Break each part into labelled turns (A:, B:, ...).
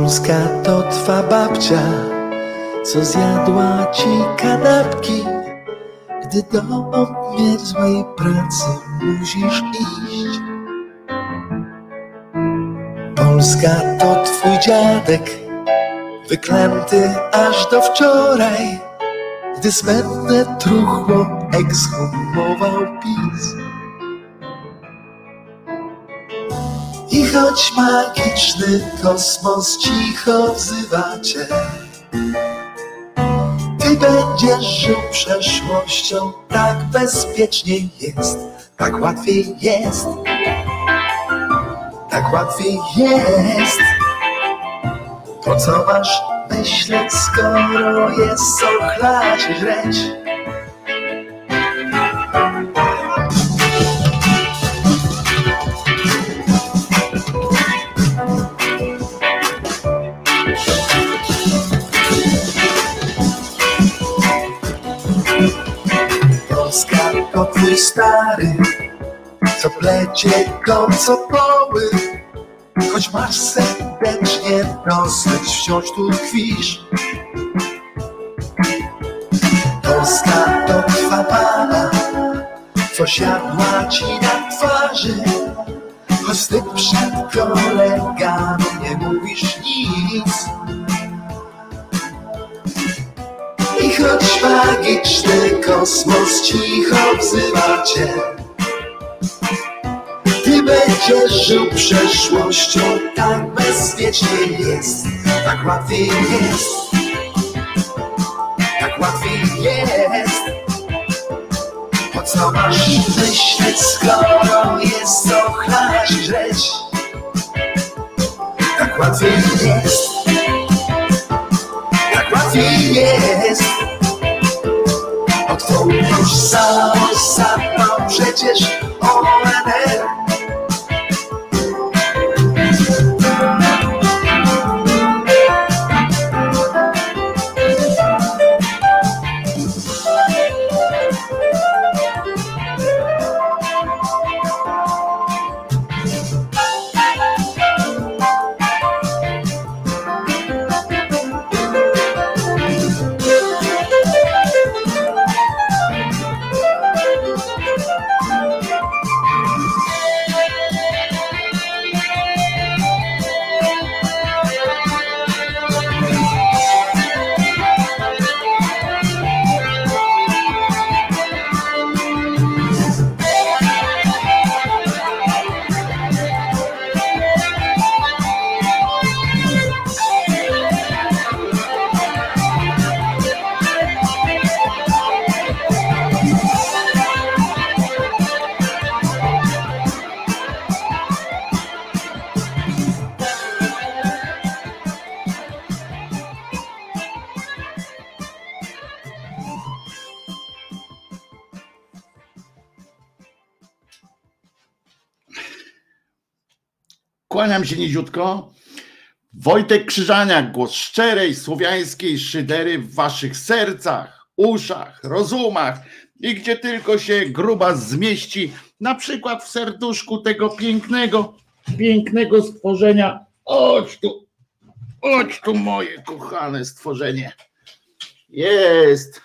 A: Polska to twa babcia, co zjadła ci kanapki, gdy do obmierzłej pracy musisz iść. Polska to twój dziadek, wyklęty aż do wczoraj, gdy smętne truchło ekshumował PiS. I choć magiczny kosmos cicho wzywa cię, ty będziesz żył przeszłością, tak bezpieczniej jest, tak łatwiej jest, tak łatwiej jest. Po co masz myśleć, skoro jest co chlać i żreć? Polska to twój stary, co plecie kocopoły. Choć masz serdecznie dosyć, wciąż tu tkwisz. Polska to twa mama, co siadła ci na twarzy. Choć ty przed kolegami nie mówisz nic. I choć magiczny kosmos cicho wzywa cię, ty będziesz żył przeszłością, tak bezpiecznie jest, tak łatwiej jest, tak łatwiej jest. Po co masz myśleć, skoro jest co chlać i żreć? Tak łatwiej jest, tak łatwiej jest. Od twój już zapał przecież ONR.
B: Kłaniam się niziutko. Wojtek Krzyżaniak, głos szczerej, słowiańskiej szydery w waszych sercach, uszach, rozumach i gdzie tylko się gruba zmieści, na przykład w serduszku tego pięknego stworzenia. Chodź tu moje kochane stworzenie. Jest.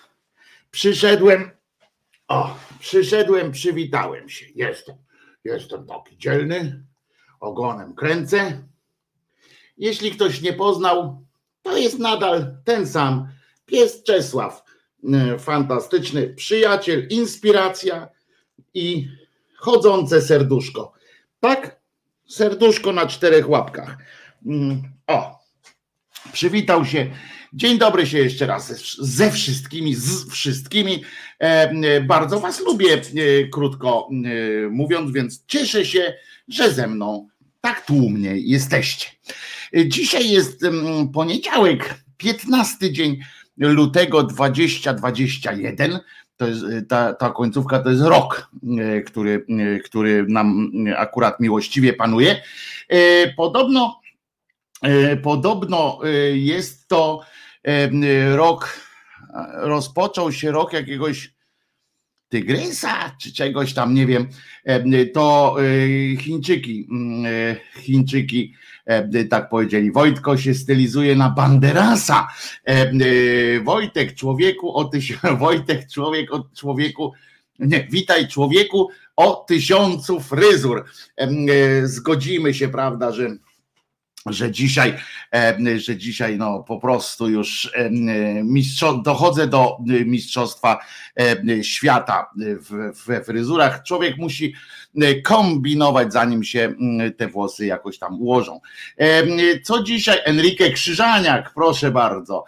B: Przyszedłem, przywitałem się. Jestem taki dzielny. Ogonem kręcę. Jeśli ktoś nie poznał, to jest nadal ten sam pies Czesław. Fantastyczny przyjaciel, inspiracja i chodzące serduszko. Tak? Serduszko na 4 łapkach. Przywitał się. Dzień dobry się jeszcze raz z wszystkimi. Bardzo was lubię, krótko mówiąc, więc cieszę się, że ze mną tak tłumnie jesteście. Dzisiaj jest poniedziałek, 15 dzień lutego 2021. To jest, ta końcówka to jest rok, który nam akurat miłościwie panuje. Podobno jest to rok, rozpoczął się rok jakiegoś tygrysa, czy czegoś tam, nie wiem, to Chińczyki tak powiedzieli. Wojtko się stylizuje na Banderasa. Wojtek, człowieku Wojtek, człowieku, nie, witaj człowieku o 1000 fryzur. Zgodzimy się, prawda, że dzisiaj no po prostu już dochodzę do mistrzostwa świata we fryzurach. Człowiek musi kombinować, zanim się te włosy jakoś tam ułożą. Co dzisiaj? Enrique Krzyżaniak, proszę bardzo.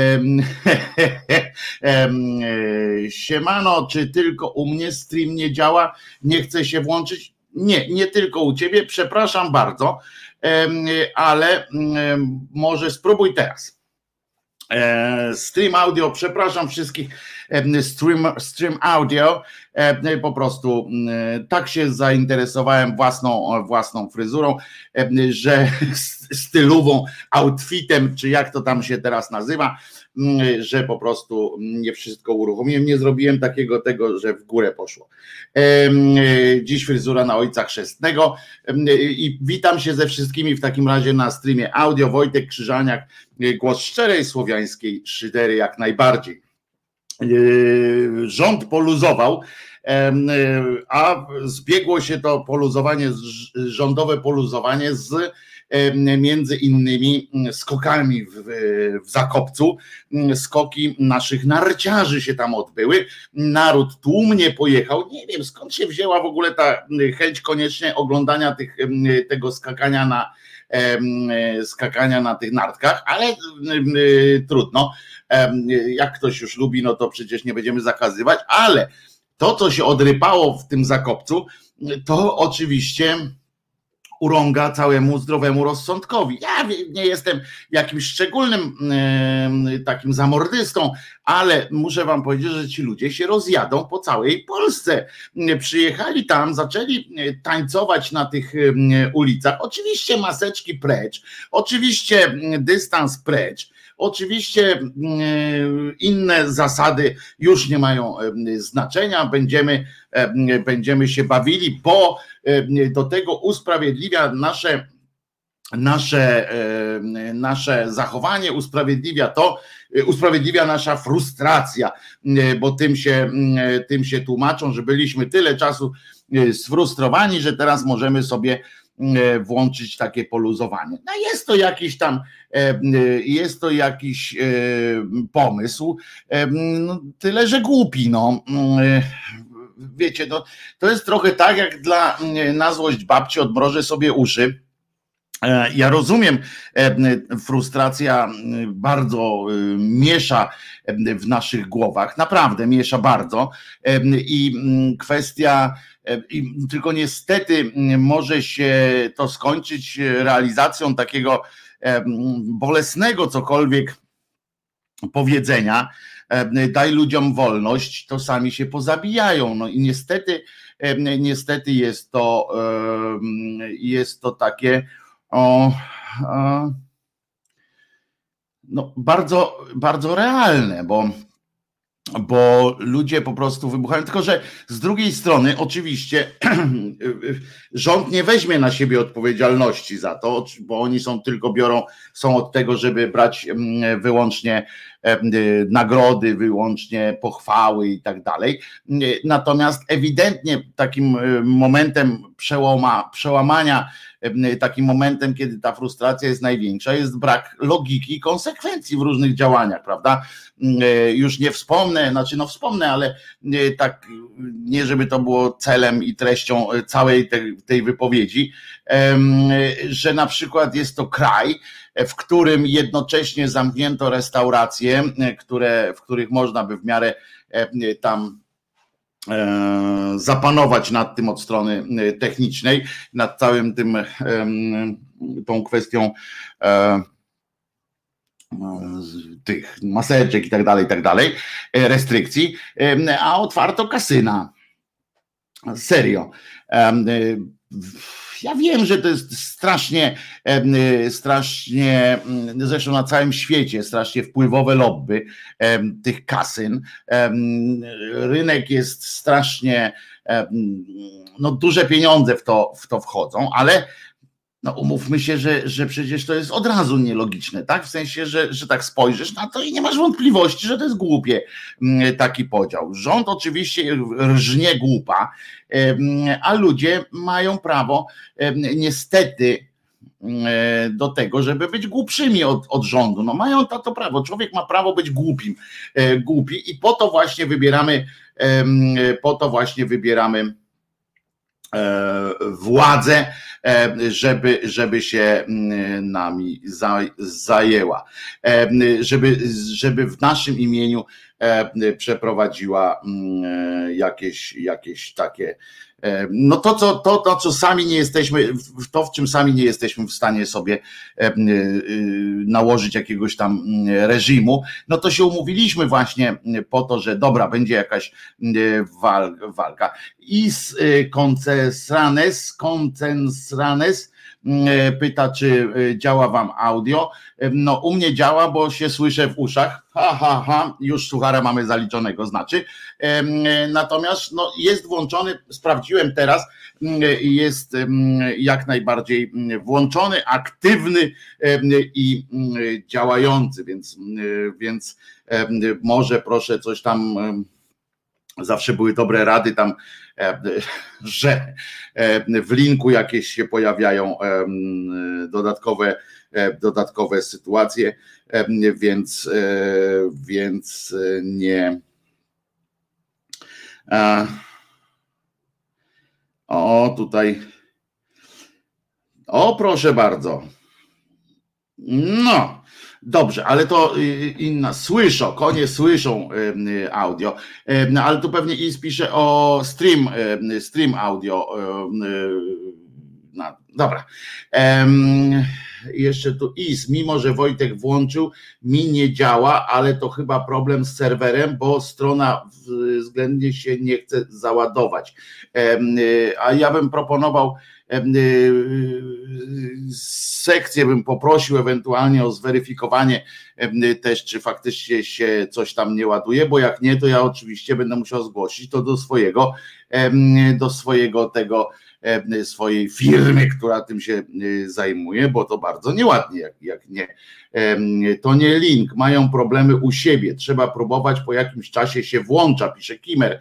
B: Siemano, czy tylko u mnie stream nie działa? Nie chce się włączyć? Nie tylko u ciebie, przepraszam bardzo, ale może spróbuj teraz. Stream audio, przepraszam wszystkich, stream audio, po prostu tak się zainteresowałem własną fryzurą, że stylową, outfitem, czy jak to tam się teraz nazywa, że po prostu nie wszystko uruchomiłem, nie zrobiłem tego, że w górę poszło. Dziś fryzura na ojca chrzestnego i witam się ze wszystkimi w takim razie na streamie audio. Wojtek Krzyżaniak, głos szczerej słowiańskiej szydery jak najbardziej. Rząd poluzował, a zbiegło się to poluzowanie, rządowe poluzowanie z między innymi skokami w Zakopcu. Skoki naszych narciarzy się tam odbyły. Naród tłumnie pojechał. Nie wiem, skąd się wzięła w ogóle ta chęć koniecznie oglądania tego skakania na tych nartkach, ale trudno. Jak ktoś już lubi, no to przecież nie będziemy zakazywać, ale to, co się odrypało w tym Zakopcu, to oczywiście urąga całemu zdrowemu rozsądkowi. Ja nie jestem jakimś szczególnym takim zamordystą, ale muszę wam powiedzieć, że ci ludzie się rozjadą po całej Polsce. Przyjechali tam, zaczęli tańcować na tych ulicach. Oczywiście maseczki precz, oczywiście dystans precz, oczywiście inne zasady już nie mają znaczenia, będziemy się bawili, bo do tego usprawiedliwia nasze zachowanie, usprawiedliwia nasza frustracja, bo tym się tłumaczą, że byliśmy tyle czasu sfrustrowani, że teraz możemy sobie włączyć takie poluzowanie. No jest to jakiś pomysł, no, tyle że głupi, no. Wiecie, to jest trochę tak, jak na złość babci odmrożę sobie uszy. Ja rozumiem, frustracja bardzo miesza w naszych głowach, naprawdę miesza bardzo i kwestia, tylko niestety może się to skończyć realizacją takiego bolesnego cokolwiek powiedzenia, daj ludziom wolność, to sami się pozabijają. No i niestety jest to takie no bardzo, bardzo realne, bo ludzie po prostu wybuchają, tylko że z drugiej strony oczywiście rząd nie weźmie na siebie odpowiedzialności za to, bo oni są od tego, żeby brać wyłącznie nagrody, wyłącznie pochwały i tak dalej. Natomiast ewidentnie takim momentem przełamania, takim momentem, kiedy ta frustracja jest największa, jest brak logiki i konsekwencji w różnych działaniach, prawda? Już nie wspomnę, wspomnę, ale tak nie żeby to było celem i treścią całej tej wypowiedzi, że na przykład jest to kraj, w którym jednocześnie zamknięto restauracje, w których można by w miarę tam zapanować nad tym od strony technicznej, nad całym tą kwestią tych maseczek i tak dalej, restrykcji, a otwarto kasyna. Serio. Ja wiem, że to jest strasznie, zresztą na całym świecie, strasznie wpływowe lobby tych kasyn. Rynek jest strasznie, no duże pieniądze w to wchodzą, ale No umówmy się, że przecież to jest od razu nielogiczne, tak? W sensie, że tak spojrzysz na to i nie masz wątpliwości, że to jest głupie taki podział. Rząd oczywiście rżnie głupa, a ludzie mają prawo niestety do tego, żeby być głupszymi od rządu. No mają to prawo. Człowiek ma prawo być głupi i po to właśnie wybieramy władzę, żeby się nami zajęła, żeby w naszym imieniu przeprowadziła jakieś takie, no to co sami nie jesteśmy, to w czym sami nie jesteśmy w stanie sobie nałożyć jakiegoś tam reżimu, no to się umówiliśmy właśnie po to, że dobra, będzie jakaś walka. I Concensranes pyta, czy działa wam audio. No u mnie działa, bo się słyszę w uszach. Już suchara mamy zaliczonego, znaczy. Natomiast no, jest włączony, sprawdziłem teraz, jest jak najbardziej włączony, aktywny i działający, więc może proszę coś tam. Zawsze były dobre rady tam, że w linku jakieś się pojawiają dodatkowe sytuacje, więc nie. O, tutaj. O, proszę bardzo. No. Dobrze, ale to inna, konie słyszą audio, ale tu pewnie Is pisze o stream audio. No, dobra. Jeszcze tu Is, mimo że Wojtek włączył, mi nie działa, ale to chyba problem z serwerem, bo strona względnie się nie chce załadować. A ja bym proponował, sekcję bym poprosił ewentualnie o zweryfikowanie też, czy faktycznie się coś tam nie ładuje, bo jak nie, to ja oczywiście będę musiał zgłosić to do swojej firmy, która tym się zajmuje, bo to bardzo nieładnie, jak nie. To nie link, mają problemy u siebie, trzeba próbować, po jakimś czasie się włącza, pisze Kimer,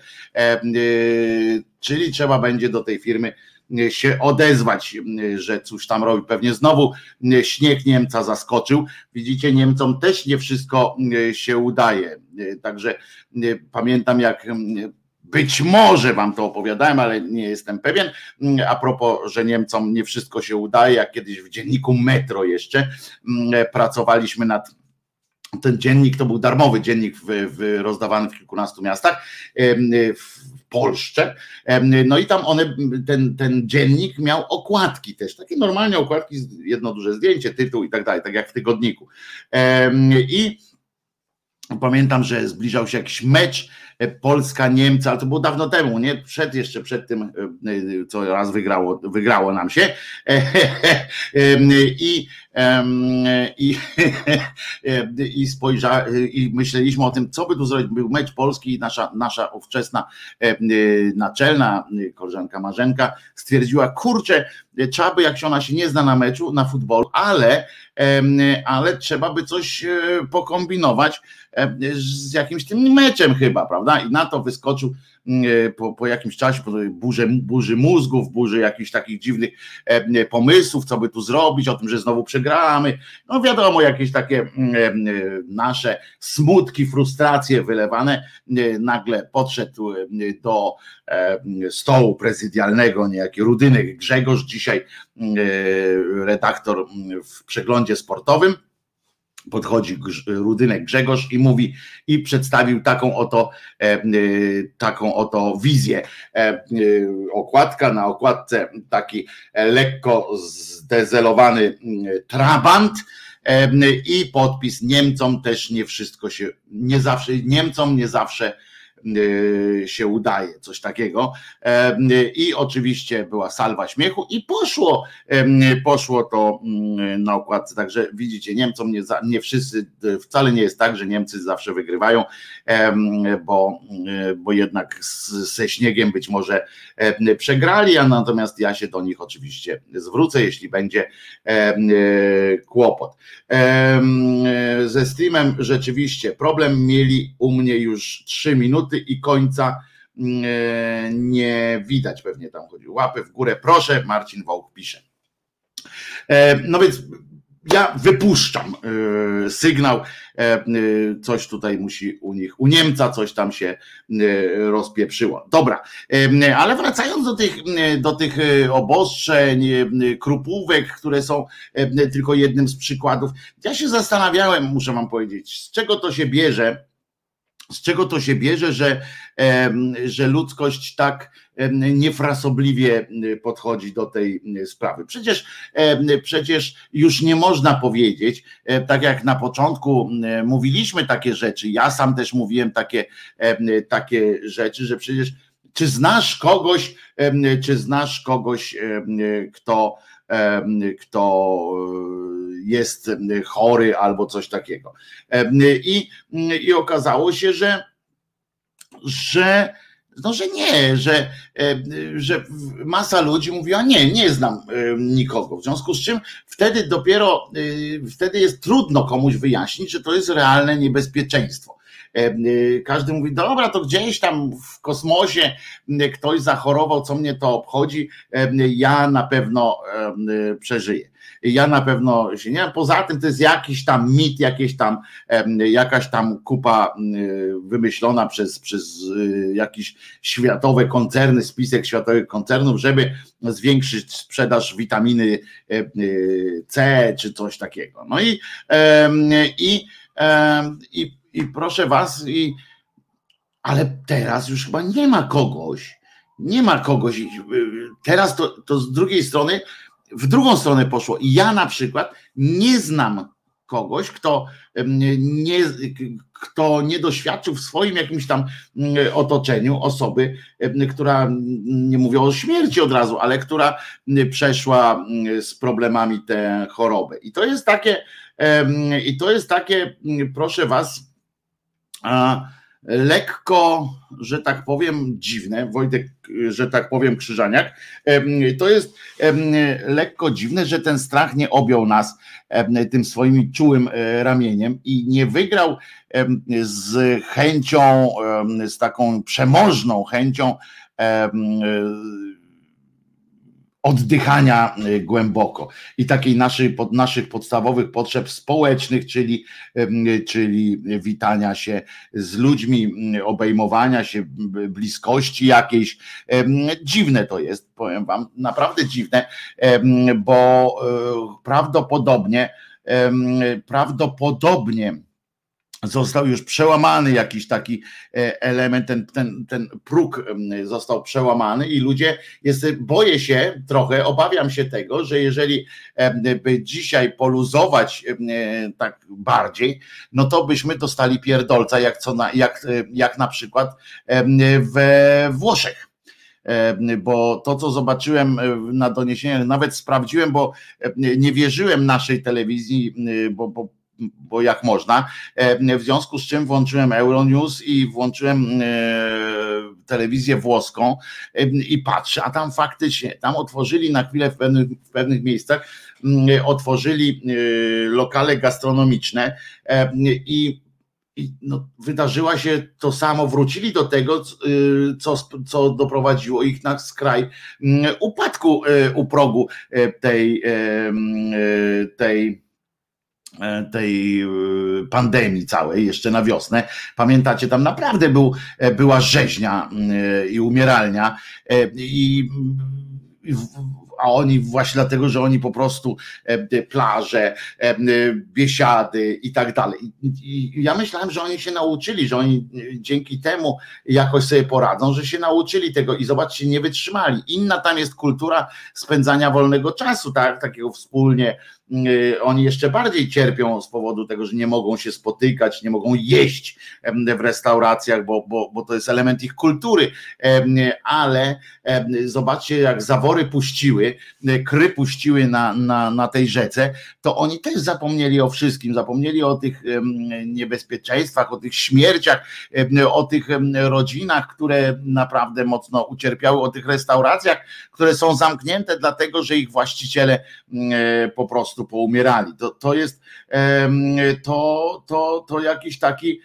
B: czyli trzeba będzie do tej firmy się odezwać, że coś tam robi. Pewnie znowu śnieg Niemca zaskoczył. Widzicie, Niemcom też nie wszystko się udaje. Także pamiętam, jak być może wam to opowiadałem, ale nie jestem pewien. A propos, że Niemcom nie wszystko się udaje, jak kiedyś w dzienniku Metro jeszcze pracowaliśmy nad. Ten dziennik to był darmowy dziennik rozdawany w kilkunastu miastach w Polsce. No i tam ten dziennik miał okładki też, takie normalnie okładki, jedno duże zdjęcie, tytuł i tak dalej, tak jak w tygodniku. I pamiętam, że zbliżał się jakiś mecz Polska-Niemcy, ale to było dawno temu, nie? Jeszcze przed tym, co raz wygrało nam się. I myśleliśmy o tym, co by tu zrobić. Był mecz Polski i nasza ówczesna naczelna koleżanka Marzenka stwierdziła, kurczę, trzeba by, jak się ona się nie zna na meczu, na futbolu, ale trzeba by coś pokombinować z jakimś tym meczem chyba, prawda? I na to wyskoczył po jakimś czasie, po burzy mózgów, burzy jakichś takich dziwnych pomysłów, co by tu zrobić, o tym, że znowu przegramy. No wiadomo, jakieś takie nasze smutki, frustracje wylewane. Nagle podszedł do stołu prezydialnego niejaki Rudynek Grzegorz, dzisiaj redaktor w Przeglądzie Sportowym. Podchodzi Rudynek Grzegorz i mówi, i przedstawił taką oto wizję. Okładka, na okładce taki lekko zdezelowany trabant i podpis: Niemcom też nie wszystko się, Niemcom nie zawsze się udaje, coś takiego. I oczywiście była salwa śmiechu i poszło to na okładce. Także widzicie, Niemcom nie wszyscy, wcale nie jest tak, że Niemcy zawsze wygrywają, bo jednak ze śniegiem być może przegrali, a natomiast ja się do nich oczywiście zwrócę, jeśli będzie kłopot. Ze streamem rzeczywiście problem mieli u mnie już 3 minuty i końca nie widać, pewnie tam chodzi. Łapy w górę, proszę, Marcin Wołk pisze. No więc ja wypuszczam sygnał, coś tutaj musi u Niemca coś tam się rozpieprzyło. Dobra, ale wracając do tych obostrzeń, krupówek, które są tylko jednym z przykładów, ja się zastanawiałem, muszę wam powiedzieć, z czego to się bierze, że ludzkość tak niefrasobliwie podchodzi do tej sprawy. Przecież już nie można powiedzieć, tak jak na początku mówiliśmy takie rzeczy, ja sam też mówiłem takie rzeczy, że przecież czy znasz kogoś, kto jest chory albo coś takiego. I okazało się, że nie, że masa ludzi mówiła nie znam nikogo. W związku z czym wtedy jest trudno komuś wyjaśnić, że to jest realne niebezpieczeństwo. Każdy mówi, dobra, to gdzieś tam w kosmosie ktoś zachorował, co mnie to obchodzi, ja na pewno przeżyję. Ja na pewno się nie. Poza tym to jest jakiś tam mit, jakaś tam kupa wymyślona przez jakieś światowe koncerny, spisek światowych koncernów, żeby zwiększyć sprzedaż witaminy C czy coś takiego. No i proszę was, ale teraz już chyba nie ma kogoś. Teraz to z drugiej strony, w drugą stronę poszło. I ja na przykład nie znam kogoś, kto nie doświadczył w swoim jakimś tam otoczeniu osoby, która, nie mówię o śmierci od razu, ale która przeszła z problemami tę chorobę. I to jest takie, proszę was, lekko, że tak powiem, dziwne, Wojtek, że tak powiem, Krzyżaniak, to jest lekko dziwne, że ten strach nie objął nas tym swoim czułym ramieniem i nie wygrał z chęcią, z taką przemożną chęcią oddychania głęboko i takiej naszych podstawowych potrzeb społecznych, czyli witania się z ludźmi, obejmowania się, bliskości jakiejś. Dziwne to jest, powiem wam, naprawdę dziwne, bo prawdopodobnie został już przełamany jakiś taki element, ten próg został przełamany i ludzie, boję się trochę, obawiam się tego, że jeżeli by dzisiaj poluzować tak bardziej, no to byśmy dostali pierdolca jak na przykład we Włoszech. Bo to, co zobaczyłem na doniesieniach, nawet sprawdziłem, bo nie wierzyłem naszej telewizji, bo jak można, w związku z czym włączyłem Euronews i włączyłem telewizję włoską i patrzę, a tam faktycznie, tam otworzyli na chwilę w pewnych miejscach, otworzyli lokale gastronomiczne i no, wydarzyła się to samo, wrócili do tego, co doprowadziło ich na skraj upadku u progu tej pandemii całej, jeszcze na wiosnę. Pamiętacie, tam naprawdę była rzeźnia i umieralnia a oni właśnie dlatego, że oni po prostu plaże, biesiady i tak dalej. I ja myślałem, że oni się nauczyli, że oni dzięki temu jakoś sobie poradzą, że się nauczyli tego i zobaczcie, nie wytrzymali. Inna tam jest kultura spędzania wolnego czasu, tak? Takiego wspólnie oni jeszcze bardziej cierpią z powodu tego, że nie mogą się spotykać, nie mogą jeść w restauracjach, bo to jest element ich kultury, ale zobaczcie, jak zawory puściły, kry puściły na tej rzece, to oni też zapomnieli o wszystkim, zapomnieli o tych niebezpieczeństwach, o tych śmierciach, o tych rodzinach, które naprawdę mocno ucierpiały, o tych restauracjach, które są zamknięte dlatego, że ich właściciele po prostu poumierali. To jest to jakiś taki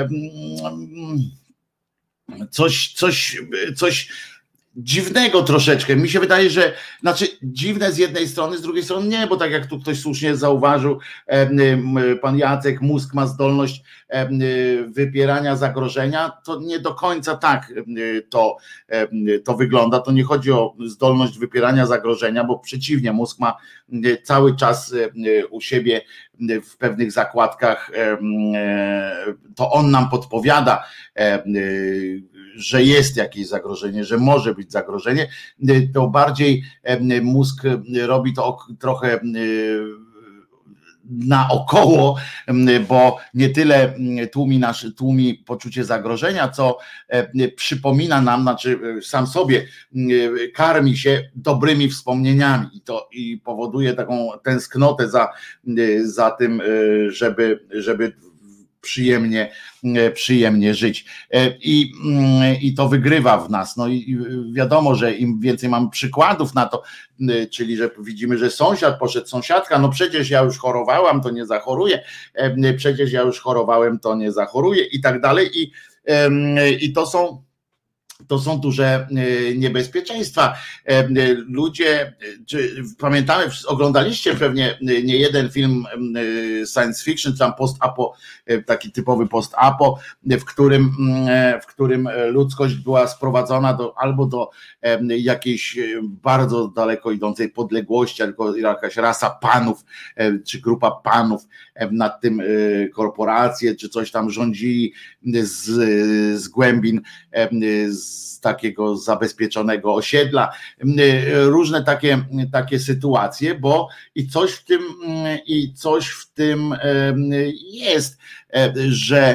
B: coś dziwnego troszeczkę. Mi się wydaje, że znaczy dziwne z jednej strony, z drugiej strony nie, bo tak jak tu ktoś słusznie zauważył, pan Jacek, mózg ma zdolność wypierania zagrożenia, to nie do końca tak to wygląda. To nie chodzi o zdolność wypierania zagrożenia, bo przeciwnie, mózg ma cały czas u siebie w pewnych zakładkach, to on nam podpowiada, że jest jakieś zagrożenie, że może być zagrożenie, to bardziej mózg robi to trochę naokoło, bo nie tyle tłumi poczucie zagrożenia, co przypomina nam, znaczy sam sobie karmi się dobrymi wspomnieniami i powoduje taką tęsknotę za tym, żeby przyjemnie żyć. I to wygrywa w nas. No i wiadomo, że im więcej mamy przykładów na to, czyli że widzimy, że sąsiad poszedł, sąsiadka, no przecież ja już chorowałam, to nie zachoruję, przecież ja już chorowałem, to nie zachoruję i tak dalej. I to są duże niebezpieczeństwa. Ludzie, pamiętamy, oglądaliście pewnie nie jeden film science fiction, czy tam post-apo, taki typowy post-apo, w którym ludzkość była sprowadzona albo do jakiejś bardzo daleko idącej podległości, albo jakaś rasa panów, czy grupa panów nad tym korporacje, czy coś tam rządzili z głębin, z takiego zabezpieczonego osiedla, różne takie sytuacje, bo coś w tym jest, że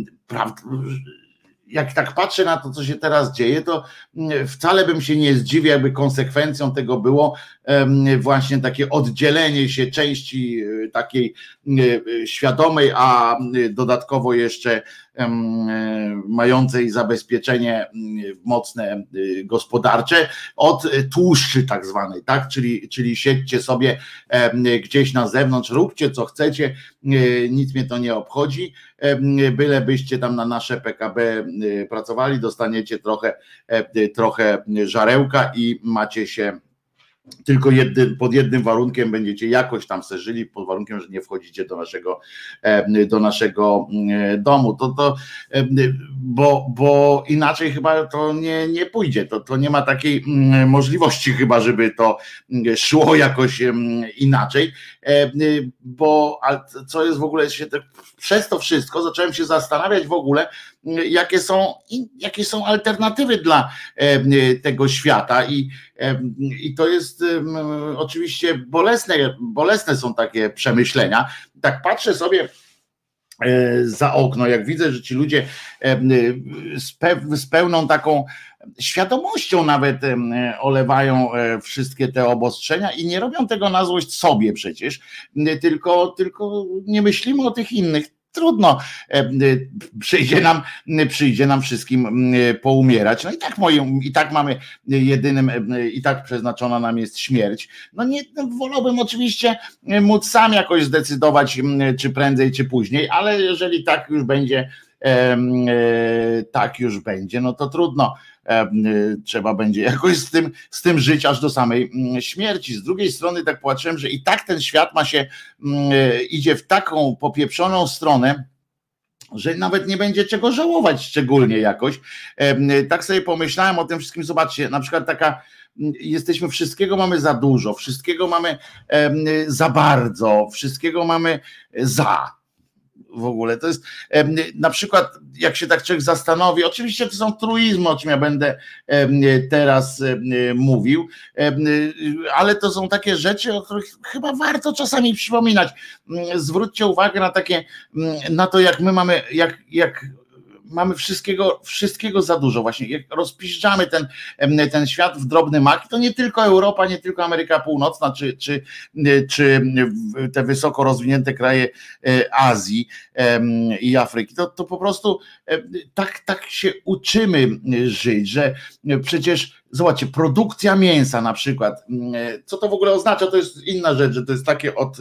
B: jak tak patrzę na to, co się teraz dzieje, to wcale bym się nie zdziwił, jakby konsekwencją tego było właśnie takie oddzielenie się części takiej świadomej, a dodatkowo jeszcze mającej zabezpieczenie mocne gospodarcze od tłuszczy tak zwanej, tak? Czyli siedźcie sobie gdzieś na zewnątrz, róbcie co chcecie, nic mnie to nie obchodzi, bylebyście tam na nasze PKB pracowali, dostaniecie trochę żarełka i macie się tylko pod jednym warunkiem, będziecie jakoś tam se żyli, pod warunkiem, że nie wchodzicie do naszego domu. Bo inaczej chyba to nie pójdzie. To nie ma takiej możliwości chyba, żeby to szło jakoś inaczej. Bo co jest w ogóle, przez to wszystko zacząłem się zastanawiać w ogóle, jakie są alternatywy dla tego świata i to jest oczywiście bolesne są takie przemyślenia. Tak patrzę sobie za okno, jak widzę, że ci ludzie z pełną taką świadomością nawet olewają wszystkie te obostrzenia i nie robią tego na złość sobie przecież, tylko nie myślimy o tych innych. Trudno, przyjdzie nam wszystkim poumierać. No i tak mamy i tak przeznaczona nam jest śmierć. No nie, wolałbym oczywiście móc sam jakoś zdecydować, czy prędzej, czy później, ale jeżeli tak już będzie, no to trudno. Trzeba będzie jakoś z tym żyć aż do samej śmierci. Z drugiej strony tak patrzyłem, że i tak ten świat idzie w taką popieprzoną stronę, że nawet nie będzie czego żałować szczególnie jakoś. Tak sobie pomyślałem o tym wszystkim. Zobaczcie, na przykład wszystkiego mamy za dużo, wszystkiego mamy za bardzo, wszystkiego mamy za. w ogóle. To jest na przykład, jak się tak człowiek zastanowi, oczywiście to są truizmy, o czym ja będę teraz mówił, ale to są takie rzeczy, o których chyba warto czasami przypominać. Zwróćcie uwagę na takie, na to, jak my mamy, jak mamy wszystkiego za dużo właśnie, jak rozpiszczamy ten świat w drobny mak, to nie tylko Europa, nie tylko Ameryka Północna, czy te wysoko rozwinięte kraje Azji i Afryki, to po prostu tak się uczymy żyć, że przecież zobaczcie, produkcja mięsa na przykład, co to w ogóle oznacza, to jest inna rzecz, że to jest takie od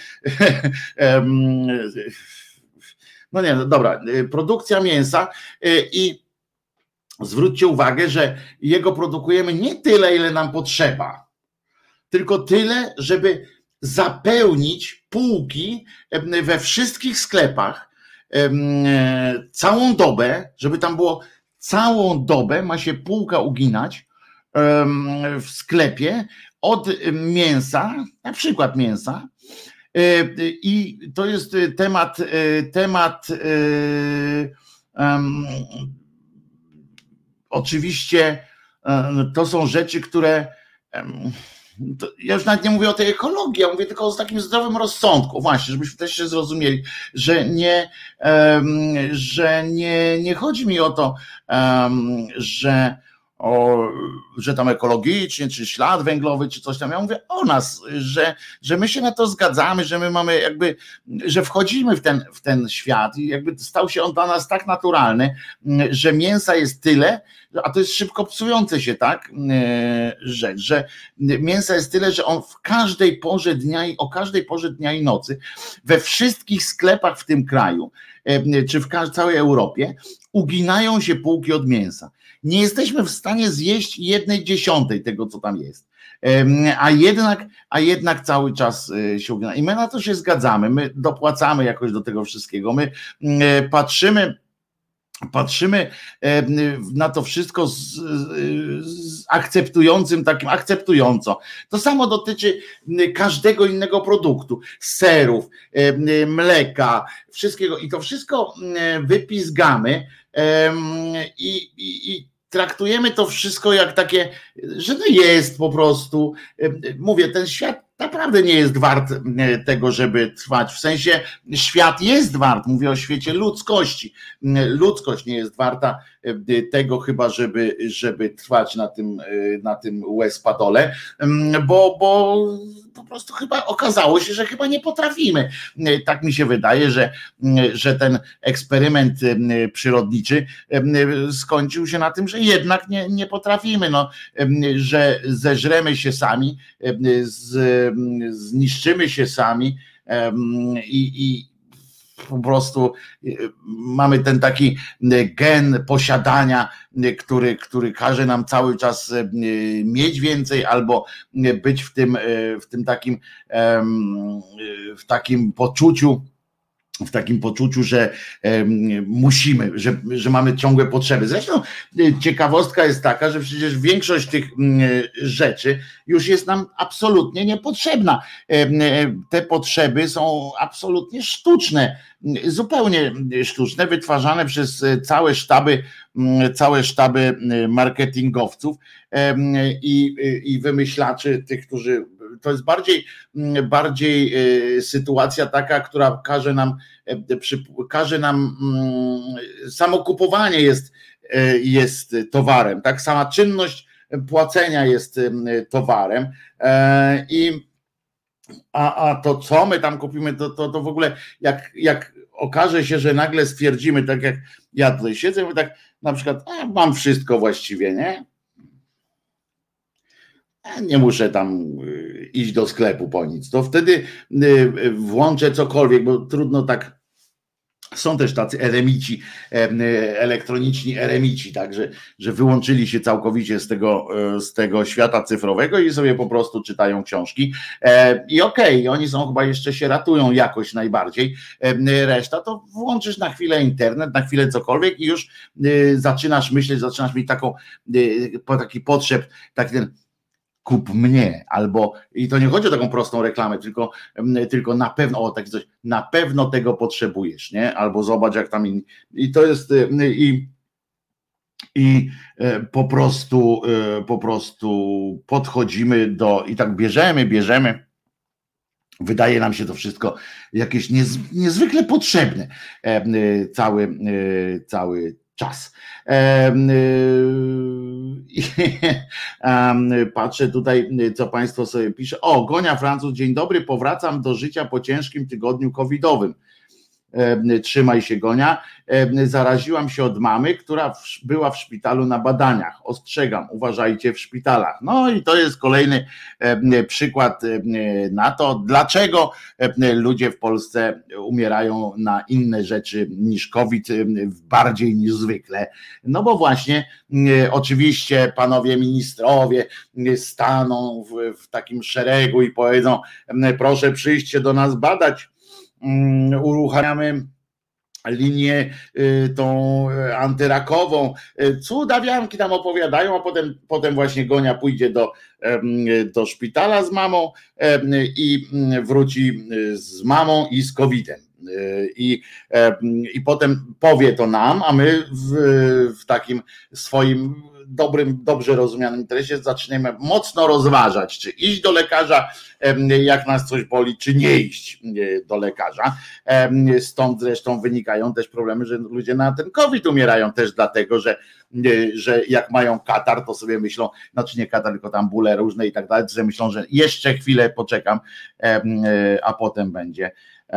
B: no nie, no dobra, produkcja mięsa i zwróćcie uwagę, że jego produkujemy nie tyle, ile nam potrzeba, tylko tyle, żeby zapełnić półki we wszystkich sklepach całą dobę, żeby tam było całą dobę, ma się półka uginać w sklepie od mięsa, na przykład mięsa. I to jest temat oczywiście to są rzeczy, które ja już nawet nie mówię o tej ekologii, ja mówię tylko o takim zdrowym rozsądku, właśnie, żebyśmy też się zrozumieli, że nie chodzi mi o to, że tam ekologicznie, czy ślad węglowy, czy coś tam. Ja mówię o nas, że my się na to zgadzamy, że my mamy jakby, że wchodzimy w ten świat i jakby stał się on dla nas tak naturalny, że mięsa jest tyle, a to jest szybko psujące się, tak, rzecz, że mięsa jest tyle, że on w każdej porze dnia i o każdej porze dnia i nocy we wszystkich sklepach w tym kraju, czy w całej Europie uginają się półki od mięsa. Nie jesteśmy w stanie zjeść 1/10 tego, co tam jest. A jednak cały czas się ugina. I my na to się zgadzamy, my dopłacamy jakoś do tego wszystkiego, my patrzymy na to wszystko z akceptująco. To samo dotyczy każdego innego produktu, serów, mleka, wszystkiego i to wszystko wypizgamy i traktujemy to wszystko jak takie, że to jest po prostu, mówię, ten świat naprawdę nie jest wart tego, żeby trwać, w sensie świat jest wart, mówię o świecie ludzkości, ludzkość nie jest warta tego chyba, żeby trwać na tym łez-padole, bo po prostu chyba okazało się, że chyba nie potrafimy. Tak mi się wydaje, że ten eksperyment przyrodniczy skończył się na tym, że jednak nie potrafimy, no, że zeżremy się sami, zniszczymy się sami i po prostu mamy ten taki gen posiadania, który każe nam cały czas mieć więcej albo być w takim poczuciu, że musimy, że mamy ciągłe potrzeby. Zresztą ciekawostka jest taka, że przecież większość tych rzeczy już jest nam absolutnie niepotrzebna. Te potrzeby są absolutnie sztuczne, zupełnie sztuczne, wytwarzane przez całe sztaby marketingowców i wymyślaczy, tych, którzy to jest bardziej sytuacja taka, która każe nam samo kupowanie jest towarem, tak? Sama czynność płacenia jest towarem a to, co my tam kupimy, to w ogóle jak okaże się, że nagle stwierdzimy, tak jak ja tutaj siedzę, tak na przykład mam wszystko właściwie, nie muszę tam iść do sklepu po nic, to wtedy włączę cokolwiek, bo trudno tak, są też tacy eremici, elektroniczni eremici, także że wyłączyli się całkowicie z tego świata cyfrowego i sobie po prostu czytają książki i okej, oni są chyba jeszcze się ratują jakoś najbardziej, reszta to włączysz na chwilę internet, na chwilę cokolwiek i już zaczynasz myśleć, zaczynasz mieć taki potrzeb, taki ten kup mnie, albo, i to nie chodzi o taką prostą reklamę, tylko na pewno, o takie coś, na pewno tego potrzebujesz, nie? Albo zobacz jak tam inni. I to jest i po prostu podchodzimy i tak bierzemy. Wydaje nam się to wszystko jakieś niezwykle potrzebne cały czas. Patrzę tutaj, co Państwo sobie pisze. O, Gonia Francuz, dzień dobry, powracam do życia po ciężkim tygodniu covidowym. Trzymaj się, Gonia. Zaraziłam się od mamy, która była w szpitalu na badaniach. Ostrzegam, uważajcie w szpitalach. No i to jest kolejny przykład na to, dlaczego ludzie w Polsce umierają na inne rzeczy niż COVID, bardziej niż zwykle. No bo właśnie oczywiście panowie ministrowie staną w takim szeregu i powiedzą, proszę przyjść się do nas badać. Uruchamiamy linię tą antyrakową, cudawianki tam opowiadają, a potem właśnie Gonia pójdzie do szpitala z mamą i wróci z mamą i z COVID-em. I potem powie to nam, a my w takim swoim dobrze rozumianym interesie zaczniemy mocno rozważać, czy iść do lekarza, jak nas coś boli, czy nie iść do lekarza. Stąd zresztą wynikają też problemy, że ludzie na ten COVID umierają też dlatego, że jak mają katar, to sobie myślą, znaczy nie katar, tylko tam bóle różne i tak dalej, że myślą, że jeszcze chwilę poczekam, a potem będzie.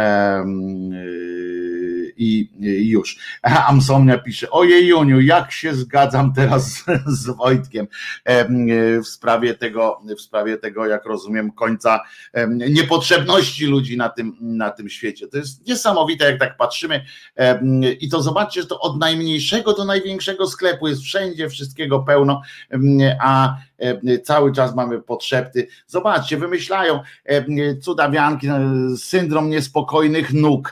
B: I już. Amsonia pisze, ojej Juniu, jak się zgadzam teraz z Wojtkiem w sprawie tego, jak rozumiem, końca niepotrzebności ludzi na tym świecie. To jest niesamowite, jak tak patrzymy i to zobaczcie, że to od najmniejszego do największego sklepu jest wszędzie wszystkiego pełno, a cały czas mamy podszepty. Zobaczcie, wymyślają cudawianki, syndrom niespokojnych nóg.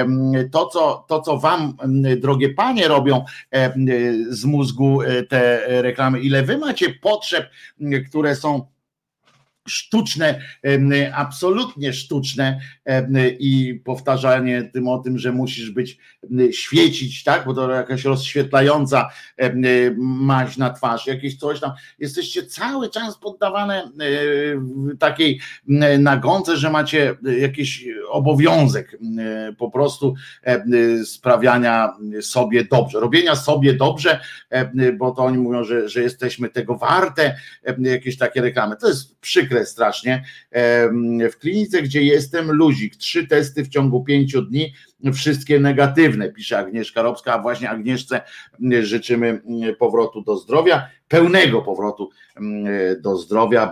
B: To, co wam, drogie panie, robią z mózgu te reklamy, ile wy macie potrzeb, które są sztuczne, absolutnie sztuczne i powtarzanie o tym, że musisz świecić, tak, bo to jakaś rozświetlająca maź na twarz, jakieś coś tam, jesteście cały czas poddawane takiej nagonce, że macie jakiś obowiązek po prostu sprawiania sobie dobrze, robienia sobie dobrze, bo to oni mówią, że jesteśmy tego warte, jakieś takie reklamy, to jest przykre strasznie. W klinice, gdzie jestem, luzik, 3 testy w ciągu 5 dni, wszystkie negatywne, pisze Agnieszka Robska, a właśnie Agnieszce życzymy powrotu do zdrowia, pełnego powrotu do zdrowia,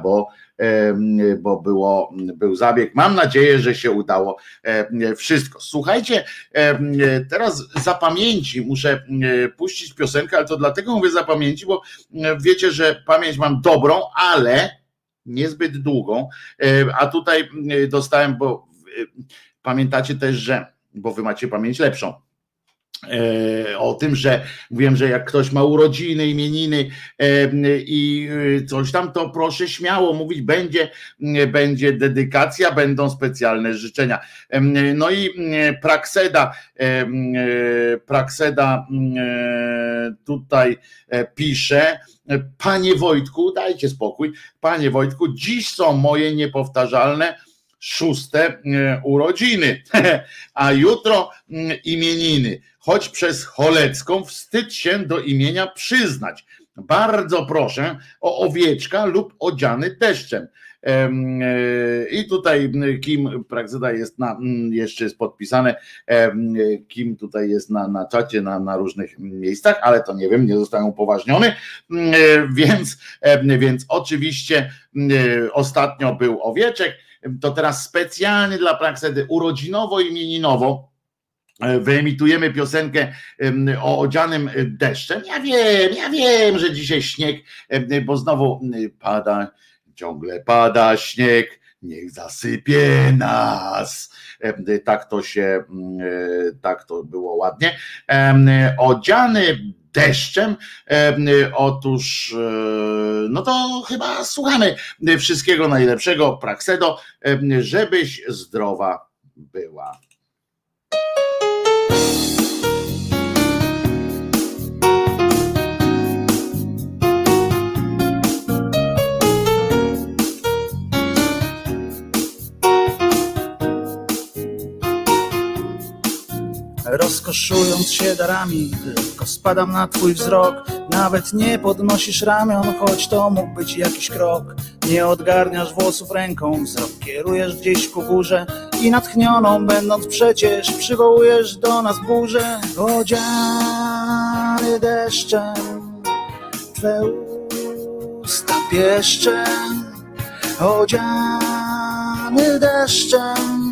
B: bo był zabieg. Mam nadzieję, że się udało wszystko. Słuchajcie, teraz za pamięci muszę puścić piosenkę, ale to dlatego mówię za pamięci, bo wiecie, że pamięć mam dobrą, ale niezbyt długą, a tutaj dostałem, bo pamiętacie też, bo wy macie pamięć lepszą, o tym, że mówiłem, że jak ktoś ma urodziny, imieniny i coś tam, to proszę śmiało mówić, będzie dedykacja, będą specjalne życzenia. No i Prakseda tutaj pisze, panie Wojtku, dajcie spokój, panie Wojtku, dziś są moje niepowtarzalne 6. urodziny, a jutro imieniny. Choć przez cholecką wstyd się do imienia przyznać. Bardzo proszę o owieczka lub odziany deszczem. I tutaj Kim Prakseda jest jeszcze jest podpisane, Kim tutaj jest na czacie, na różnych miejscach, ale to nie wiem, nie zostałem upoważniony, więc oczywiście ostatnio był owieczek, to teraz specjalnie dla Praksedy urodzinowo-imieninowo wyemitujemy piosenkę o odzianym deszczem. Ja wiem, że dzisiaj śnieg, bo znowu ciągle pada śnieg, niech zasypie nas. Tak to było ładnie. Odziany deszczem. Otóż no to chyba słuchamy wszystkiego najlepszego, Praxedo, żebyś zdrowa była.
C: Rozkoszując się darami, lekko spadam na twój wzrok. Nawet nie podnosisz ramion, choć to mógł być jakiś krok. Nie odgarniasz włosów ręką, wzrok kierujesz gdzieś ku górze i natchnioną będąc przecież przywołujesz do nas burzę. Odziany deszczem, twe usta pieszczem. Odziany deszczem,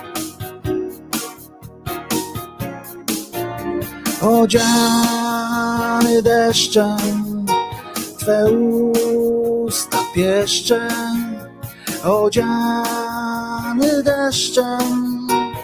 C: odziany deszczem, twe usta pieszczem. Odziany deszczem.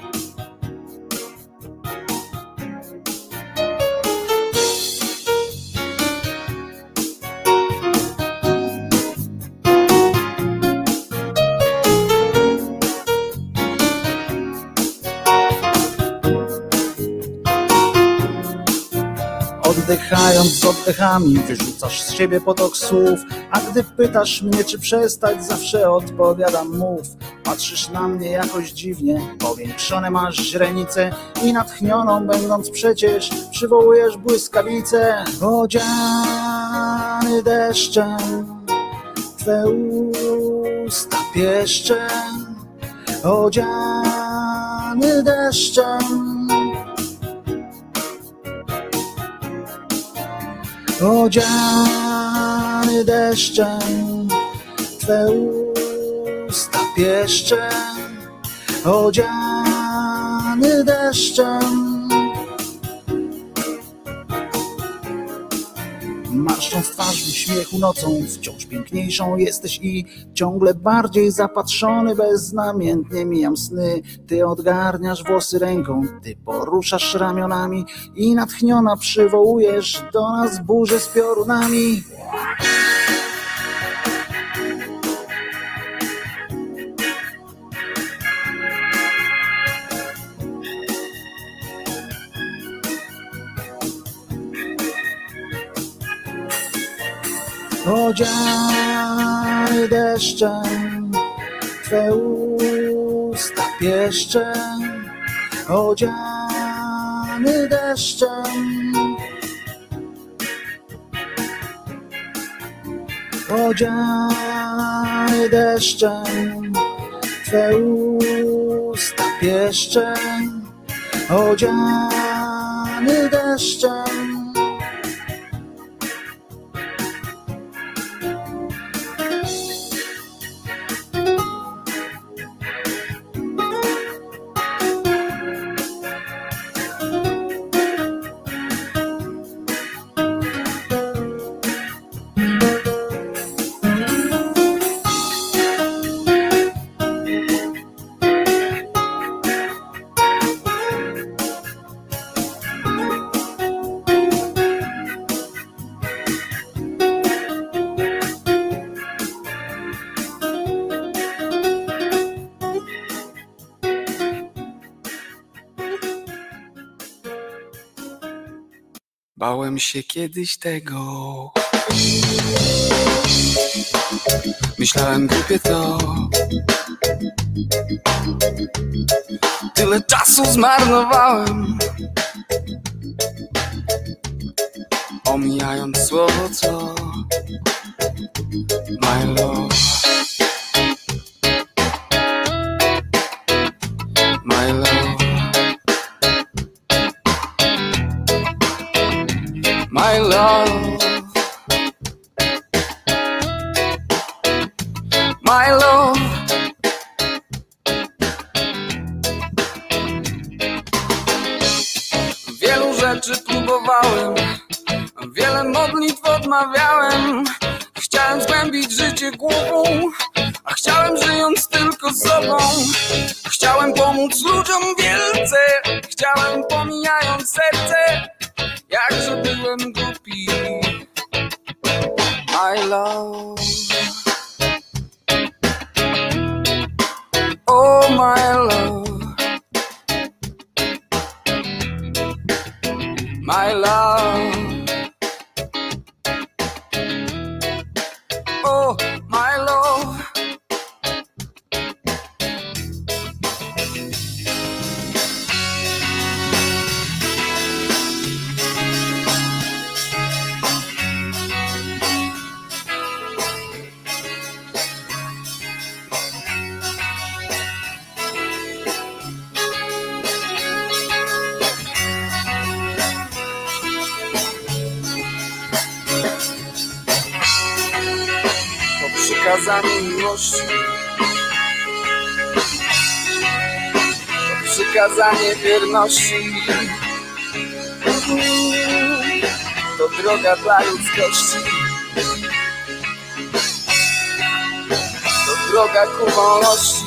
C: Oddychając z oddechami, wyrzucasz z siebie potok słów. A gdy pytasz mnie, czy przestać, zawsze odpowiadam mów. Patrzysz na mnie jakoś dziwnie, powiększone masz źrenice i natchnioną będąc przecież przywołujesz błyskawice. Odziany deszczem, twe usta pieszczem. Odziany deszczem, odziany deszczem, twe usta pieszczem. Odziany deszczem. Marszcząc twarz w uśmiechu nocą, wciąż piękniejszą jesteś i ciągle bardziej zapatrzony, beznamiętnie mijam sny. Ty odgarniasz włosy ręką, ty poruszasz ramionami i natchniona przywołujesz do nas burzę z piorunami. Odziany deszczem, twe usta pieszczem. Odziany deszczem, odziany deszczem, twe usta pieszczem. Odziany deszczem.
D: Bałem się kiedyś tego. Myślałem głupie to. Tyle czasu zmarnowałem, omijając słowo co. My love, my love, my love, my love. Wielu rzeczy próbowałem, wiele modlitw odmawiałem. Chciałem zgłębić życie głową, a chciałem żyjąc tylko z sobą. Chciałem pomóc ludziom wielce, chciałem pomijając serce. Jakże było byłem głupi. My love, oh my love, my love, oh my love. Przykazanie miłości, to przykazanie wierności, to droga dla ludzkości, to droga ku wolności,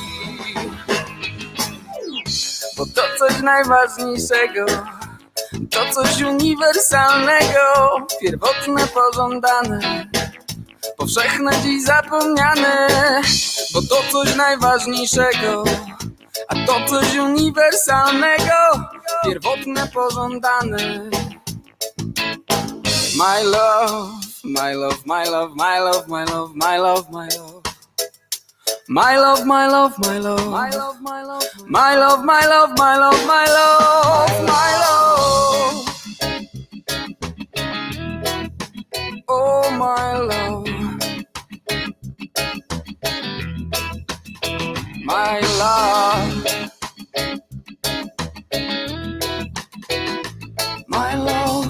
D: bo to coś najważniejszego, to coś uniwersalnego, pierwotne, pożądane, powszechne, dziś zapomniane, bo to coś najważniejszego, a to coś uniwersalnego, pierwotne, pożądane. My love, my love, my love, my love, my love, my love, my love. My love, my love, my love, my love, my love, my love, my love, my love, my love, my love. Oh my love, my love, my love.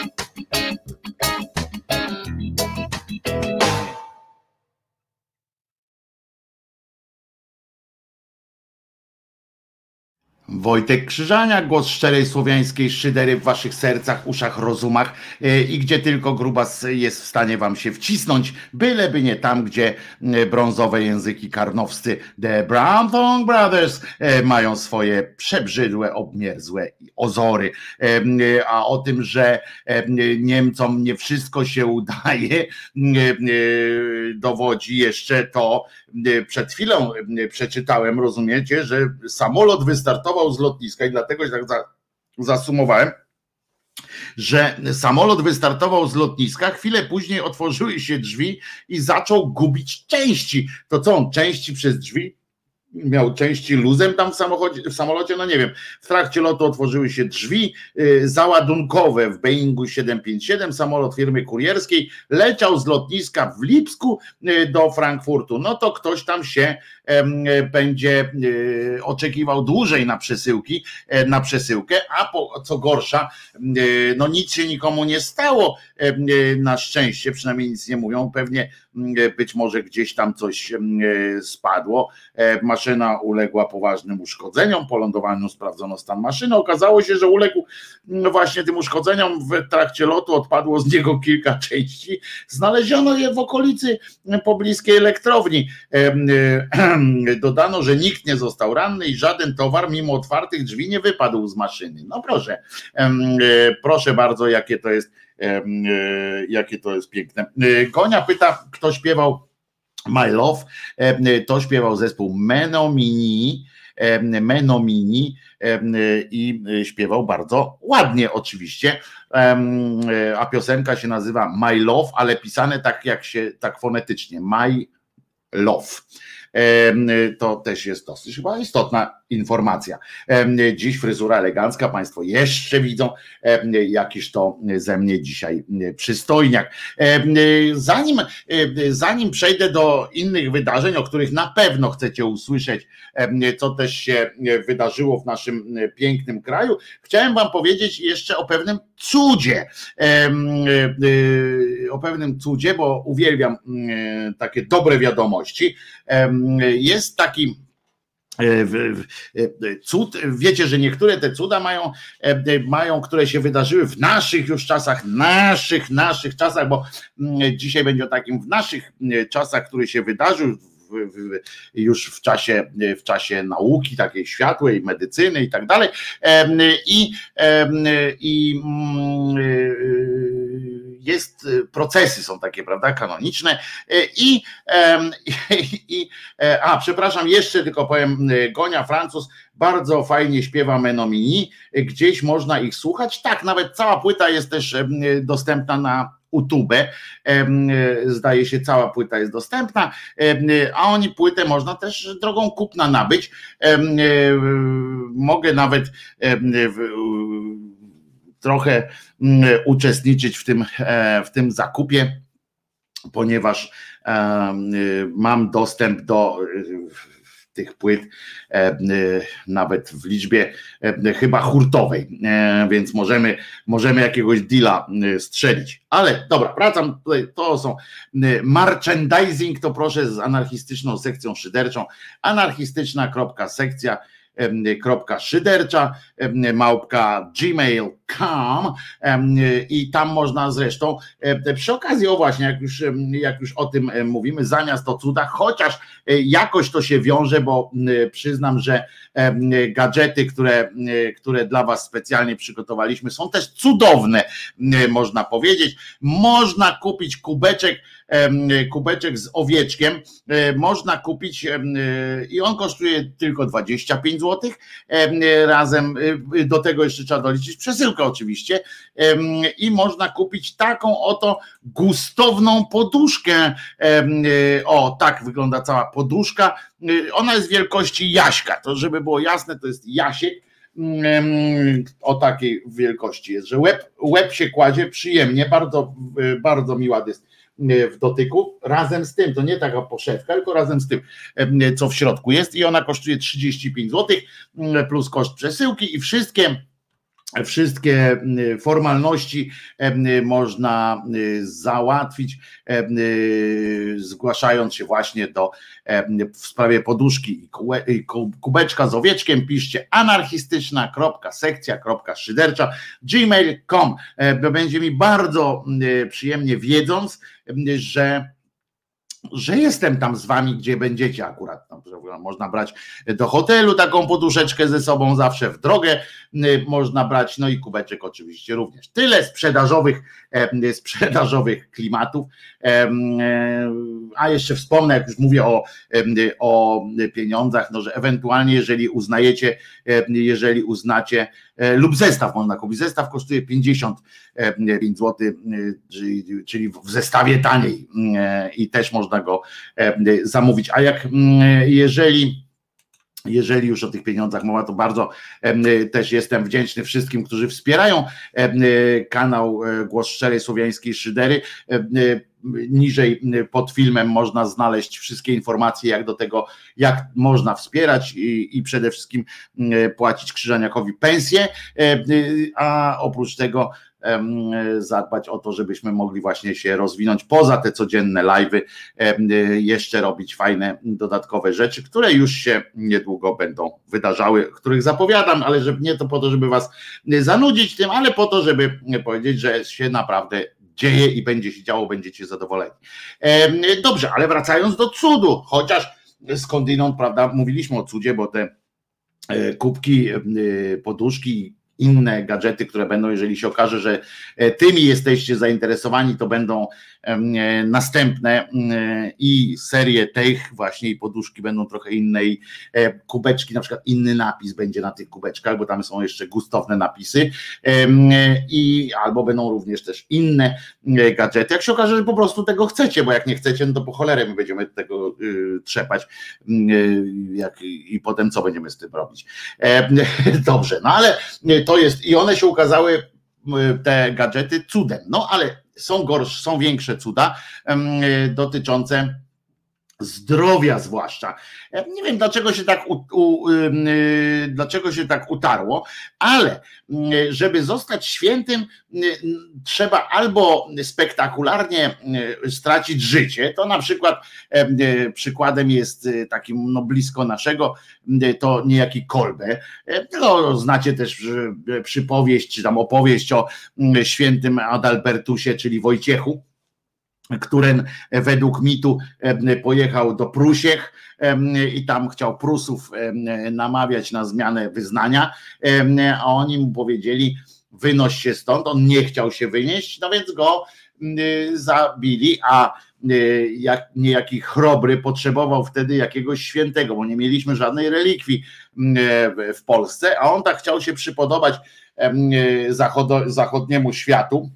B: Wojtek Krzyżania, głos szczerej słowiańskiej szydery w waszych sercach, uszach, rozumach i gdzie tylko grubas jest w stanie wam się wcisnąć, byleby nie tam, gdzie brązowe języki karnowscy The Brown Thong Brothers mają swoje przebrzydłe, obmierzłe ozory. A o tym, że Niemcom nie wszystko się udaje, dowodzi jeszcze to, przed chwilą przeczytałem, rozumiecie, że samolot wystartował z lotniska i dlatego się tak zasumowałem, że samolot wystartował z lotniska, chwilę później otworzyły się drzwi i zaczął gubić części. To co on, części przez drzwi? Miał części luzem tam w samolocie, no nie wiem. W trakcie lotu otworzyły się drzwi załadunkowe w Boeingu 757, samolot firmy kurierskiej leciał z lotniska w Lipsku do Frankfurtu. No to ktoś tam się będzie oczekiwał dłużej na przesyłkę, a co gorsza, no nic się nikomu nie stało, na szczęście, przynajmniej nic nie mówią, pewnie być może gdzieś tam coś spadło, maszyna uległa poważnym uszkodzeniom, po lądowaniu sprawdzono stan maszyny, okazało się, że uległ właśnie tym uszkodzeniom, w trakcie lotu odpadło z niego kilka części, znaleziono je w okolicy pobliskiej elektrowni. Dodano, że nikt nie został ranny i żaden towar mimo otwartych drzwi nie wypadł z maszyny. No proszę bardzo, jakie to jest piękne. Gonia pyta, kto śpiewał My Love, to śpiewał zespół Menomini i śpiewał bardzo ładnie oczywiście, a piosenka się nazywa My Love, ale pisane tak fonetycznie, My Love. To też jest dosyć chyba istotna informacja. Dziś fryzura elegancka, państwo jeszcze widzą, jakiż to ze mnie dzisiaj przystojniak. Zanim przejdę do innych wydarzeń, o których na pewno chcecie usłyszeć, co też się wydarzyło w naszym pięknym kraju, chciałem wam powiedzieć jeszcze o pewnym cudzie, bo uwielbiam takie dobre wiadomości. Jest taki cud, wiecie, że niektóre te cuda mają, które się wydarzyły w naszych już czasach, naszych czasach, bo dzisiaj będzie o takim w naszych czasach, który się wydarzył już w czasie nauki takiej światłej, medycyny i tak dalej. procesy są takie, prawda, kanoniczne przepraszam, jeszcze tylko powiem, Gonia Francuz bardzo fajnie śpiewa Menomini, gdzieś można ich słuchać, tak, nawet cała płyta jest też dostępna na YouTube, zdaje się cała płyta jest dostępna, a oni płytę można też drogą kupna nabyć, mogę nawet trochę uczestniczyć w tym zakupie, ponieważ mam dostęp do tych płyt nawet w liczbie chyba hurtowej, więc możemy jakiegoś deala strzelić. Ale dobra, wracam tutaj, to są merchandising, to proszę z anarchistyczną sekcją szyderczą, anarchistyczna.sekcja.szydercza @gmail.com i tam można zresztą przy okazji, o właśnie, jak już o tym mówimy, zamiast o cudach, chociaż jakoś to się wiąże, bo przyznam, że gadżety, które dla was specjalnie przygotowaliśmy, są też cudowne, można powiedzieć. Można kupić kubeczek z owieczkiem, można kupić i on kosztuje tylko 25 zł, razem do tego jeszcze trzeba doliczyć przesyłkę oczywiście, i można kupić taką oto gustowną poduszkę, o tak wygląda cała poduszka, ona jest wielkości Jaśka, to żeby było jasne, to jest Jasiek, o takiej wielkości jest, że łeb się kładzie przyjemnie, bardzo, bardzo miła jest w dotyku, razem z tym, to nie taka poszewka, tylko razem z tym, co w środku jest, i ona kosztuje 35 zł plus koszt przesyłki i wszystkie formalności można załatwić, zgłaszając się właśnie w sprawie poduszki i kubeczka z owieczkiem. Piszcie anarchistyczna.sekcja.szydercza gmail.com. Będzie mi bardzo przyjemnie, wiedząc, że jestem tam z wami, gdzie będziecie akurat. Można brać do hotelu taką poduszeczkę ze sobą, zawsze w drogę można brać, no i kubeczek oczywiście również. Tyle sprzedażowych klimatów, a jeszcze wspomnę, jak już mówię o pieniądzach, no, że ewentualnie jeżeli uznacie, lub zestaw można kupić, zestaw kosztuje 55 zł, czyli w zestawie taniej, i też można go zamówić, a jeżeli już o tych pieniądzach mowa, to bardzo też jestem wdzięczny wszystkim, którzy wspierają kanał Głos Szczerej Słowiańskiej Szydery. Niżej pod filmem można znaleźć wszystkie informacje, jak można wspierać i przede wszystkim płacić Krzyżaniakowi pensję, a oprócz tego zadbać o to, żebyśmy mogli właśnie się rozwinąć poza te codzienne live'y, jeszcze robić fajne dodatkowe rzeczy, które już się niedługo będą wydarzały, których zapowiadam, ale nie to po to, żeby was zanudzić tym, ale po to, żeby powiedzieć, że się naprawdę dzieje i będzie się działo, będziecie zadowoleni. Dobrze, ale wracając do cudu, chociaż skądinąd, prawda, mówiliśmy o cudzie, bo te kubki, poduszki, inne gadżety, które będą, jeżeli się okaże, że tymi jesteście zainteresowani, to będą następne i serie tych właśnie, i poduszki będą trochę inne, i kubeczki, na przykład inny napis będzie na tych kubeczkach, bo tam są jeszcze gustowne napisy, i albo będą również też inne gadżety, jak się okaże, że po prostu tego chcecie, bo jak nie chcecie, no to po cholerę my będziemy tego trzepać, i potem co będziemy z tym robić. Dobrze, no ale to jest, i one się ukazały, te gadżety, cudem, no ale są większe cuda dotyczące zdrowia zwłaszcza. Nie wiem, dlaczego się tak utarło, ale żeby zostać świętym, trzeba albo spektakularnie stracić życie, to na przykład przykładem jest takim, no, blisko naszego, to niejaki Kolbe. No, znacie też przypowieść, czy tam opowieść o świętym Adalbertusie, czyli Wojciechu, który według mitu pojechał do Prusiech i tam chciał Prusów namawiać na zmianę wyznania, a oni mu powiedzieli: wynoś się stąd. On nie chciał się wynieść, no więc go zabili, a niejaki Chrobry potrzebował wtedy jakiegoś świętego, bo nie mieliśmy żadnej relikwii w Polsce, a on tak chciał się przypodobać zachodniemu światu,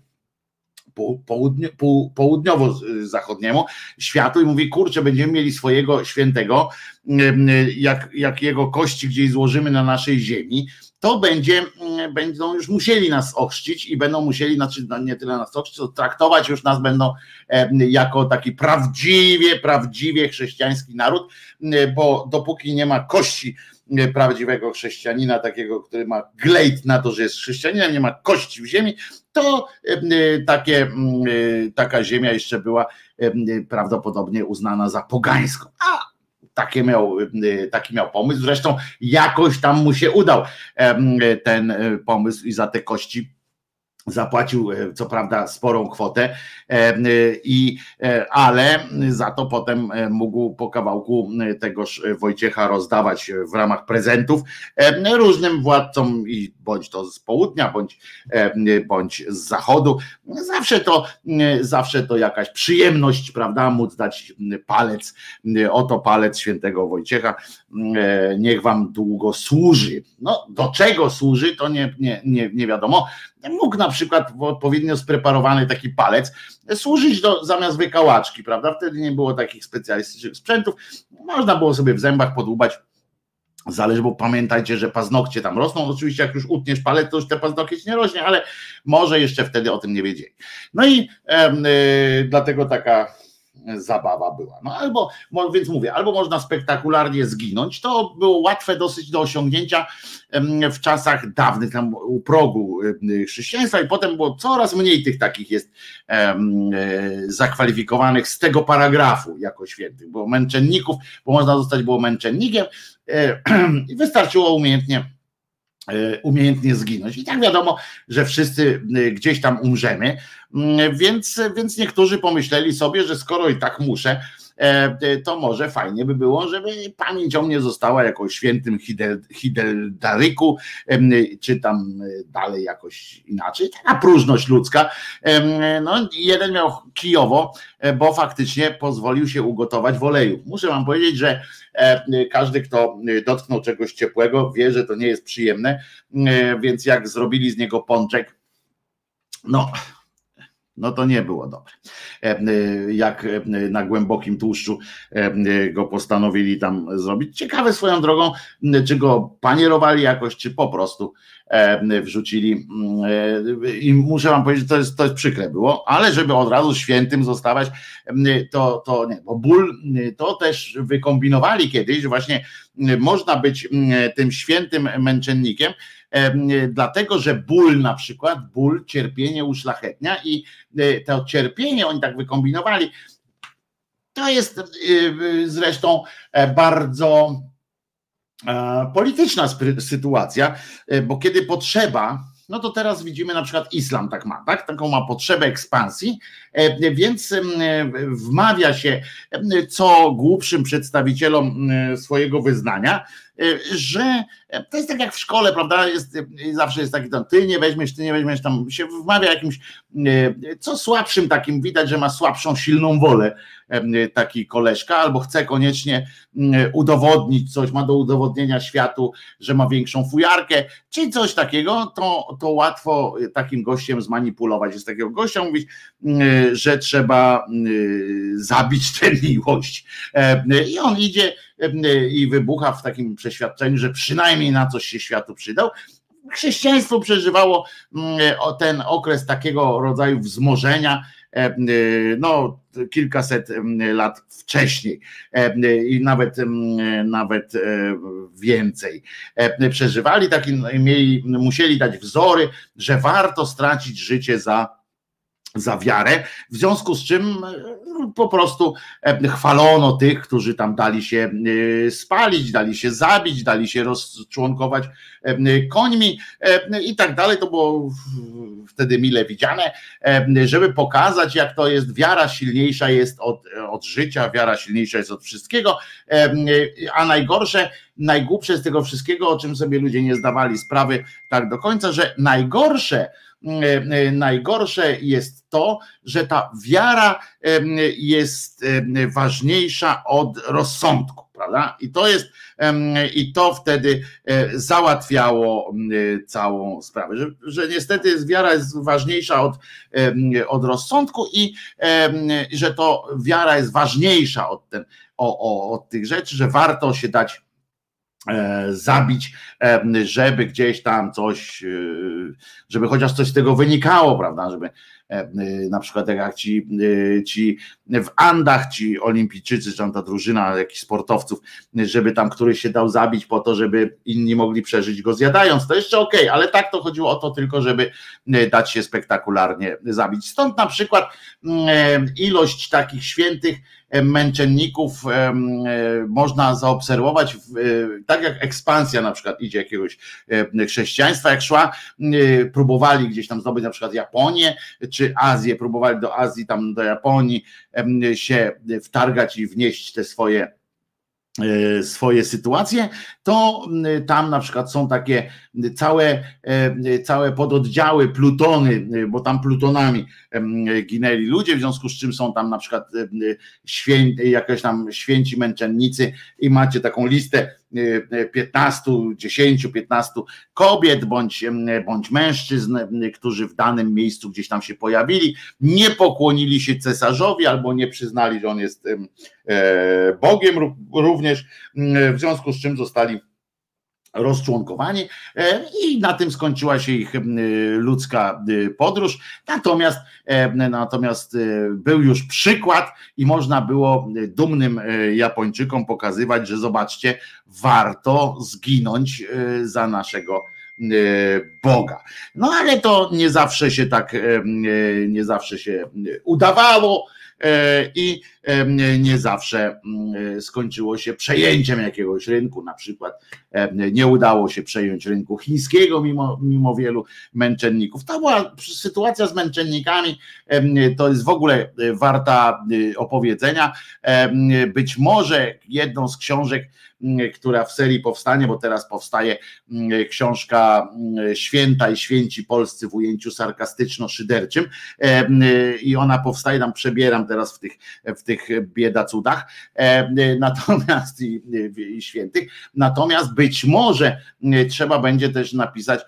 B: południowo-zachodniemu światu i mówi, kurczę, będziemy mieli swojego świętego, jak jego kości gdzieś złożymy na naszej ziemi, to będą już musieli nas ochrzcić i będą musieli, znaczy nie tyle nas ochrzcić, to traktować już nas będą jako taki prawdziwie chrześcijański naród, bo dopóki nie ma kości prawdziwego chrześcijanina, takiego, który ma glejt na to, że jest chrześcijaninem, nie ma kości w ziemi, to taka ziemia jeszcze była prawdopodobnie uznana za pogańską. A taki miał pomysł, zresztą jakoś tam mu się udał ten pomysł i za te kości zapłacił co prawda sporą kwotę, ale za to potem mógł po kawałku tegoż Wojciecha rozdawać w ramach prezentów różnym władcom, bądź to z południa, bądź z zachodu. Zawsze to jakaś przyjemność, prawda, móc dać palec, oto palec świętego Wojciecha, niech wam długo służy. No, do czego służy, to nie wiadomo. Mógł na przykład w odpowiednio spreparowany taki palec służyć zamiast wykałaczki, prawda? Wtedy nie było takich specjalistycznych sprzętów. Można było sobie w zębach podłubać. Zależy, bo pamiętajcie, że paznokcie tam rosną. Oczywiście jak już utniesz palec, to już te paznokcie nie rośnie, ale może jeszcze wtedy o tym nie wiedzieli. No i dlatego taka zabawa była. No więc mówię, albo można spektakularnie zginąć, to było łatwe dosyć do osiągnięcia w czasach dawnych, tam u progu chrześcijaństwa, i potem było coraz mniej tych takich jest zakwalifikowanych z tego paragrafu jako świętych, bo męczenników, bo można zostać było męczennikiem i wystarczyło umiejętnie zginąć. I tak wiadomo, że wszyscy gdzieś tam umrzemy, więc niektórzy pomyśleli sobie, że skoro i tak muszę, to może fajnie by było, żeby pamięć o mnie została jako świętym Hideldaryku, czy tam dalej jakoś inaczej, taka próżność ludzka. No, jeden miał kijowo, bo faktycznie pozwolił się ugotować w oleju. Muszę wam powiedzieć, że każdy, kto dotknął czegoś ciepłego, wie, że to nie jest przyjemne, więc jak zrobili z niego pączek, no to nie było dobre. Jak na głębokim tłuszczu go postanowili tam zrobić. Ciekawe swoją drogą, czy go panierowali jakoś, czy po prostu wrzucili. I muszę wam powiedzieć, że to jest przykre było, ale żeby od razu świętym zostawać, to nie. Bo ból to też wykombinowali kiedyś, że właśnie można być tym świętym męczennikiem, dlatego, że ból, cierpienie uszlachetnia i to cierpienie oni tak wykombinowali. To jest zresztą bardzo polityczna sytuacja, bo kiedy potrzeba, no to teraz widzimy na przykład islam tak ma, tak? Taką ma potrzebę ekspansji, więc wmawia się co głupszym przedstawicielom swojego wyznania, że to jest tak jak w szkole, prawda, zawsze jest taki tam, ty nie weźmiesz, tam się wmawia jakimś, co słabszym takim, widać, że ma słabszą, silną wolę taki koleżka, albo chce koniecznie udowodnić coś, ma do udowodnienia światu, że ma większą fujarkę, czy coś takiego, to łatwo takim gościem zmanipulować. Jest takiego gościa mówić, że trzeba zabić tę miłość. I on idzie i wybucha w takim przeświadczeniu, że przynajmniej na coś się światu przydał. Chrześcijaństwo przeżywało ten okres takiego rodzaju wzmożenia, no kilkaset lat wcześniej i nawet więcej. Przeżywali musieli dać wzory, że warto stracić życie za wiarę, w związku z czym po prostu chwalono tych, którzy tam dali się spalić, dali się zabić, dali się rozczłonkować końmi i tak dalej. To było wtedy mile widziane, żeby pokazać, jak to jest, wiara silniejsza jest od życia, wiara silniejsza jest od wszystkiego, a najgorsze najgłupsze z tego wszystkiego, o czym sobie ludzie nie zdawali sprawy tak do końca, że najgorsze jest to, że ta wiara jest ważniejsza od rozsądku, prawda? I to wtedy załatwiało całą sprawę, że niestety wiara jest ważniejsza od rozsądku i że to wiara jest ważniejsza od tych rzeczy, że warto się dać zabić, żeby gdzieś tam coś, żeby chociaż coś z tego wynikało, prawda, żeby na przykład jak ci w Andach, ci olimpijczycy, czy tam ta drużyna jakichś sportowców, żeby tam któryś się dał zabić po to, żeby inni mogli przeżyć go zjadając, to jeszcze okej, ale tak to chodziło o to tylko, żeby dać się spektakularnie zabić. Stąd na przykład ilość takich świętych męczenników można zaobserwować, tak jak ekspansja na przykład idzie jakiegoś chrześcijaństwa, jak szła, próbowali gdzieś tam zdobyć na przykład Japonię, czy Azję, próbowali do Azji, tam do Japonii się wtargać i wnieść te swoje sytuacje, to tam na przykład są takie całe pododdziały, plutony, bo tam plutonami ginęli ludzie, w związku z czym są tam na przykład jakieś tam święci męczennicy i macie taką listę 15 kobiet bądź mężczyzn, którzy w danym miejscu gdzieś tam się pojawili, nie pokłonili się cesarzowi albo nie przyznali, że on jest Bogiem również, w związku z czym zostali rozczłonkowani i na tym skończyła się ich ludzka podróż. Natomiast był już przykład i można było dumnym Japończykom pokazywać, że zobaczcie, warto zginąć za naszego Boga. No ale to nie zawsze się udawało i nie zawsze skończyło się przejęciem jakiegoś rynku, na przykład nie udało się przejąć rynku chińskiego mimo wielu męczenników. To była sytuacja z męczennikami, to jest w ogóle warta opowiedzenia. Być może jedną z książek, która w serii powstanie, bo teraz powstaje książka Święta i Święci Polscy w ujęciu sarkastyczno-szyderczym i ona powstaje, tam przebieram teraz w tych biedacudach, natomiast i świętych, natomiast być może trzeba będzie też napisać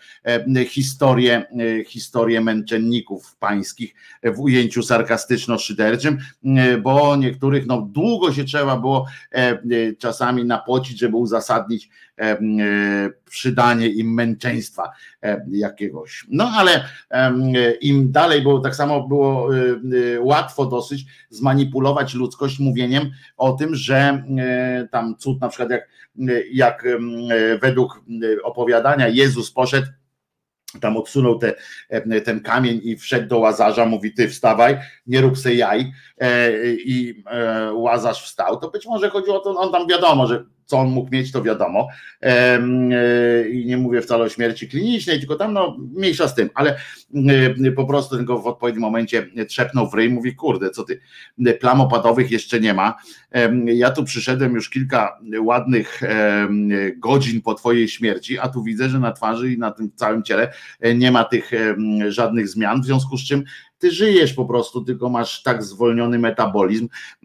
B: historię męczenników pańskich w ujęciu sarkastyczno-szyderczym, bo niektórych długo się trzeba było czasami napocić, żeby uzasadnić przydanie im męczeństwa jakiegoś. No ale im dalej, bo tak samo było łatwo dosyć zmanipulować ludzkość mówieniem o tym, że tam cud na przykład jak według opowiadania Jezus poszedł, tam odsunął ten kamień i wszedł do Łazarza, mówi: ty wstawaj, nie rób se jaj, i Łazarz wstał, to być może chodziło o to, on tam wiadomo, że co on mógł mieć, to wiadomo, i nie mówię wcale o śmierci klinicznej, tylko tam mniejsza z tym, ale po prostu tylko w odpowiednim momencie trzepnął w ryj, mówi: kurde, co ty, plam opadowych jeszcze nie ma, ja tu przyszedłem już kilka ładnych godzin po twojej śmierci, a tu widzę, że na twarzy i na tym całym ciele nie ma tych żadnych zmian, w związku z czym ty żyjesz po prostu, tylko masz tak zwolniony metabolizm,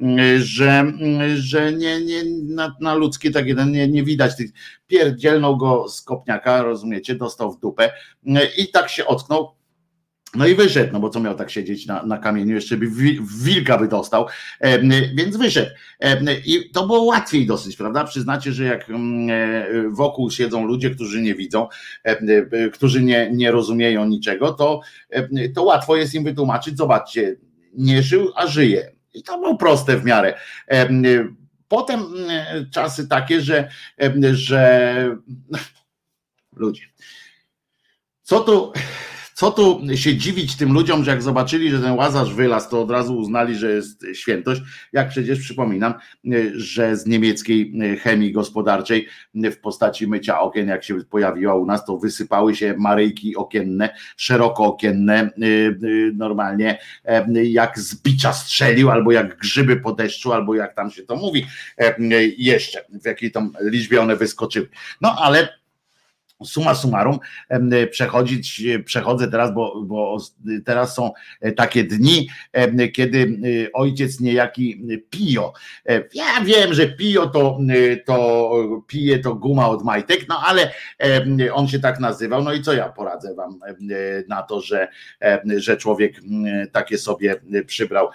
B: że na ludzkie tak jeden nie widać. Pierdzielnął go z kopniaka, rozumiecie, dostał w dupę i tak się ocknął. No i wyszedł, no bo co miał tak siedzieć na kamieniu, jeszcze by wilka by dostał, więc wyszedł. I to było łatwiej dosyć, prawda? Przyznacie, że jak wokół siedzą ludzie, którzy nie widzą, którzy nie rozumieją niczego, to łatwo jest im wytłumaczyć: zobaczcie, nie żył, a żyje. I to było proste w miarę. Potem czasy takie, że ludzie, Co tu się dziwić tym ludziom, że jak zobaczyli, że ten Łazarz wylazł, to od razu uznali, że jest świętość, jak przecież przypominam, że z niemieckiej chemii gospodarczej w postaci mycia okien, jak się pojawiła u nas, to wysypały się maryjki okienne, szeroko okienne, normalnie jak z bicza strzelił, albo jak grzyby po deszczu, albo jak tam się to mówi, jeszcze w jakiej tam liczbie one wyskoczyły. No ale summa summarum, przechodzę teraz, bo teraz są takie dni, kiedy ojciec niejaki Pio, ja wiem, że Pio to pije to guma od majtek, no ale on się tak nazywał, no i co ja poradzę wam na to, że człowiek takie sobie przybrał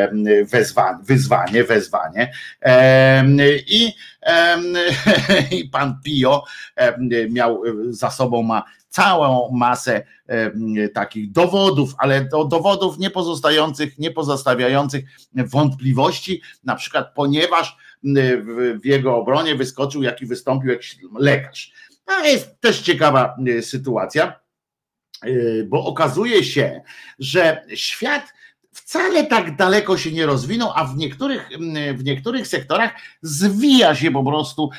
B: wezwanie i pan Pio miał za sobą, ma całą masę takich dowodów, ale dowodów nie pozostawiających wątpliwości, na przykład ponieważ w jego obronie wystąpił jakiś lekarz. To jest też ciekawa sytuacja, bo okazuje się, że świat wcale tak daleko się nie rozwinął, a w niektórych sektorach zwija się po prostu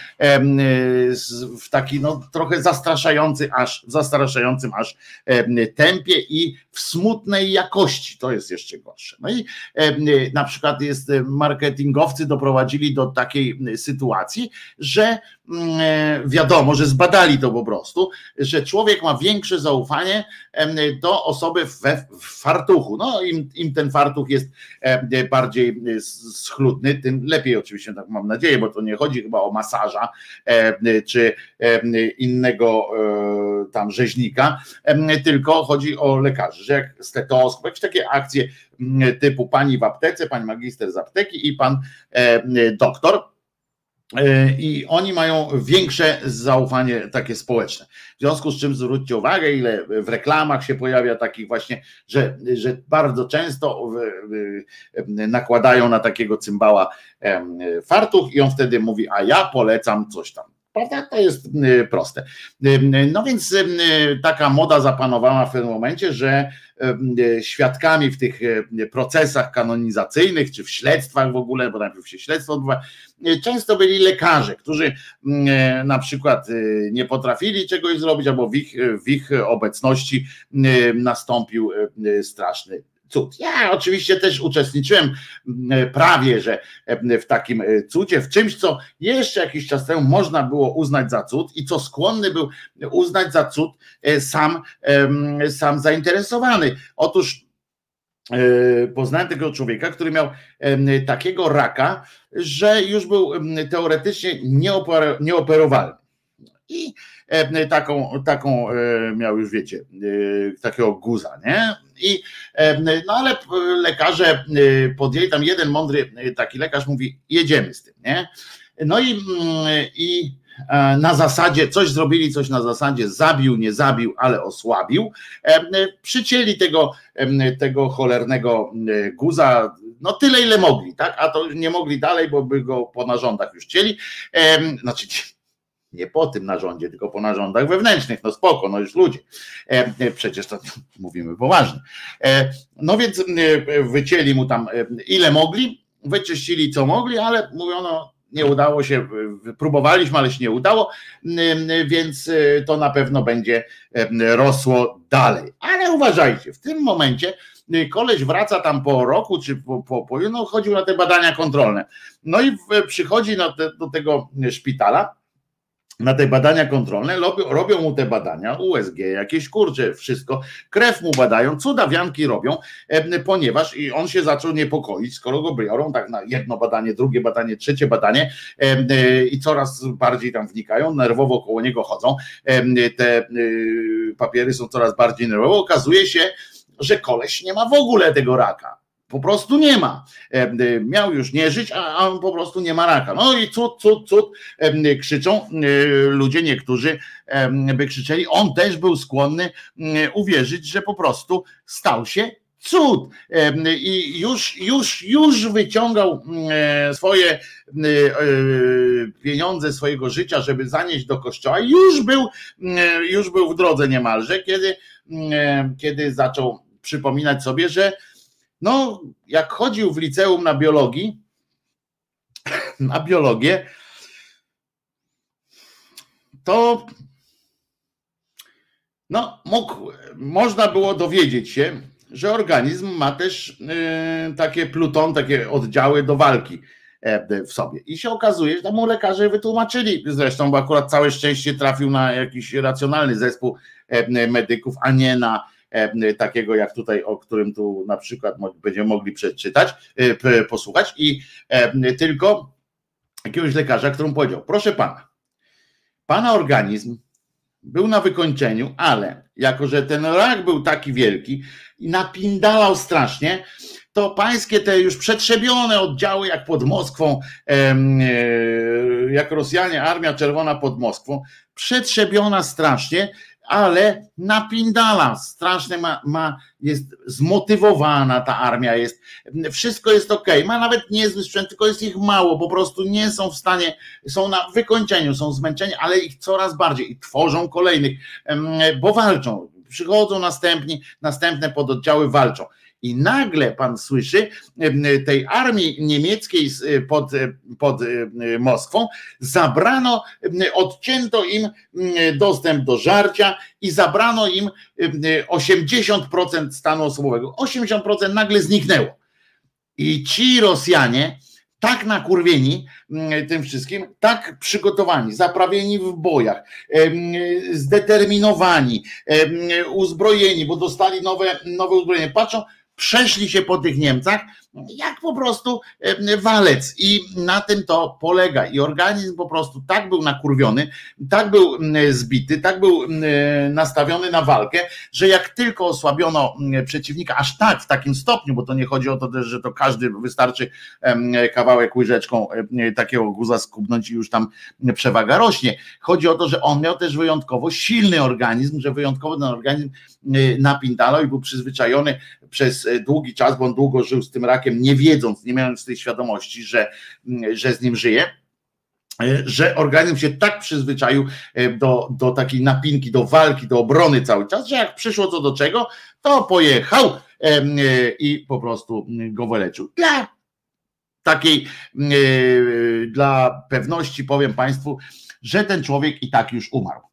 B: w taki no, trochę zastraszającym aż tempie i w smutnej jakości. To jest jeszcze gorsze. No i na przykład marketingowcy doprowadzili do takiej sytuacji, że wiadomo, że zbadali to po prostu, że człowiek ma większe zaufanie do osoby w fartuchu. No im ten fartuch jest bardziej schludny, tym lepiej oczywiście, tak mam nadzieję, bo to nie chodzi chyba o masaża czy innego tam rzeźnika, tylko chodzi o lekarzy, że jak stetoskop, jakieś takie akcje typu pani w aptece, pani magister z apteki i pan doktor, i oni mają większe zaufanie takie społeczne. W związku z czym zwróćcie uwagę, ile w reklamach się pojawia takich właśnie, że bardzo często nakładają na takiego cymbała fartuch i on wtedy mówi, a ja polecam coś tam. Prawda? To jest proste. No więc taka moda zapanowała w tym momencie, że świadkami w tych procesach kanonizacyjnych, czy w śledztwach w ogóle, bo najpierw się śledztwo odbywa, często byli lekarze, którzy na przykład nie potrafili czegoś zrobić, albo w ich obecności nastąpił straszny cud. Ja oczywiście też uczestniczyłem prawie, że w takim cudzie, w czymś, co jeszcze jakiś czas temu można było uznać za cud i co skłonny był uznać za cud sam zainteresowany. Otóż poznałem tego człowieka, który miał takiego raka, że już był teoretycznie nieoperowalny. I taką miał już, wiecie, takiego guza, nie? No ale lekarze podjęli, tam jeden mądry taki lekarz mówi, jedziemy z tym, nie? No i na zasadzie, coś zrobili, coś na zasadzie zabił, nie zabił, ale osłabił. Przycięli tego cholernego guza, no tyle ile mogli, tak? A to nie mogli dalej, bo by go po narządach już cięli. Znaczy nie po tym narządzie, tylko po narządach wewnętrznych, no spoko, no już ludzie. Przecież to mówimy poważnie. No więc wycięli mu tam ile mogli, wyczyścili co mogli, ale mówiono, nie udało się, próbowaliśmy, ale się nie udało, więc to na pewno będzie rosło dalej. Ale uważajcie, w tym momencie koleś wraca tam po roku, czy no chodził na te badania kontrolne. No i przychodzi do tego szpitala, na te badania kontrolne, robią mu te badania, USG, jakieś kurcze, wszystko, krew mu badają, cudawianki robią, ponieważ i on się zaczął niepokoić, skoro go biorą tak na jedno badanie, drugie badanie, trzecie badanie i coraz bardziej tam wnikają, nerwowo koło niego chodzą, te papiery są coraz bardziej nerwowe, okazuje się, że koleś nie ma w ogóle tego raka. Po prostu nie ma. Miał już nie żyć, a on po prostu nie ma raka. No i cud, krzyczą ludzie, niektórzy by krzyczeli. On też był skłonny uwierzyć, że po prostu stał się cud. I już wyciągał swoje pieniądze swojego życia, żeby zanieść do kościoła. Już był w drodze niemalże, kiedy zaczął przypominać sobie, że no, jak chodził w liceum na biologię, to no, można było dowiedzieć się, że organizm ma też takie pluton, takie oddziały do walki w sobie. I się okazuje, że tam mu lekarze wytłumaczyli, zresztą, bo akurat całe szczęście trafił na jakiś racjonalny zespół medyków, a nie na takiego jak tutaj, o którym tu na przykład będziemy mogli przeczytać, posłuchać, i tylko jakiegoś lekarza, którym powiedział: proszę pana organizm był na wykończeniu, ale jako że ten rak był taki wielki i napindalał strasznie, to pańskie te już przetrzebione oddziały, jak pod Moskwą, jak Rosjanie, Armia Czerwona pod Moskwą, przetrzebiona strasznie, ale napindala strasznie, jest zmotywowana ta armia, wszystko jest okej, ma nawet niezły sprzęt, tylko jest ich mało, po prostu nie są w stanie, są na wykończeniu, są zmęczeni, ale ich coraz bardziej i tworzą kolejnych, bo walczą, przychodzą następne pododdziały, walczą. I nagle pan słyszy, tej armii niemieckiej pod Moskwą odcięto im dostęp do żarcia i zabrano im 80% stanu osobowego. 80% nagle zniknęło. I ci Rosjanie, tak nakurwieni tym wszystkim, tak przygotowani, zaprawieni w bojach, zdeterminowani, uzbrojeni, bo dostali nowe uzbrojenie. Patrzą, przeszli się po tych Niemcach jak po prostu walec i na tym to polega. I organizm po prostu tak był nakurwiony, tak był zbity, tak był nastawiony na walkę, że jak tylko osłabiono przeciwnika, aż tak w takim stopniu, bo to nie chodzi o to też, że to każdy, wystarczy kawałek łyżeczką takiego guza skubnąć i już tam przewaga rośnie. Chodzi o to, że on miał też wyjątkowo silny organizm, że wyjątkowo ten organizm napindalał i był przyzwyczajony przez długi czas, bo on długo żył z tym rakiem, nie wiedząc, nie mając tej świadomości, że z nim żyje, że organizm się tak przyzwyczaił do takiej napinki, do walki, do obrony cały czas, że jak przyszło co do czego, to pojechał i po prostu go wyleczył. Dla pewności powiem Państwu, że ten człowiek i tak już umarł.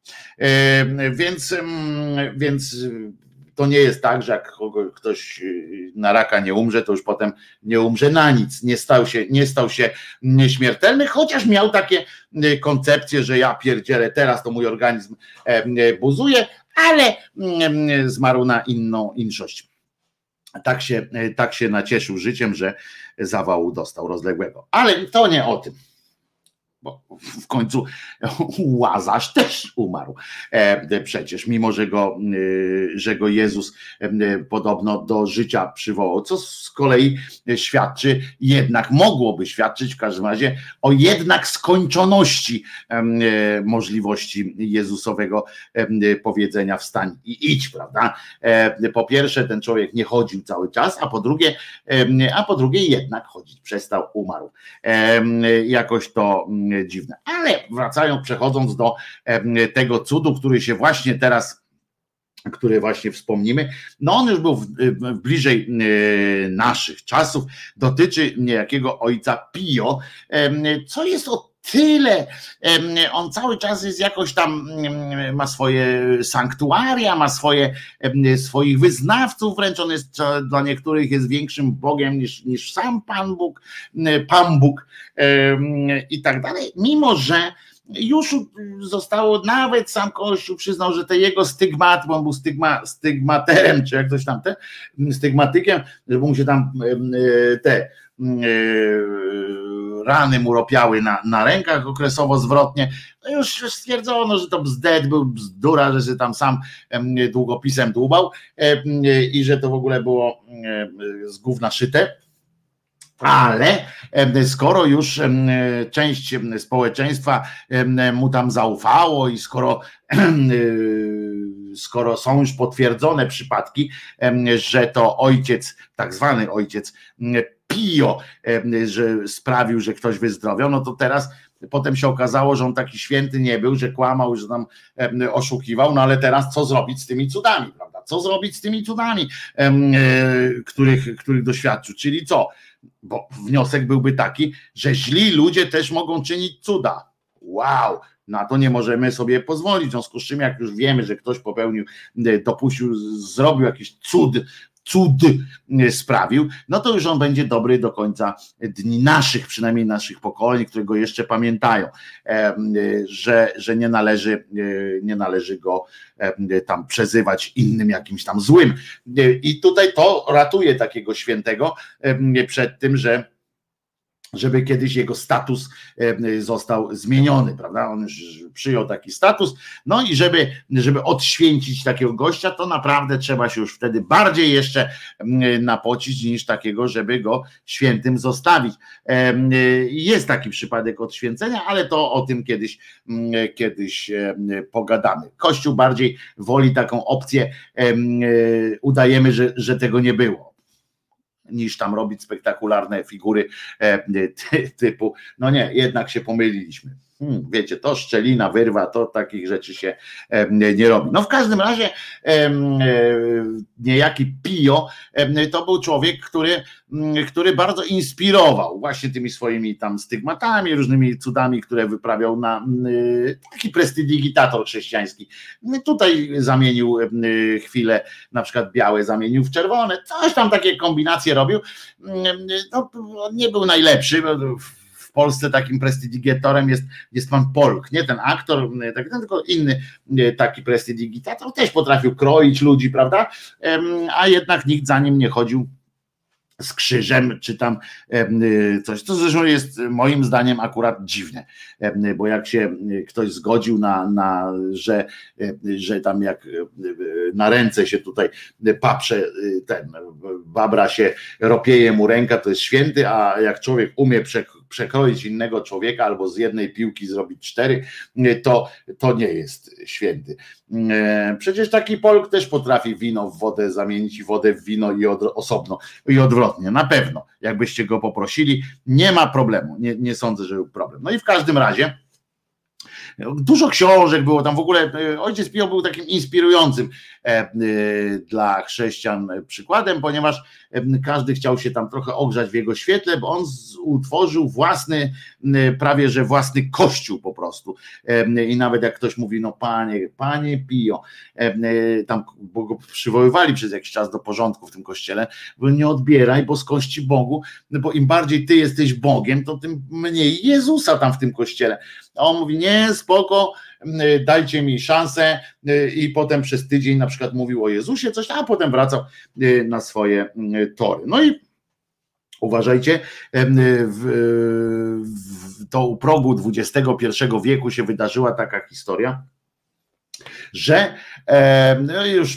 B: Więc to nie jest tak, że jak ktoś na raka nie umrze, to już potem nie umrze na nic. Nie stał się nieśmiertelny, chociaż miał takie koncepcje, że ja pierdzielę, teraz to mój organizm buzuje, ale zmarł na inną inszość. Tak się nacieszył życiem, że zawału dostał rozległego. Ale to nie o tym. Bo w końcu Łazarz też umarł przecież, mimo że go Jezus podobno do życia przywołał, co z kolei mogłoby świadczyć w każdym razie o jednak skończoności możliwości Jezusowego powiedzenia wstań i idź, prawda? Po pierwsze, ten człowiek nie chodził cały czas, a po drugie jednak chodzić przestał, umarł. Jakoś to dziwne. Ale przechodząc do tego cudu, który właśnie wspomnimy, no on już był bliżej naszych czasów, dotyczy niejakiego ojca Pio, co jest o tyle, on cały czas jest jakoś tam, ma swoje sanktuaria, ma swoich wyznawców, wręcz on jest dla niektórych jest większym Bogiem niż sam Pan Bóg i tak dalej, mimo że już zostało, nawet sam Kościół przyznał, że te jego stygmaty, bo on był stygmaterem, czy jak coś tam, stygmatykiem, żeby mu się tam te rany mu ropiały na rękach okresowo zwrotnie, no już stwierdzono, że to był bzdura, że się tam sam długopisem dłubał i że to w ogóle było z gówna szyte. Ale skoro już część społeczeństwa mu tam zaufało i skoro skoro są już potwierdzone przypadki, że to ojciec, tak zwany ojciec Pio, że sprawił, że ktoś wyzdrowiał, no to teraz potem się okazało, że on taki święty nie był, że kłamał, że tam oszukiwał, no ale teraz co zrobić z tymi cudami, prawda? Co zrobić z tymi cudami, których doświadczył? Czyli co? Bo wniosek byłby taki, że źli ludzie też mogą czynić cuda. Wow! Na to nie możemy sobie pozwolić, w związku z czym jak już wiemy, że ktoś dopuścił, zrobił jakiś cud sprawił, no to już on będzie dobry do końca dni naszych, przynajmniej naszych pokoleń, które go jeszcze pamiętają, że nie należy go tam przezywać innym jakimś tam złym. I tutaj to ratuje takiego świętego przed tym, żeby kiedyś jego status został zmieniony, prawda? On już przyjął taki status, no i żeby odświęcić takiego gościa, to naprawdę trzeba się już wtedy bardziej jeszcze napocić niż takiego, żeby go świętym zostawić. Jest taki przypadek odświęcenia, ale to o tym kiedyś pogadamy. Kościół bardziej woli taką opcję, udajemy, że tego nie było, niż tam robić spektakularne figury typu, no nie, jednak się pomyliliśmy. Wiecie, to szczelina, wyrwa, to takich rzeczy się nie robi. No w każdym razie niejaki Pio to był człowiek, który bardzo inspirował właśnie tymi swoimi tam stygmatami, różnymi cudami, które wyprawiał na taki prestidigitator chrześcijański. Tutaj zamienił chwilę, na przykład białe zamienił w czerwone, coś tam takie kombinacje robił. No, nie był najlepszy, w Polsce takim prestidigitatorem jest pan Polk, nie ten aktor, tylko inny taki prestidigitator, też potrafił kroić ludzi, prawda? A jednak nikt za nim nie chodził z krzyżem, czy tam coś, co zresztą jest moim zdaniem akurat dziwne, bo jak się ktoś zgodził że tam jak na ręce się tutaj paprze, babra się ropieje mu ręka, to jest święty, a jak człowiek umie przekroić innego człowieka albo z jednej piłki zrobić 4, to nie jest święty. Przecież taki Polk też potrafi wino w wodę zamienić i wodę w wino i osobno i odwrotnie, na pewno, jakbyście go poprosili, nie ma problemu, nie sądzę, że był problem. No i w każdym razie dużo książek było tam, w ogóle ojciec Pio był takim inspirującym dla chrześcijan przykładem, ponieważ każdy chciał się tam trochę ogrzać w jego świetle, bo on utworzył prawie że własny kościół po prostu. I nawet jak ktoś mówi, no panie Pio, tam, bo go przywoływali przez jakiś czas do porządku w tym kościele, bo nie odbieraj boskości Bogu, bo im bardziej ty jesteś Bogiem, to tym mniej Jezusa tam w tym kościele. A on mówi, nie, spoko, dajcie mi szansę, i potem przez tydzień na przykład mówił o Jezusie coś, a potem wracał na swoje tory. No i uważajcie, to u progu XXI wieku się wydarzyła taka historia, że już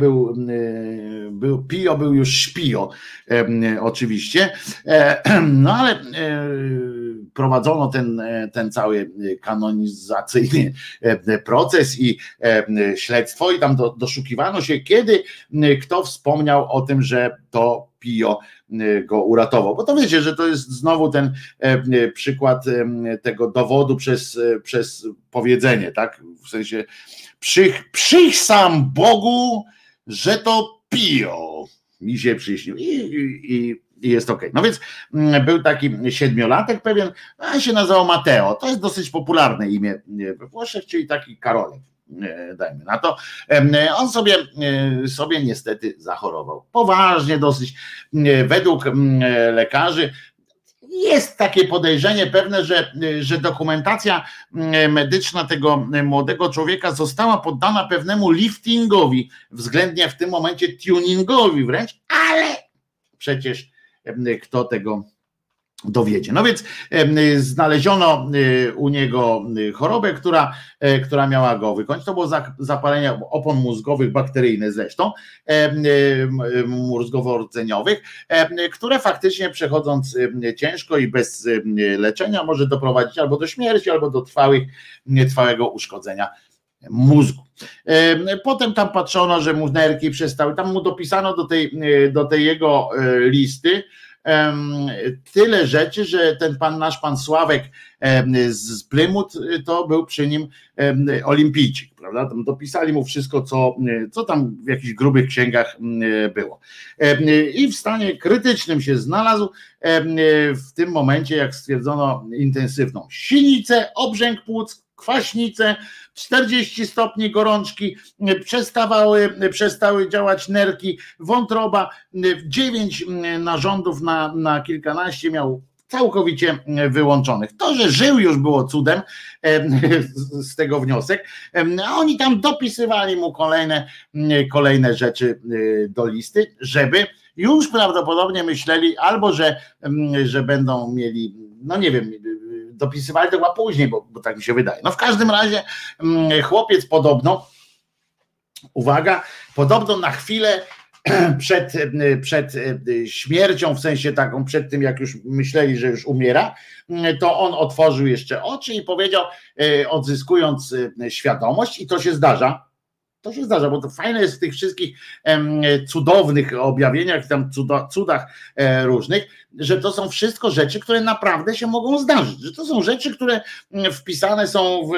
B: Pio był już szpio, oczywiście, no ale prowadzono ten cały kanonizacyjny proces i śledztwo i tam doszukiwano się, kiedy kto wspomniał o tym, że to Pio go uratował, bo to wiecie, że to jest znowu ten przykład tego dowodu przez powiedzenie, tak, w sensie przychsam Bogu, że to Pio mi się przyśnił i jest okej. No więc był taki 7-latek pewien, a się nazywał Mateo, to jest dosyć popularne imię we Włoszech, czyli taki Karolek, dajmy na to. On sobie niestety zachorował, poważnie dosyć, według lekarzy. Jest takie podejrzenie pewne, że dokumentacja medyczna tego młodego człowieka została poddana pewnemu liftingowi, względnie w tym momencie tuningowi wręcz, ale przecież kto tego dowiedzie. No więc znaleziono u niego chorobę, która miała go wykończyć. To było zapalenie opon mózgowych, bakteryjne zresztą, mózgowo-rdzeniowych, które faktycznie przechodząc ciężko i bez leczenia może doprowadzić albo do śmierci, albo do trwałego uszkodzenia mózgu. Potem tam patrzono, że mu nerki przestały, tam mu dopisano do tej jego listy tyle rzeczy, że nasz pan Sławek z Plymouth to był przy nim olimpijczyk, prawda? Tam dopisali mu wszystko, co tam w jakichś grubych księgach było. I w stanie krytycznym się znalazł w tym momencie, jak stwierdzono intensywną sinicę, obrzęk płuc, kwaśnicę, 40 stopni gorączki, przestały działać nerki, wątroba, 9 narządów na kilkanaście miał całkowicie wyłączonych. To, że żył, już było cudem, z tego wniosek, a oni tam dopisywali mu kolejne rzeczy do listy, żeby już prawdopodobnie myśleli albo, że będą mieli, no nie wiem, dopisywali to chyba później, bo tak mi się wydaje. No w każdym razie chłopiec podobno, uwaga, podobno na chwilę przed śmiercią, w sensie taką, przed tym jak już myśleli, że już umiera, to on otworzył jeszcze oczy i powiedział, odzyskując świadomość, i to się zdarza, bo to fajne jest w tych wszystkich cudownych objawieniach, tam cudach różnych, że to są wszystko rzeczy, które naprawdę się mogą zdarzyć, że to są rzeczy, które wpisane są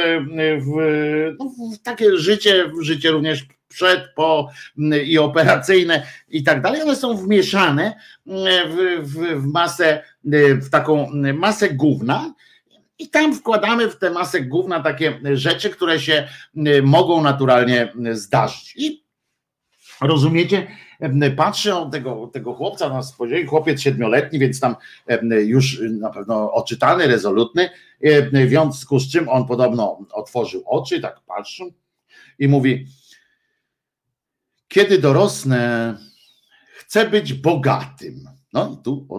B: w takie życie również przed, po i operacyjne i tak dalej, one są wmieszane w masę, w taką masę gówna. I tam wkładamy w tę masę gówna takie rzeczy, które się mogą naturalnie zdarzyć. I rozumiecie, patrzę tego chłopca na spojrzenie, chłopiec 7-letni, więc tam już na pewno oczytany, rezolutny, w związku z czym on podobno otworzył oczy, tak patrzy i mówi: kiedy dorosnę, chcę być bogatym. No i tu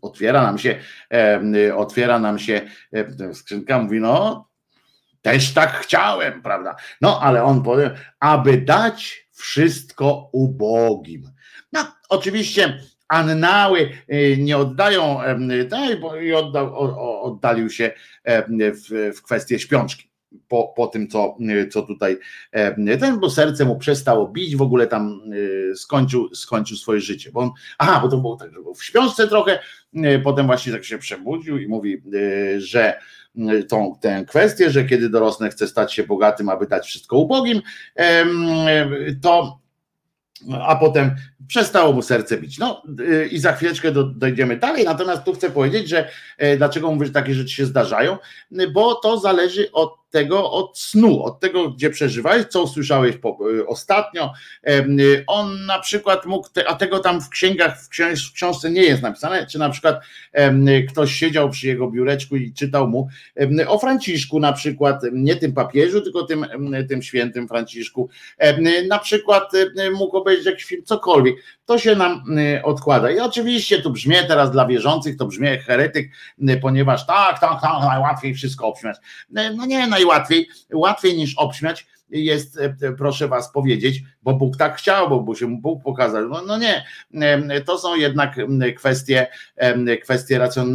B: otwiera nam się skrzynka, mówi, no też tak chciałem, prawda? No ale on powiedział, aby dać wszystko ubogim. No oczywiście annały nie oddają, i oddalił się w kwestię śpiączki. Po tym, co tutaj bo serce mu przestało bić, w ogóle tam skończył swoje życie, bo to było tak, że był w śpiączce trochę, potem właśnie tak się przebudził i mówi, że tę kwestię, że kiedy dorosnę, chce stać się bogatym, aby dać wszystko ubogim, a potem przestało mu serce bić. No i za chwileczkę dojdziemy dalej, natomiast tu chcę powiedzieć, że dlaczego mówię, że takie rzeczy się zdarzają, bo to zależy od snu, od tego, gdzie przeżywałeś, co usłyszałeś ostatnio. On na przykład mógł, a tego tam w księgach, w książce nie jest napisane, czy na przykład ktoś siedział przy jego biureczku i czytał mu o Franciszku na przykład, nie tym papieżu, tylko tym świętym Franciszku. Na przykład mógł obejrzeć jakiś film, cokolwiek. To się nam odkłada. I oczywiście tu brzmię teraz dla wierzących, to brzmię jak heretyk, ponieważ tak, najłatwiej wszystko obśmiać. No nie, łatwiej niż obśmiać jest, proszę was powiedzieć, bo Bóg tak chciał, bo się Bóg pokazał. No nie, to są jednak kwestie racjonalne.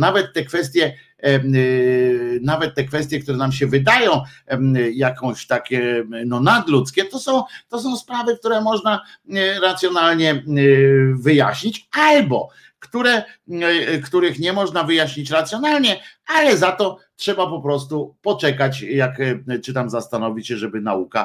B: Nawet te kwestie, które nam się wydają jakąś takie nadludzkie, to są sprawy, które można racjonalnie wyjaśnić, albo których nie można wyjaśnić racjonalnie, ale za to trzeba po prostu poczekać, czy tam zastanowić się, żeby nauka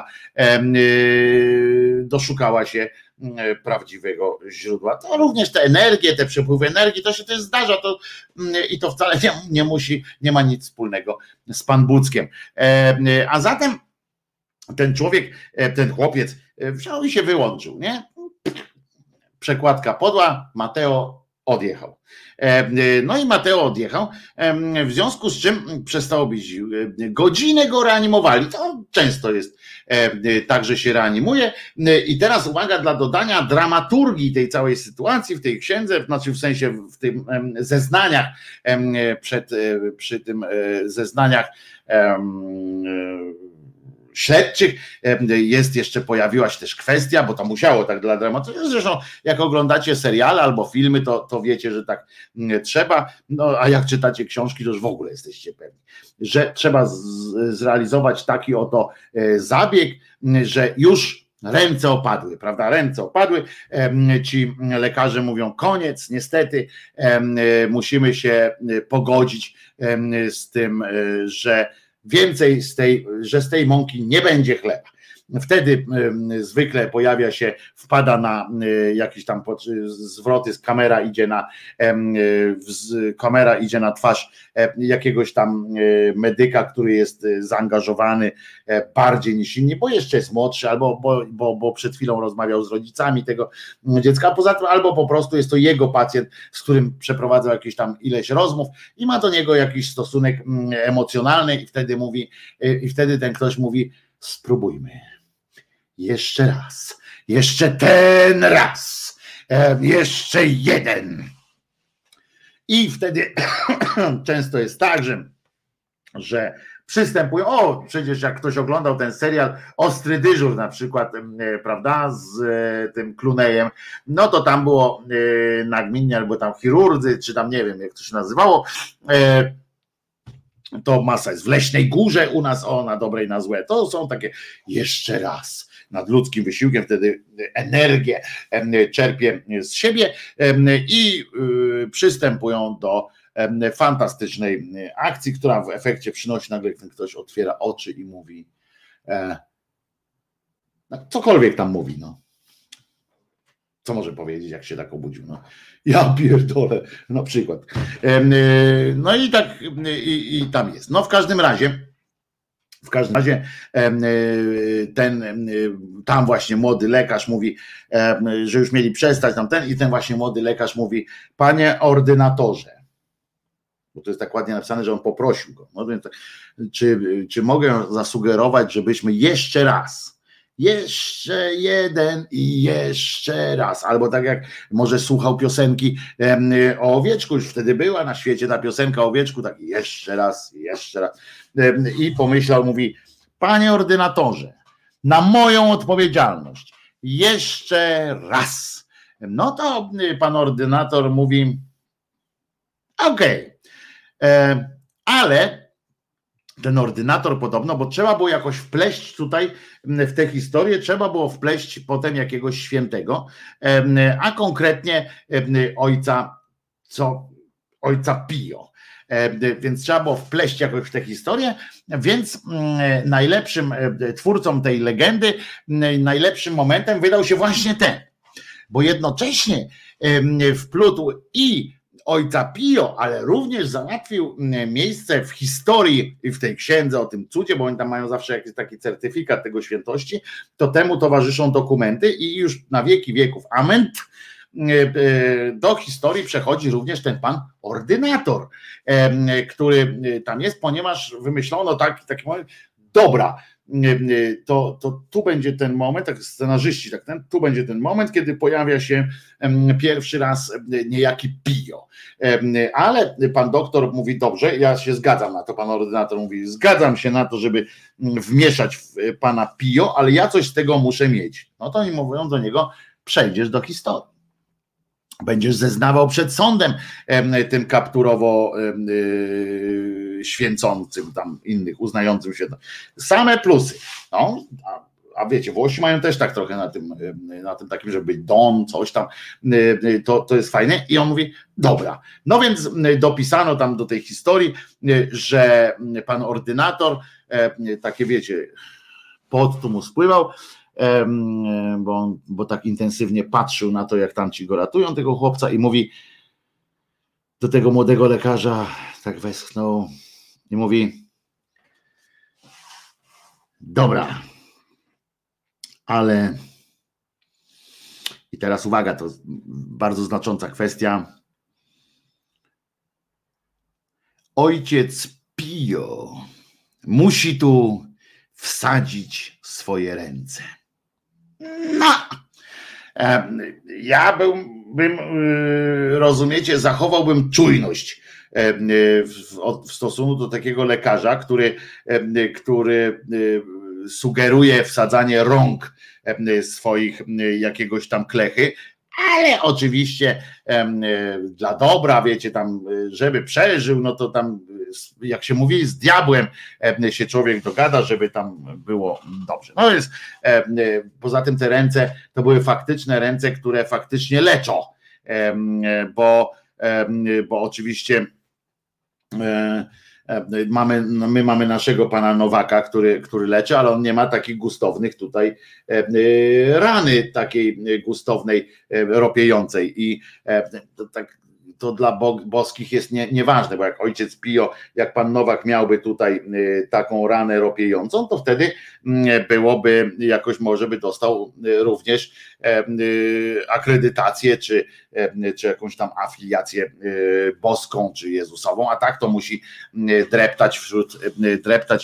B: doszukała się prawdziwego źródła. To również te energie, te przepływy energii, to się też zdarza, i to wcale nie ma nic wspólnego z Pan Buckiem. A zatem ten chłopiec wziął i się wyłączył, nie? Przekładka podła, Mateo odjechał. No i Mateo odjechał, w związku z czym przestało bić. Godzinę go reanimowali, to często jest tak, że się reanimuje. I teraz uwaga, dla dodania dramaturgii tej całej sytuacji w tej księdze, znaczy w sensie w tym zeznaniach, przy tym zeznaniach śledczych. Jest jeszcze, pojawiła się też kwestia, bo to musiało tak dla dramatu. Zresztą jak oglądacie seriale albo filmy, to wiecie, że tak trzeba, no a jak czytacie książki, to już w ogóle jesteście pewni, że trzeba zrealizować taki oto zabieg, że już ręce opadły, prawda? Ręce opadły. Ci lekarze mówią koniec, niestety musimy się pogodzić z tym, że więcej z tej mąki nie będzie chleba. Wtedy zwykle pojawia się, wpada na jakieś tam zwroty, kamera idzie na twarz jakiegoś tam medyka, który jest zaangażowany bardziej niż inni, bo jeszcze jest młodszy, albo bo przed chwilą rozmawiał z rodzicami tego dziecka, poza tym albo po prostu jest to jego pacjent, z którym przeprowadzał jakieś tam ileś rozmów i ma do niego jakiś stosunek emocjonalny i wtedy ten ktoś mówi spróbujmy. Jeszcze raz, jeszcze ten raz, jeszcze jeden. I wtedy często jest tak, że przystępują, przecież jak ktoś oglądał ten serial Ostry dyżur na przykład, prawda, z tym Clooneyem, no to tam było nagminnie, albo tam chirurdzy, czy tam nie wiem jak to się nazywało, to masa jest w Leśnej Górze u nas, na dobre i na złe, to są takie jeszcze raz. Nad ludzkim wysiłkiem, wtedy energię czerpie z siebie i przystępują do fantastycznej akcji, która w efekcie przynosi nagle, ten ktoś otwiera oczy i mówi cokolwiek tam mówi, no. Co może powiedzieć, jak się tak obudził? No, ja pierdolę, na przykład. No i tak i tam jest. No w każdym razie tam właśnie młody lekarz mówi, że już mieli przestać i ten właśnie młody lekarz mówi, panie ordynatorze, bo to jest tak ładnie napisane, że on poprosił go, no, czy mogę zasugerować, żebyśmy jeszcze raz, jeszcze jeden i jeszcze raz, albo tak jak może słuchał piosenki o owieczku, już wtedy była na świecie ta piosenka o owieczku, tak jeszcze raz i pomyślał, mówi, panie ordynatorze, na moją odpowiedzialność, jeszcze raz. No to pan ordynator mówi, okej, ale ten ordynator podobno, bo trzeba było jakoś wpleść tutaj w tę historię, trzeba było wpleść potem jakiegoś świętego, a konkretnie ojca Pio. Więc trzeba było wpleść jakoś w tę historię, więc najlepszym twórcą tej legendy, najlepszym momentem wydał się właśnie ten, bo jednocześnie wplótł i ojca Pio, ale również załatwił miejsce w historii i w tej księdze o tym cudzie, bo oni tam mają zawsze jakiś taki certyfikat tego świętości, to temu towarzyszą dokumenty i już na wieki wieków, amen, do historii przechodzi również ten pan ordynator, który tam jest, ponieważ wymyślono taki moment, dobra, to tu będzie ten moment, tak scenarzyści, tu będzie ten moment, kiedy pojawia się pierwszy raz niejaki Pio. Ale pan doktor mówi, dobrze, ja się zgadzam na to, pan ordynator mówi, zgadzam się na to, żeby wmieszać w pana Pio, ale ja coś z tego muszę mieć. No to oni mówią do niego, przejdziesz do historii. Będziesz zeznawał przed sądem tym kapturowo święcącym, tam innych, uznającym się. Same plusy. No, a wiecie, Włosi mają też tak trochę na tym takim, żeby być don, coś tam, to jest fajne. I on mówi, dobra. No więc dopisano tam do tej historii, że pan ordynator, takie wiecie, pot tu mu spływał, bo tak intensywnie patrzył na to, jak tamci go ratują, tego chłopca, i mówi do tego młodego lekarza, tak westchnął i mówi, dobra, ale i teraz uwaga, to bardzo znacząca kwestia. Ojciec Pio musi tu wsadzić swoje ręce. No, ja bym rozumiecie, zachowałbym czujność w stosunku do takiego lekarza, który sugeruje wsadzanie rąk swoich jakiegoś tam klechy, ale oczywiście dla dobra, wiecie, tam, żeby przeżył, no to tam, jak się mówi, z diabłem się człowiek dogada, żeby tam było dobrze. No jest, poza tym te ręce to były faktyczne ręce, które faktycznie leczą, bo oczywiście my mamy naszego pana Nowaka, który leczy, ale on nie ma takich gustownych tutaj rany takiej gustownej, ropiejącej i to dla boskich jest nieważne, bo jak ojciec Pio, jak pan Nowak miałby tutaj taką ranę ropiejącą, to wtedy byłoby jakoś, może by dostał również akredytację, czy jakąś tam afiliację boską, czy Jezusową, a tak to musi dreptać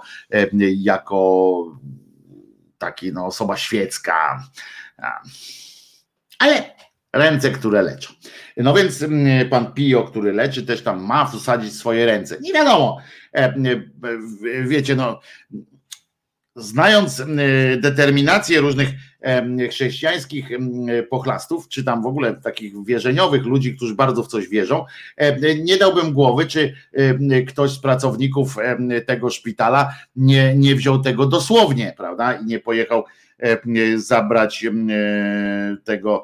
B: jako taki osoba świecka. Ale ręce, które leczą. No więc pan Pio, który leczy, też tam ma wsadzić swoje ręce. Nie wiadomo, wiecie, znając determinację różnych chrześcijańskich pochlastów, czy tam w ogóle takich wierzeniowych ludzi, którzy bardzo w coś wierzą, nie dałbym głowy, czy ktoś z pracowników tego szpitala nie wziął tego dosłownie, prawda, i nie pojechał zabrać tego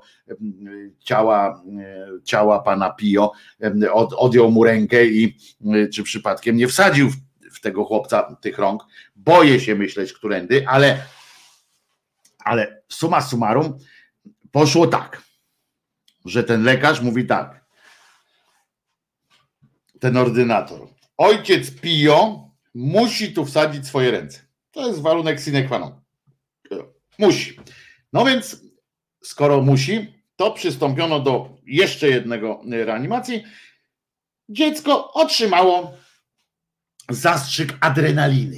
B: ciała pana Pio, odjął mu rękę i czy przypadkiem nie wsadził w tego chłopca tych rąk. Boję się myśleć, którędy, ale summa summarum poszło tak, że ten lekarz mówi tak, ten ordynator, ojciec Pio musi tu wsadzić swoje ręce. To jest warunek sine qua non. Musi. No więc skoro musi, to przystąpiono do jeszcze jednego reanimacji. Dziecko otrzymało zastrzyk adrenaliny.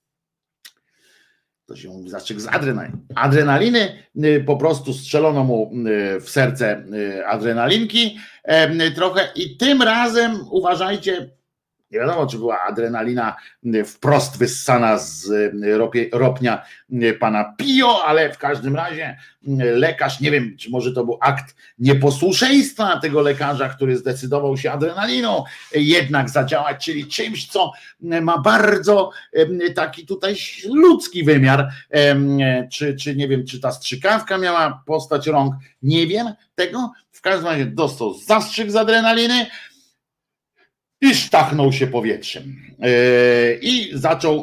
B: To się mówi zastrzyk z adrenaliny. Adrenaliny, po prostu strzelono mu w serce adrenalinki trochę i tym razem, uważajcie, nie wiadomo, czy była adrenalina wprost wyssana z ropnia pana Pio, ale w każdym razie lekarz, nie wiem, czy może to był akt nieposłuszeństwa tego lekarza, który zdecydował się adrenaliną jednak zadziałać, czyli czymś, co ma bardzo taki tutaj ludzki wymiar, czy nie wiem, czy ta strzykawka miała postać rąk, nie wiem tego, w każdym razie dostał zastrzyk z adrenaliny i sztachnął się powietrzem. I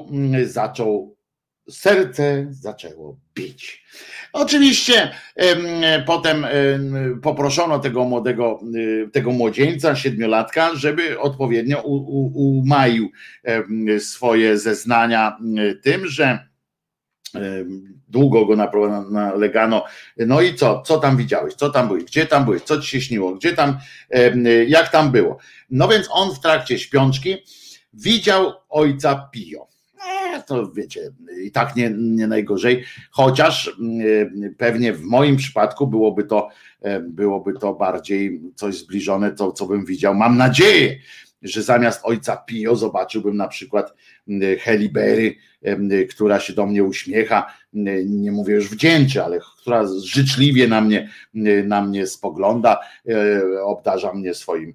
B: serce zaczęło bić. Oczywiście potem poproszono tego młodzieńca, 7-latka, żeby odpowiednio umaił swoje zeznania tym, że długo go nalegano, no i co tam widziałeś, co tam byłeś, gdzie tam byłeś, co ci się śniło, gdzie tam, jak tam było. No więc on w trakcie śpiączki widział ojca Pio. To wiecie, i tak nie najgorzej, chociaż pewnie w moim przypadku byłoby to bardziej coś zbliżone, to co bym widział. Mam nadzieję, że zamiast ojca Pio zobaczyłbym na przykład Halle Berry, która się do mnie uśmiecha, nie mówię już wdzięczy, ale która życzliwie na mnie spogląda, obdarza mnie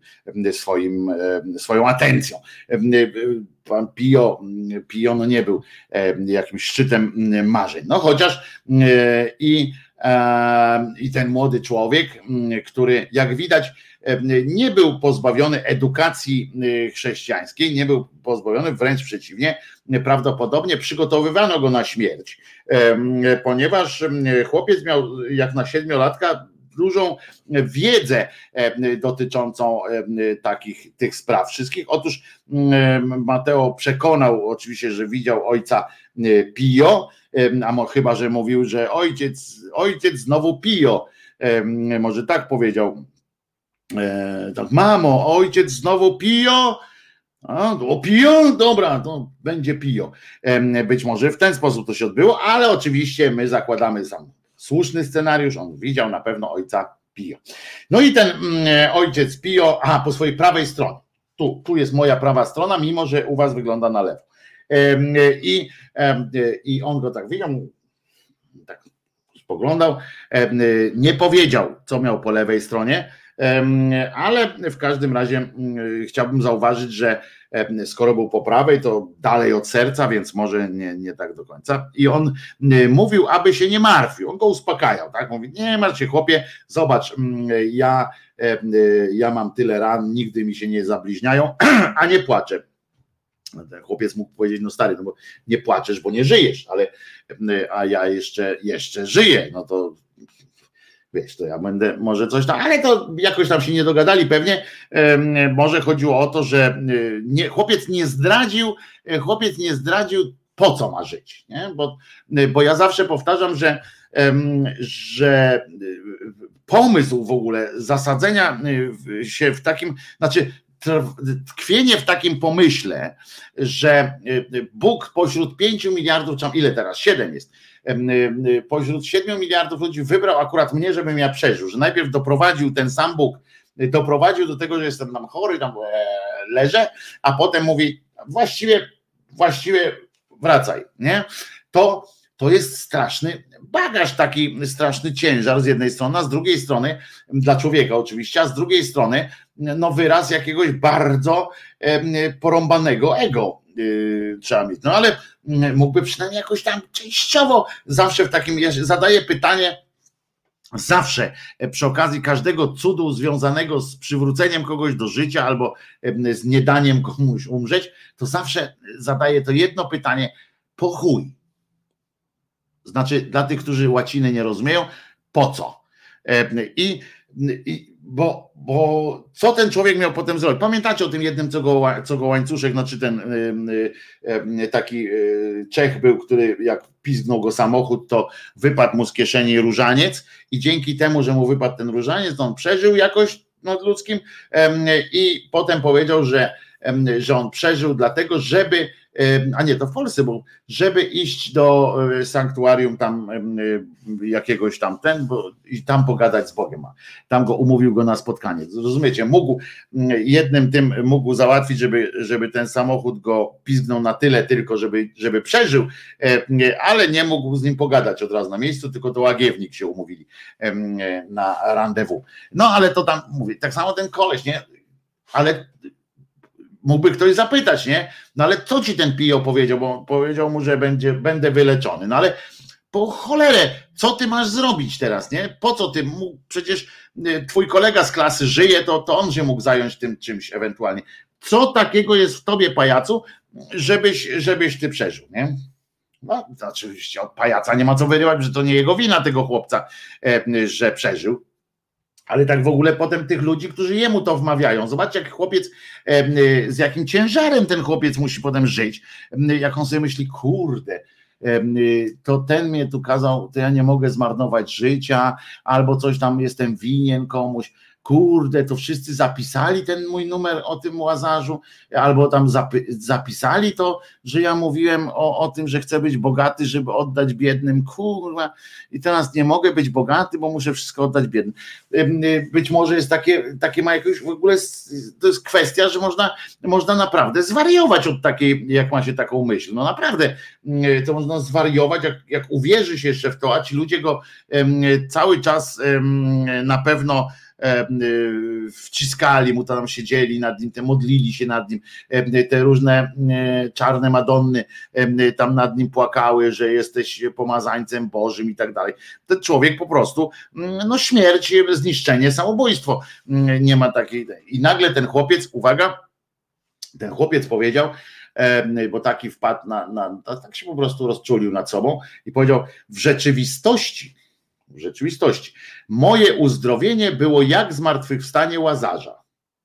B: swoją atencją. Pan Pio nie był jakimś szczytem marzeń. No chociaż i ten młody człowiek, który jak widać nie był pozbawiony edukacji chrześcijańskiej, nie był pozbawiony, wręcz przeciwnie, prawdopodobnie przygotowywano go na śmierć, ponieważ chłopiec miał jak na 7-latka dużą wiedzę dotyczącą tych spraw wszystkich. Otóż Mateo przekonał oczywiście, że widział ojca Pio, a chyba, że mówił, że ojciec znowu Pio, może tak powiedział, tak, mamo, ojciec znowu Pio, o Pio, dobra, to będzie Pio. Być może w ten sposób to się odbyło, ale oczywiście my zakładamy sam słuszny scenariusz, on widział na pewno ojca Pio. No i ten ojciec Pio, po swojej prawej stronie, tu jest moja prawa strona, mimo że u was wygląda na lewo. I on go tak widział, tak spoglądał, nie powiedział, co miał po lewej stronie, ale w każdym razie chciałbym zauważyć, że skoro był po prawej, to dalej od serca, więc może nie tak do końca. I on mówił, aby się nie martwił. On go uspokajał, tak? Mówi, nie martw się, chłopie, zobacz, ja mam tyle ran, nigdy mi się nie zabliźniają, a nie płaczę. Ten chłopiec mógł powiedzieć, no stary, no bo nie płaczesz, bo nie żyjesz, a ja jeszcze żyję, no to wiesz, to ja będę może coś tam, ale to jakoś tam się nie dogadali pewnie, może chodziło o to, że chłopiec nie zdradził po co ma żyć, nie? Bo ja zawsze powtarzam, że pomysł w ogóle zasadzenia się w takim, znaczy tkwienie w takim pomyśle, że Bóg pośród 5 miliardów, czy ile teraz, 7 jest, pośród 7 miliardów ludzi wybrał akurat mnie, żebym ja przeżył, że najpierw doprowadził ten sam Bóg, doprowadził do tego, że jestem tam chory, tam leżę, a potem mówi właściwie wracaj, nie? To jest straszny bagaż, taki straszny ciężar z jednej strony, a z drugiej strony, dla człowieka oczywiście, a z drugiej strony no wyraz jakiegoś bardzo porąbanego ego trzeba mieć. No ale mógłby przynajmniej jakoś tam częściowo zawsze w takim, ja zadaję pytanie zawsze przy okazji każdego cudu związanego z przywróceniem kogoś do życia albo z niedaniem komuś umrzeć, to zawsze zadaję to jedno pytanie, po chuj. Znaczy dla tych, którzy łaciny nie rozumieją, po co? Bo co ten człowiek miał potem zrobić? Pamiętacie o tym jednym, co go łańcuszek, znaczy ten taki Czech był, który jak pizgnął go samochód, to wypadł mu z kieszeni różaniec i dzięki temu, że mu wypadł ten różaniec, to on przeżył jakoś nadludzkim i potem powiedział, że on przeżył dlatego, żeby, a nie, to w Polsce był, żeby iść do sanktuarium tam jakiegoś tam i tam pogadać z Bogiem. Tam umówił go na spotkanie. Rozumiecie, mógł załatwić, żeby ten samochód go pizgnął na tyle tylko, żeby przeżył, ale nie mógł z nim pogadać od razu na miejscu, tylko do Łagiewnik się umówili na rendezvous. No ale to tam, mówię, tak samo ten koleś, nie? Ale mógłby ktoś zapytać, nie? No ale co ci ten Pio powiedział? Bo powiedział mu, że będę wyleczony. No ale po cholerę, co ty masz zrobić teraz, nie? Po co ty? Przecież twój kolega z klasy żyje, to on się mógł zająć tym czymś ewentualnie. Co takiego jest w tobie, pajacu, żebyś ty przeżył, nie? No oczywiście od pajaca nie ma co wyrywać, że to nie jego wina tego chłopca, że przeżył. Ale tak w ogóle potem tych ludzi, którzy jemu to wmawiają. Zobaczcie, jak chłopiec, z jakim ciężarem ten chłopiec musi potem żyć. Jak on sobie myśli, kurde, to ten mnie tu kazał, to ja nie mogę zmarnować życia, albo coś tam jestem winien komuś. Kurde, to wszyscy zapisali ten mój numer o tym Łazarzu, albo tam zapisali to, że ja mówiłem o tym, że chcę być bogaty, żeby oddać biednym, kurwa, i teraz nie mogę być bogaty, bo muszę wszystko oddać biednym. Być może jest takie ma jakieś, w ogóle to jest kwestia, że można naprawdę zwariować od takiej, jak ma się taką myśl. No naprawdę, to można zwariować, jak uwierzy się jeszcze w to, a ci ludzie go cały czas na pewno wciskali mu, tam siedzieli nad nim, modlili się nad nim, te różne czarne Madonny tam nad nim płakały, że jesteś pomazańcem Bożym i tak dalej. Ten człowiek po prostu, no śmierć, zniszczenie, samobójstwo. Nie ma takiej. I nagle ten chłopiec, uwaga, ten chłopiec powiedział, bo taki wpadł tak się po prostu rozczulił nad sobą i powiedział, w rzeczywistości moje uzdrowienie było jak zmartwychwstanie Łazarza.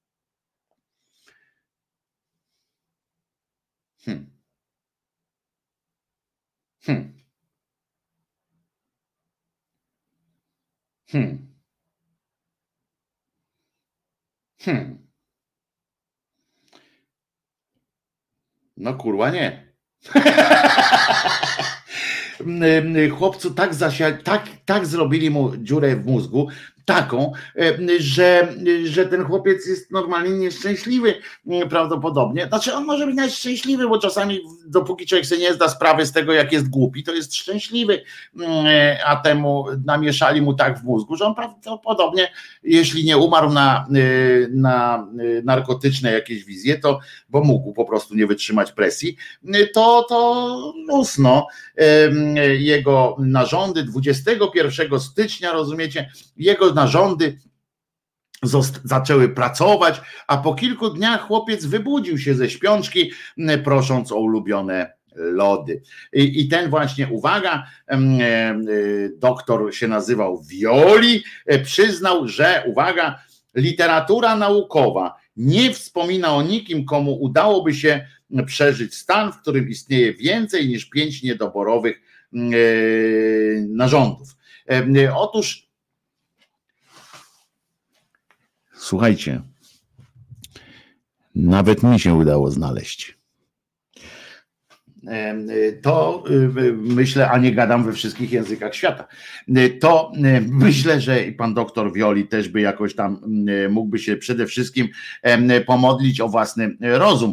B: No kurwa nie. Chłopcu tak tak zrobili mu dziurę w mózgu, taką, że ten chłopiec jest normalnie nieszczęśliwy prawdopodobnie. Znaczy on może być najszczęśliwy, bo czasami dopóki człowiek sobie nie zda sprawy z tego, jak jest głupi, to jest szczęśliwy, a temu namieszali mu tak w mózgu, że on prawdopodobnie, jeśli nie umarł na narkotyczne jakieś wizje, to bo mógł po prostu nie wytrzymać presji, to usno jego narządy 21 stycznia, rozumiecie, jego narządy zaczęły pracować, a po kilku dniach chłopiec wybudził się ze śpiączki, prosząc o ulubione lody. I ten właśnie, uwaga, doktor się nazywał Violi, przyznał, że, uwaga, literatura naukowa nie wspomina o nikim, komu udałoby się przeżyć stan, w którym istnieje więcej niż 5 niedoborowych narządów. Otóż słuchajcie, nawet mi się udało znaleźć. To myślę, a nie gadam we wszystkich językach świata, to myślę, że i pan doktor Violi też by jakoś tam mógłby się przede wszystkim pomodlić o własny rozum,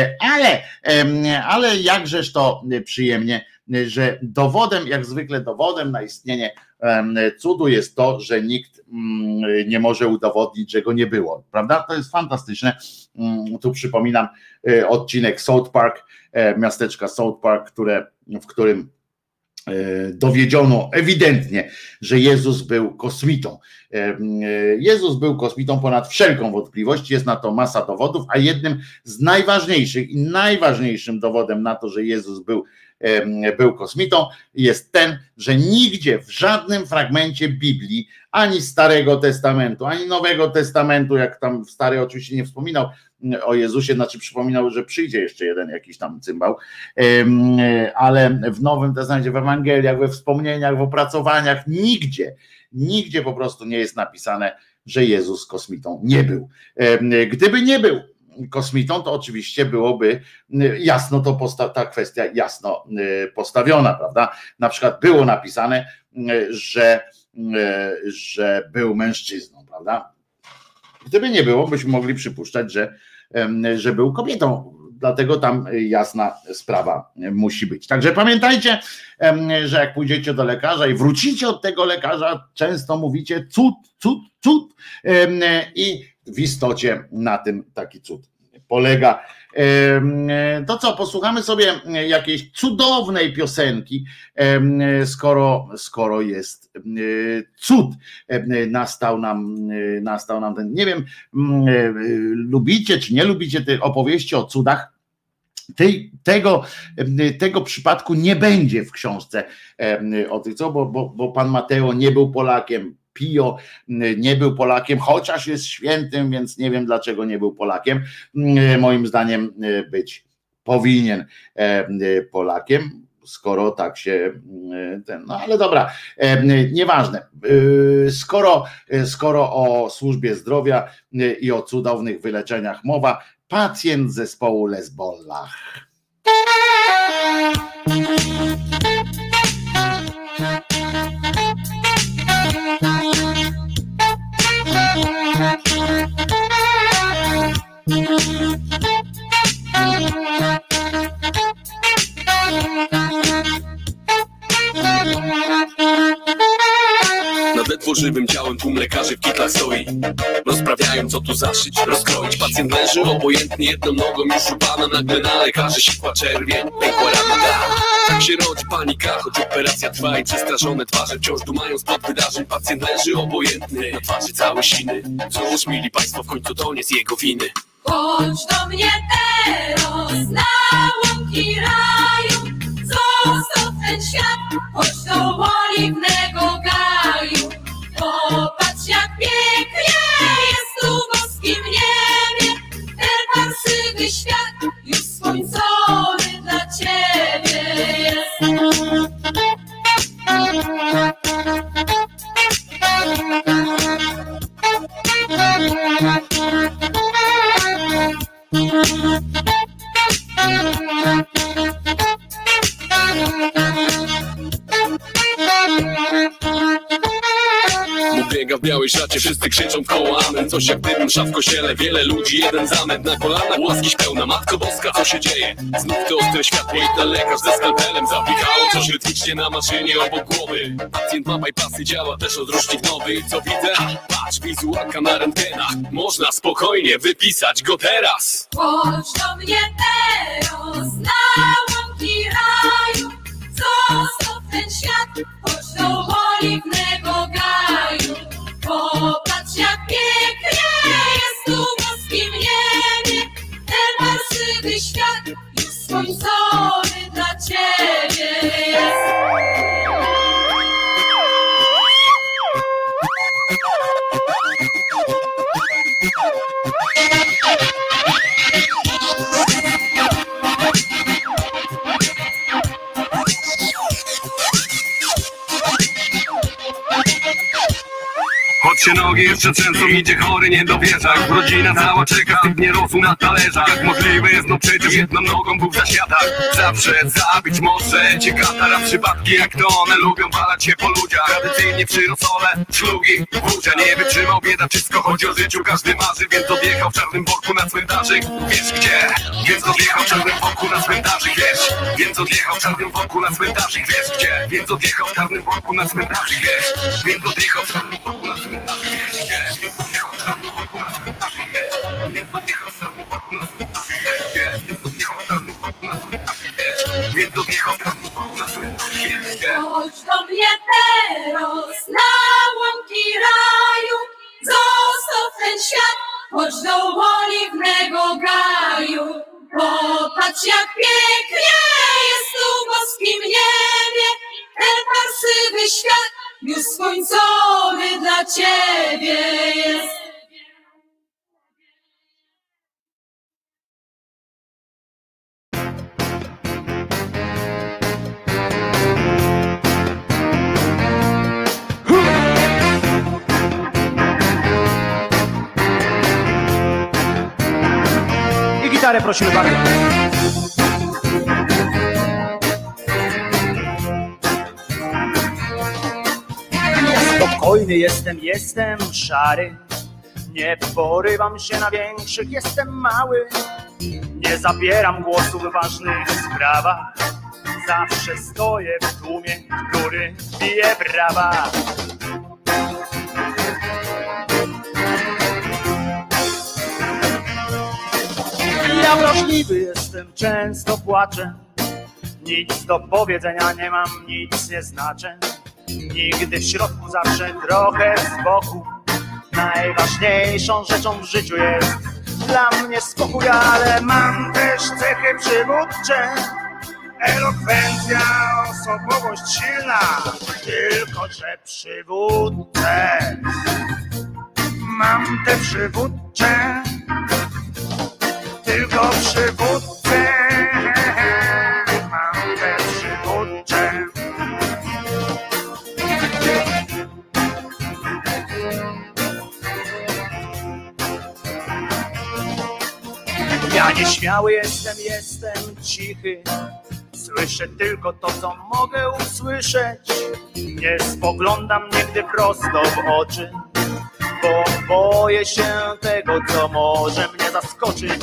B: ale jakżeż to przyjemnie, że dowodem, jak zwykle dowodem na istnienie cudu jest to, że nikt nie może udowodnić, że go nie było, prawda? To jest fantastyczne. Tu przypominam odcinek South Park, miasteczka South Park, w którym dowiedziono ewidentnie, że Jezus był kosmitą. Jezus był kosmitą ponad wszelką wątpliwość, jest na to masa dowodów, a jednym z najważniejszych i najważniejszym dowodem na to, że Jezus był kosmitą, jest ten, że nigdzie w żadnym fragmencie Biblii, ani Starego Testamentu, ani Nowego Testamentu, jak tam Stary oczywiście nie wspominał o Jezusie, znaczy przypominał, że przyjdzie jeszcze jeden jakiś tam cymbał, ale w Nowym Testamencie, w Ewangeliach, we wspomnieniach, w opracowaniach, nigdzie po prostu nie jest napisane, że Jezus kosmitą nie był. Gdyby nie był kosmitą, to oczywiście byłoby jasno ta kwestia jasno postawiona, prawda? Na przykład było napisane, że był mężczyzną, prawda? Gdyby nie było, byśmy mogli przypuszczać, że był kobietą. Dlatego tam jasna sprawa musi być. Także pamiętajcie, że jak pójdziecie do lekarza i wrócicie od tego lekarza, często mówicie cud i w istocie na tym taki cud polega. To co, posłuchamy sobie jakiejś cudownej piosenki, skoro jest cud, nastał nam ten, nie wiem, lubicie czy nie lubicie te opowieści o cudach. Tego przypadku nie będzie w książce o tych, co, bo pan Mateo nie był Polakiem, Pio nie był Polakiem, chociaż jest świętym, więc nie wiem, dlaczego nie był Polakiem. Moim zdaniem być powinien Polakiem, skoro tak się no ale dobra, nieważne. Skoro o służbie zdrowia i o cudownych wyleczeniach mowa, pacjent zespołu Lesbollach.
E: Nad ledwo żywym ciałem tłum lekarzy w kitlach stoi. Rozprawiają, co tu zaszyć, rozkroić. Pacjent leży obojętnie jedną nogą już u pana. Nagle na lekarzy sikła czerwień, pękła rana. Tak się rodzi panika, choć operacja trwa i przestraszone twarze wciąż dumają spod wydarzeń. Pacjent leży obojętny, na twarzy całe siny. Cóż, mili państwo, w końcu to nie z jego winy.
F: Chodź do mnie teraz na łąki raju, zostaw ten świat, chodź do oliwnego gaju. Popatrz, jak pięknie jest tu w boskim niebie, ten parsywy świat już skończony dla ciebie jest.
E: białej szacie wszyscy krzyczą w koło amen. Coś jak dym msza w kościele, wiele ludzi, jeden zamęt. Na kolanach łaski pełna, Matko Boska, co się dzieje? Znów to ostre światło i ten lekarz ze skalpelem zapikało coś rytmicznie na maszynie obok głowy. Pacjent ma bypassy, działa też odrusznik nowy. I co widzę? Patrz, wizualka na rentgenach. Można spokojnie wypisać go teraz.
F: Chodź do mnie teraz na łąki raju, zostaw ten świat, chodź do oliwnego gaju. Popatrz jak pięknie jest tu w boskim niebie, ten marszywy świat już skończony dla ciebie jest.
E: Choć się nogi jeszcze często idzie chory, nie dowierza. Rodzina cała czeka, stygnie rosół na talerzach. Jak możliwe jest, no przecież jedną nogą Bóg za światach. Zawsze zabić może cię katar, a przypadki jak to one lubią walać się po ludziach. Tradycyjnie przy rosole, szlugi, wódzia. Nie wytrzymał, bieda, wszystko chodzi o życiu. Każdy marzy, więc odjechał w czarnym worku na cmentarzy. Wiesz gdzie? Więc odjechał w czarnym worku na cmentarzy, wiesz? Więc odjechał w czarnym worku na cmentarzy, wiesz gdzie? Więc odjechał w czarnym worku na cmentarzy, wiesz? Więc odjechał w czarnym worku na cmentarzy.
F: Chodź do mnie teraz na łąki raju, zostaw ten świat, chodź do oliwnego gaju. Popatrz jak pięknie jest tu w boskim niebie, ten parszywy świat już skończony dla ciebie jest.
C: I gitarę prosimy bardzo. Spokojny jestem szary, nie porywam się na większych, jestem mały, nie zabieram głosu w ważnych sprawach, zawsze stoję w tłumie, który bije brawa. Ja wrażliwy jestem, często płaczę, nic do powiedzenia nie mam, nic nie znaczę. Nigdy w środku, zawsze trochę z boku. Najważniejszą rzeczą w życiu jest dla mnie spokój, ale mam też cechy przywódcze. Elokwencja, osobowość silna, tylko że przywódcę. Mam te przywódcze, tylko przywódcę. Mam te przywódcze. Ja nieśmiały jestem cichy, słyszę tylko to, co mogę usłyszeć. Nie spoglądam nigdy prosto w oczy, bo boję się tego, co może mnie zaskoczyć.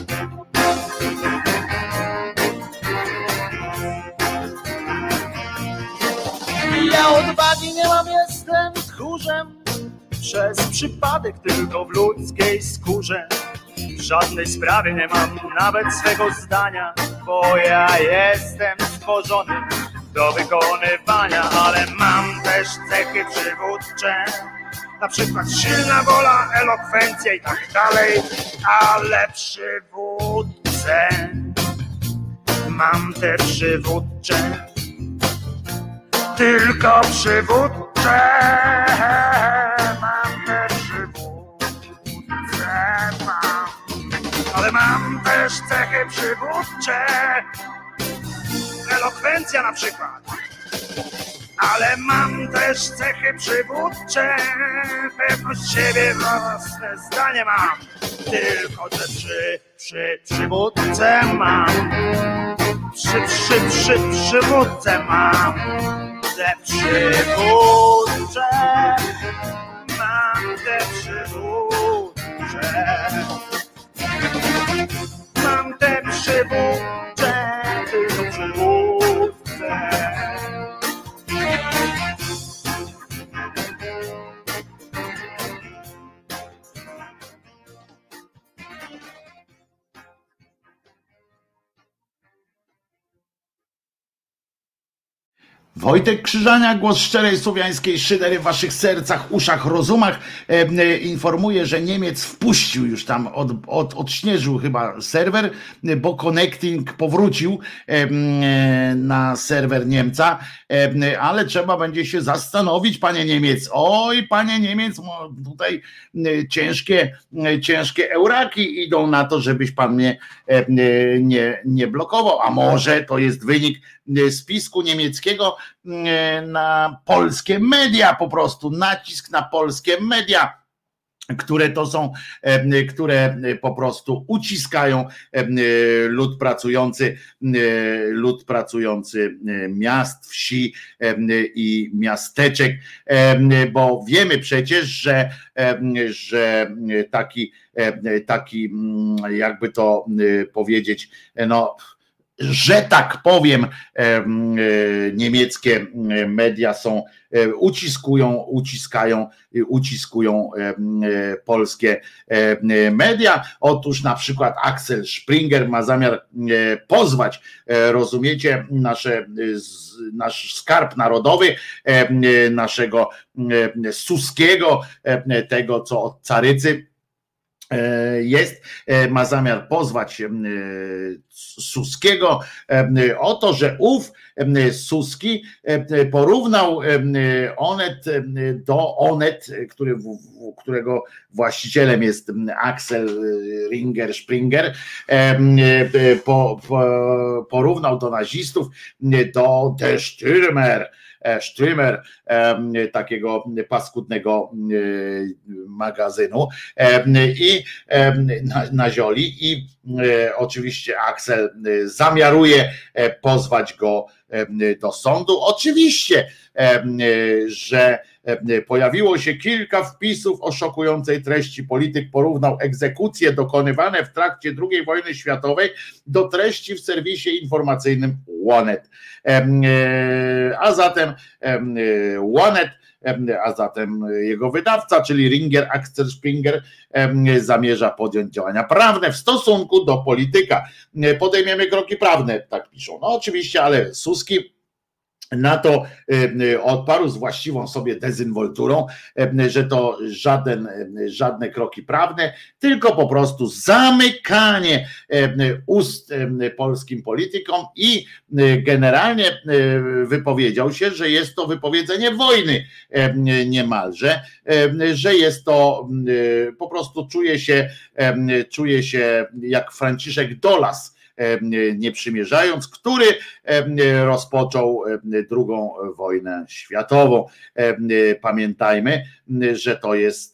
C: Ja odwagi nie mam, jestem tchórzem, przez przypadek tylko w ludzkiej skórze. W żadnej sprawie nie mam nawet swego zdania, bo ja jestem stworzony do wykonywania, ale mam też cechy przywódcze, na przykład silna wola, elokwencja i tak dalej, ale przywódcę. Mam te przywódcze, tylko przywódcze. Mam te przywódcze, ale mam też cechy przywódcze, elokwencja na przykład. Ale mam też cechy przywódcze, pewność siebie, własne zdanie mam, tylko że przywódcę mam. Przywódcę mam, te przywódcze mam. te przywódcze. Mam te przywódcze, tylko przywódce.
B: Wojtek Krzyżania, głos szczerej słowiańskiej szydery w waszych sercach, uszach, rozumach, informuje, że Niemiec wpuścił już tam, odśnieżył chyba serwer, bo connecting powrócił na serwer Niemca, ale trzeba będzie się zastanowić, panie Niemiec. Oj, panie Niemiec, tutaj ciężkie euraki idą na to, żebyś pan mnie nie blokował, a może to jest wynik spisku niemieckiego na polskie media, po prostu nacisk na polskie media, które po prostu uciskają lud pracujący miast, wsi i miasteczek, bo wiemy przecież, że taki jakby to powiedzieć, no że tak powiem, niemieckie media uciskują polskie media. Otóż na przykład Axel Springer ma zamiar pozwać, rozumiecie, nasz skarb narodowy, naszego Suskiego, tego co od carycy jest, ma zamiar pozwać Suskiego o to, że ów Suski porównał Onet do Onet, którego właścicielem jest Axel Springer, porównał do nazistów, do Der Stürmer, takiego paskudnego magazynu i na zioli, i oczywiście Axel zamiaruje pozwać go do sądu. Oczywiście, że pojawiło się kilka wpisów o szokującej treści. Polityk porównał egzekucje dokonywane w trakcie II wojny światowej do treści w serwisie informacyjnym Onet. A zatem jego wydawca, czyli Axel Springer, zamierza podjąć działania prawne w stosunku do polityka. Podejmiemy kroki prawne, tak piszą. No oczywiście, ale Suski na to odparł z właściwą sobie dezynwolturą, że to żadne kroki prawne, tylko po prostu zamykanie ust polskim politykom, i generalnie wypowiedział się, że jest to wypowiedzenie wojny niemalże, że jest to po prostu czuje się jak Franciszek Dolas, nie przymierzając, który rozpoczął II wojnę światową. Pamiętajmy, że to jest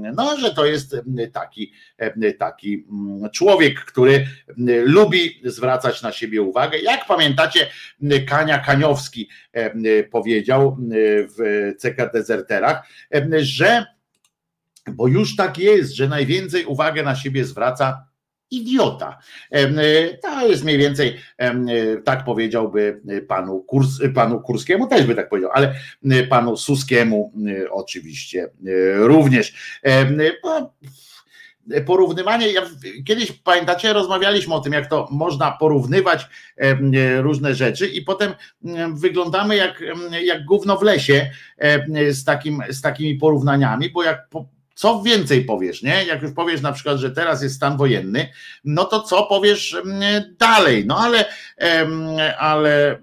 B: taki człowiek, który lubi zwracać na siebie uwagę. Jak pamiętacie, Kania Kaniowski powiedział w CK Dezerterach, że, bo już tak jest, że najwięcej uwagę na siebie zwraca idiota. To jest mniej więcej, tak powiedziałby panu Kurskiemu, też by tak powiedział, ale panu Suskiemu oczywiście również. Porównywanie, kiedyś pamiętacie, rozmawialiśmy o tym, jak to można porównywać różne rzeczy, i potem wyglądamy jak gówno w lesie z takimi porównaniami, bo jak co więcej powiesz, nie? Jak już powiesz na przykład, że teraz jest stan wojenny, no to co powiesz dalej? No ale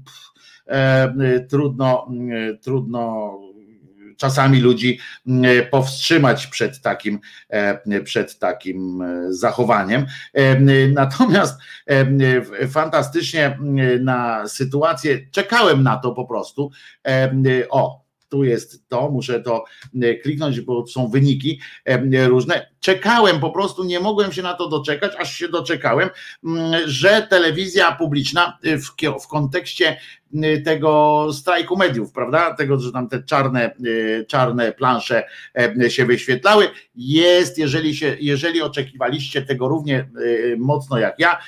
B: trudno czasami ludzi powstrzymać przed takim zachowaniem. Natomiast fantastycznie na sytuację, czekałem na to po prostu. tu jest to, muszę to kliknąć, bo są wyniki różne. Czekałem, po prostu nie mogłem się na to doczekać, aż się doczekałem, że telewizja publiczna w kontekście tego strajku mediów, prawda, tego, że tam te czarne plansze się wyświetlały, jest, jeżeli oczekiwaliście tego równie mocno jak ja,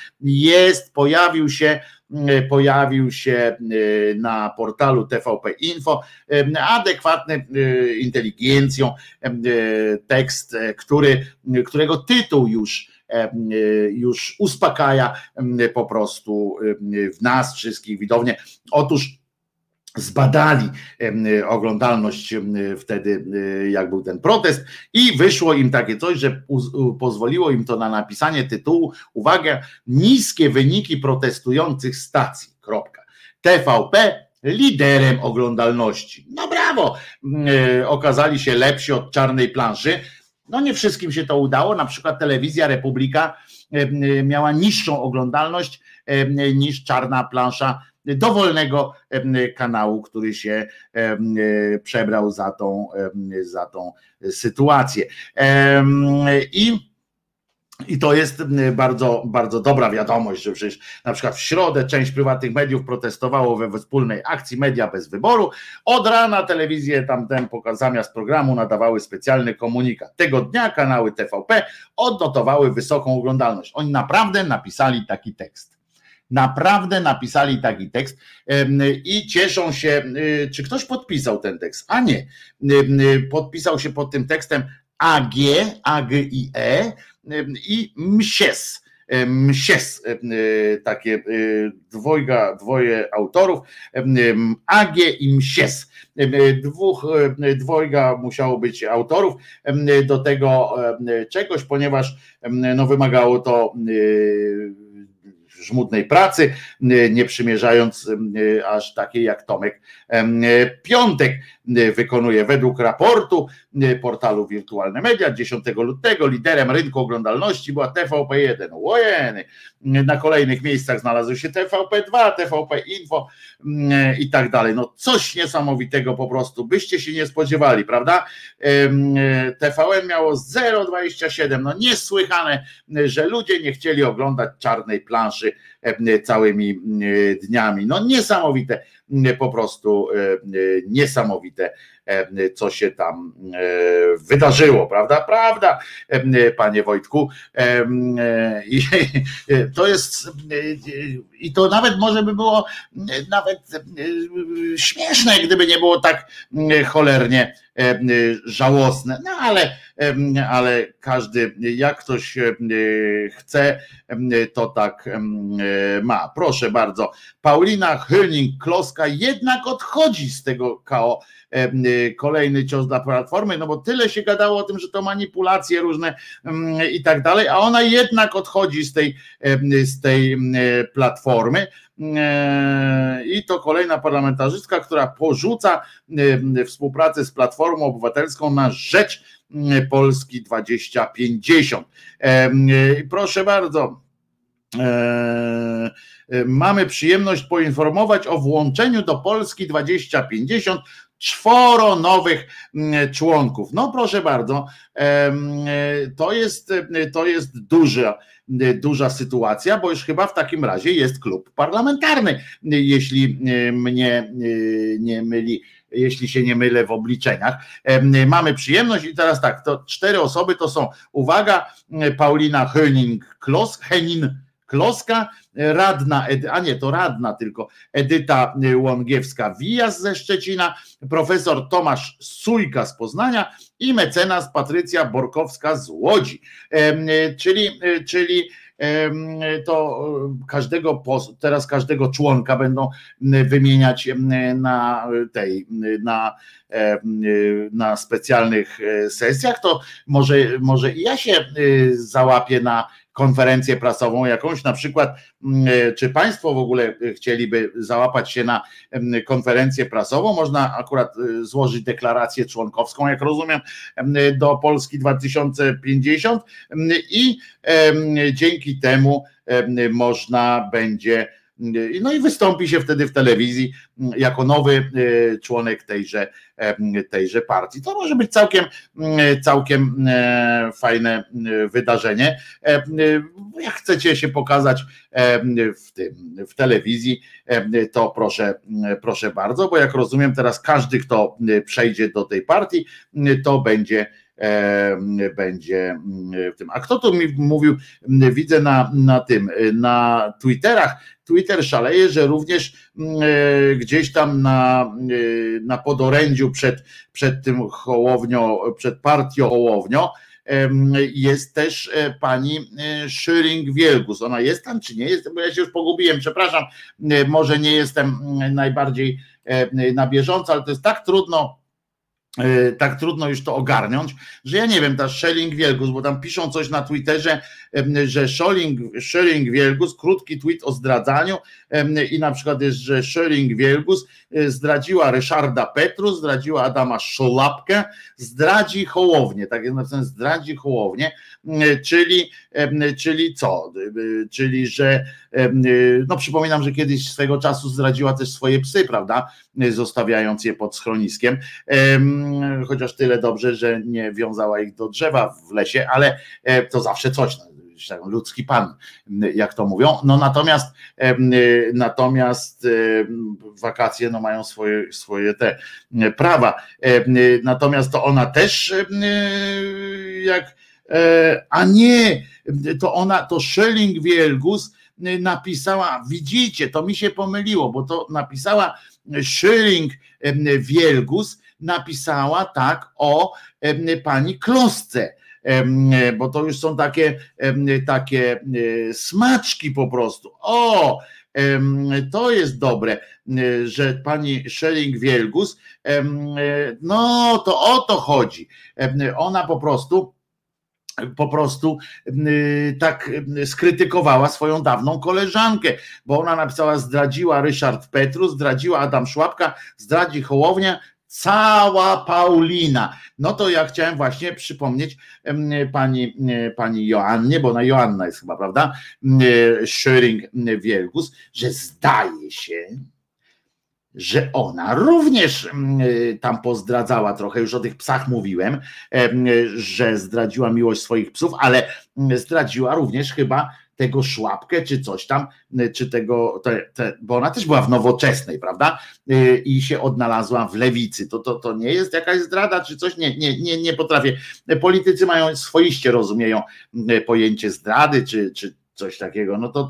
B: pojawił się na portalu TVP Info adekwatny inteligencją tekst, którego tytuł już uspokaja po prostu w nas wszystkich widownię. Otóż zbadali oglądalność wtedy, jak był ten protest, i wyszło im takie coś, że pozwoliło im to na napisanie tytułu, uwaga, niskie wyniki protestujących stacji, kropka. TVP liderem oglądalności. No brawo, okazali się lepsi od czarnej planszy. No nie wszystkim się to udało, na przykład telewizja Republika miała niższą oglądalność niż czarna plansza dowolnego kanału, który się przebrał za tą sytuację. I to jest bardzo, bardzo dobra wiadomość, że przecież na przykład w środę część prywatnych mediów protestowało we wspólnej akcji Media bez wyboru. Od rana telewizje tamten zamiast programu nadawały specjalny komunikat. Tego dnia kanały TVP odnotowały wysoką oglądalność. Oni naprawdę napisali taki tekst. I cieszą się, czy ktoś podpisał ten tekst? A nie, podpisał się pod tym tekstem AGIE i Msies, takie dwoje autorów, AG i Msies, dwojga musiało być autorów do tego czegoś, ponieważ no, wymagało to żmudnej pracy, nie przymierzając aż takiej jak Tomek Piątek wykonuje. Według raportu portalu Wirtualne Media 10 lutego liderem rynku oglądalności była TVP1. Łojeny. Na kolejnych miejscach znalazły się TVP2, TVP Info i tak dalej. No coś niesamowitego po prostu, byście się nie spodziewali, prawda? TVN miało 0,27. No niesłychane, że ludzie nie chcieli oglądać czarnej planszy całymi dniami. No niesamowite, po prostu niesamowite, co się tam wydarzyło, prawda? Prawda, panie Wojtku. I to nawet może by było nawet śmieszne, gdyby nie było tak cholernie żałosne. No ale każdy, jak ktoś chce, to tak ma. Proszę bardzo. Paulina Höning-Kloska jednak odchodzi z tego KO. Kolejny cios dla Platformy, no bo tyle się gadało o tym, że to manipulacje różne i tak dalej, a ona jednak odchodzi z tej Platformy. I to kolejna parlamentarzystka, która porzuca współpracę z Platformą Obywatelską na rzecz Polski 2050. Proszę bardzo, mamy przyjemność poinformować o włączeniu do Polski 2050 4 nowych członków. No proszę bardzo, to jest duża sytuacja, bo już chyba w takim razie jest klub parlamentarny, jeśli mnie nie myli, jeśli się nie mylę w obliczeniach. Mamy przyjemność i teraz tak, to 4 osoby to są, uwaga, Paulina Höning-Kloska, radna, tylko Edyta Łągiewska-Wijas ze Szczecina, profesor Tomasz Sujka z Poznania i mecenas Patrycja Borkowska z Łodzi. Czyli to teraz każdego członka będą wymieniać na specjalnych sesjach, to może i ja się załapię na konferencję prasową jakąś, na przykład, czy państwo w ogóle chcieliby załapać się na konferencję prasową? Można akurat złożyć deklarację członkowską, jak rozumiem, do Polski 2050 i dzięki temu można będzie no i wystąpi się wtedy w telewizji jako nowy członek tejże partii. To może być całkiem fajne wydarzenie. Jak chcecie się pokazać w telewizji, to proszę bardzo, bo jak rozumiem teraz każdy, kto przejdzie do tej partii, to będzie w tym. A kto tu mi mówił, widzę na Twitterach, Twitter szaleje, że również gdzieś tam na podorędziu przed tym Hołownią, przed partią Hołownio jest też pani Scheuring-Wielgus. Ona jest tam czy nie jest? Bo ja się już pogubiłem, przepraszam, może nie jestem najbardziej na bieżąco, ale to jest tak trudno już to ogarnąć, że ja nie wiem, ta Scheuring-Wielgus, bo tam piszą coś na Twitterze, że Scheuring-Wielgus, krótki tweet o zdradzaniu i na przykład jest, że Scheuring-Wielgus zdradziła Ryszarda Petru, zdradziła Adama Szolapkę, zdradzi Hołownię, tak jest napisane, zdradzi Hołownię, czyli co? Czyli, że no przypominam, że kiedyś swego czasu zdradziła też swoje psy, prawda, zostawiając je pod schroniskiem, chociaż tyle dobrze, że nie wiązała ich do drzewa w lesie, ale to zawsze coś, ludzki pan, jak to mówią. No natomiast wakacje no mają swoje te prawa. Natomiast to ona też a nie, to Scheuring-Wielgus napisała, widzicie, to mi się pomyliło, bo to napisała Scheuring-Wielgus, napisała tak o pani Klosce, bo to już są takie smaczki po prostu. O, to jest dobre, że pani Scheuring-Wielgus, no to o to chodzi. Ona po prostu tak skrytykowała swoją dawną koleżankę, bo ona napisała, zdradziła Ryszard Petru, zdradziła Adam Szłapka, zdradzi Hołownia, cała Paulina. No to ja chciałem właśnie przypomnieć pani Joannie, bo ona Joanna jest chyba, prawda, Scheuring-Wielgus, że zdaje się, że ona również tam pozdradzała trochę, już o tych psach mówiłem, że zdradziła miłość swoich psów, ale zdradziła również chyba tego Szłapkę, czy coś tam, czy tego, bo ona też była w Nowoczesnej, prawda? I się odnalazła w Lewicy. To nie jest jakaś zdrada, czy coś? Nie potrafię. Politycy mają swoiście rozumieją pojęcie zdrady, czy coś takiego, no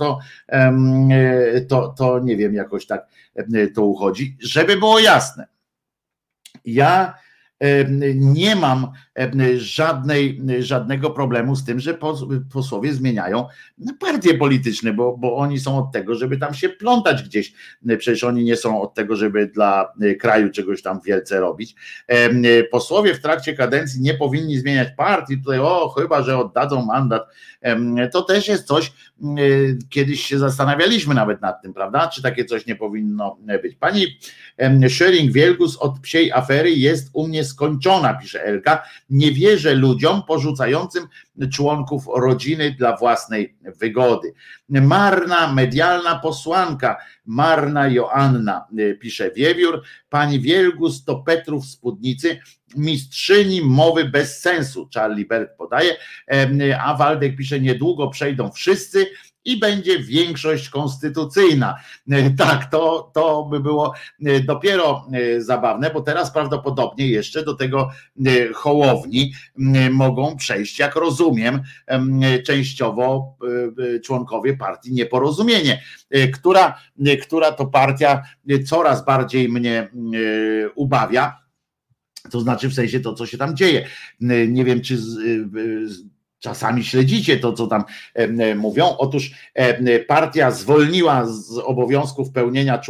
B: to nie wiem, jakoś tak to uchodzi. Żeby było jasne, ja nie mam żadnego problemu z tym, że posłowie zmieniają partie polityczne, bo oni są od tego, żeby tam się plątać gdzieś. Przecież oni nie są od tego, żeby dla kraju czegoś tam wielce robić. Posłowie w trakcie kadencji nie powinni zmieniać partii. Tutaj chyba, że oddadzą mandat. To też jest coś, kiedyś się zastanawialiśmy nawet nad tym, prawda? Czy takie coś nie powinno być. Pani Scheuring-Wielgus od psiej afery jest u mnie skończona, pisze Elka. Nie wierzę ludziom porzucającym członków rodziny dla własnej wygody. Marna medialna posłanka, marna Joanna, pisze Wiewiór. Pani Wielgus to Petrów w spódnicy, mistrzyni mowy bez sensu, Charlie Bert podaje, a Waldek pisze, niedługo przejdą wszyscy i będzie większość konstytucyjna. Tak, to by było dopiero zabawne, bo teraz prawdopodobnie jeszcze do tego Hołowni mogą przejść, jak rozumiem, częściowo członkowie partii Nieporozumienie, która to partia coraz bardziej mnie ubawia, to znaczy w sensie to, co się tam dzieje. Nie wiem, czy czasami śledzicie to, co tam mówią. Otóż partia zwolniła z obowiązków pełnienia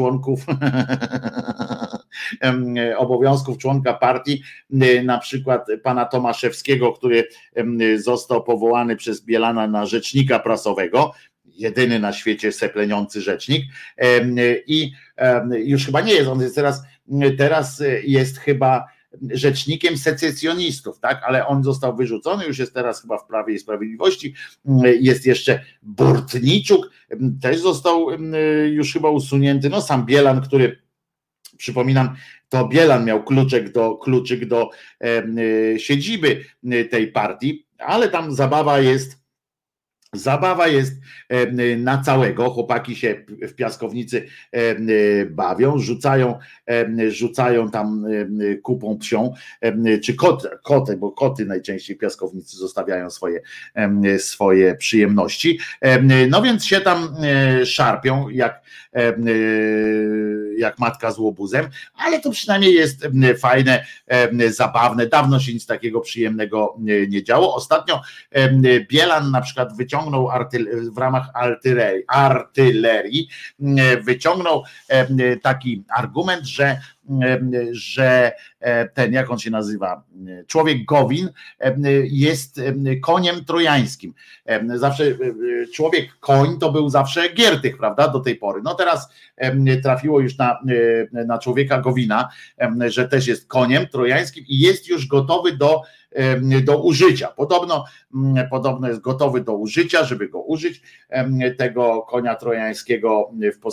B: obowiązków członka partii, na przykład pana Tomaszewskiego, który został powołany przez Bielana na rzecznika prasowego, jedyny na świecie sepleniący rzecznik, i już chyba nie jest, on jest teraz jest chyba rzecznikiem secesjonistów, tak, ale on został wyrzucony, już jest teraz chyba w Prawie i Sprawiedliwości. Jest jeszcze Bortniczuk, też został już chyba usunięty, no sam Bielan, który, przypominam, to Bielan miał kluczyk do siedziby tej partii, ale tam zabawa jest na całego. Chłopaki się w piaskownicy bawią, rzucają tam kupą psią, czy koty, bo koty najczęściej w piaskownicy zostawiają swoje przyjemności. No więc się tam szarpią jak matka z łobuzem, ale to przynajmniej jest fajne, zabawne. Dawno się nic takiego przyjemnego nie działo. Ostatnio Bielan na przykład wyciągnął w ramach artylerii wyciągnął taki argument, że ten, jak on się nazywa, człowiek Gowin jest koniem trojańskim. Zawsze człowiek koń to był zawsze Giertych, prawda, do tej pory. No teraz trafiło już na człowieka Gowina, że też jest koniem trojańskim i jest już gotowy do użycia. Podobno jest gotowy do użycia, żeby go użyć, tego konia trojańskiego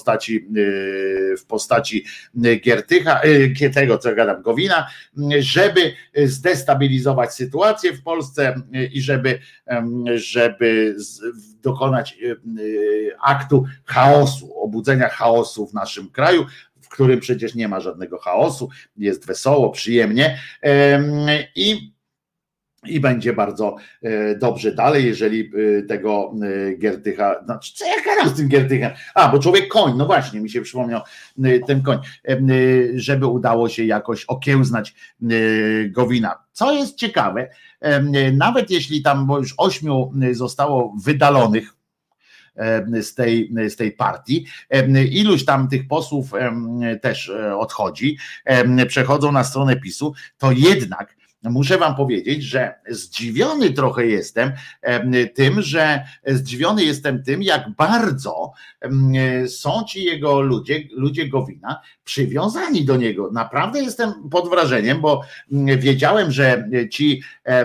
B: w postaci Giertycha, tego co gadam, Gowina, żeby zdestabilizować sytuację w Polsce i żeby dokonać aktu chaosu, obudzenia chaosu w naszym kraju, w którym przecież nie ma żadnego chaosu, jest wesoło, przyjemnie i będzie bardzo dobrze dalej, jeżeli tego Giertycha, znaczy co ja gadam z tym Giertychem? Bo człowiek koń, no właśnie, mi się przypomniał ten koń, żeby udało się jakoś okiełznać Gowina. Co jest ciekawe, nawet jeśli tam, bo już 8 zostało wydalonych z tej partii, iluś tam tych posłów też odchodzi, przechodzą na stronę PiS-u, to jednak muszę wam powiedzieć, że zdziwiony trochę jestem tym, jak bardzo są ci jego ludzie Gowina przywiązani do niego. Naprawdę jestem pod wrażeniem, bo wiedziałem, że ci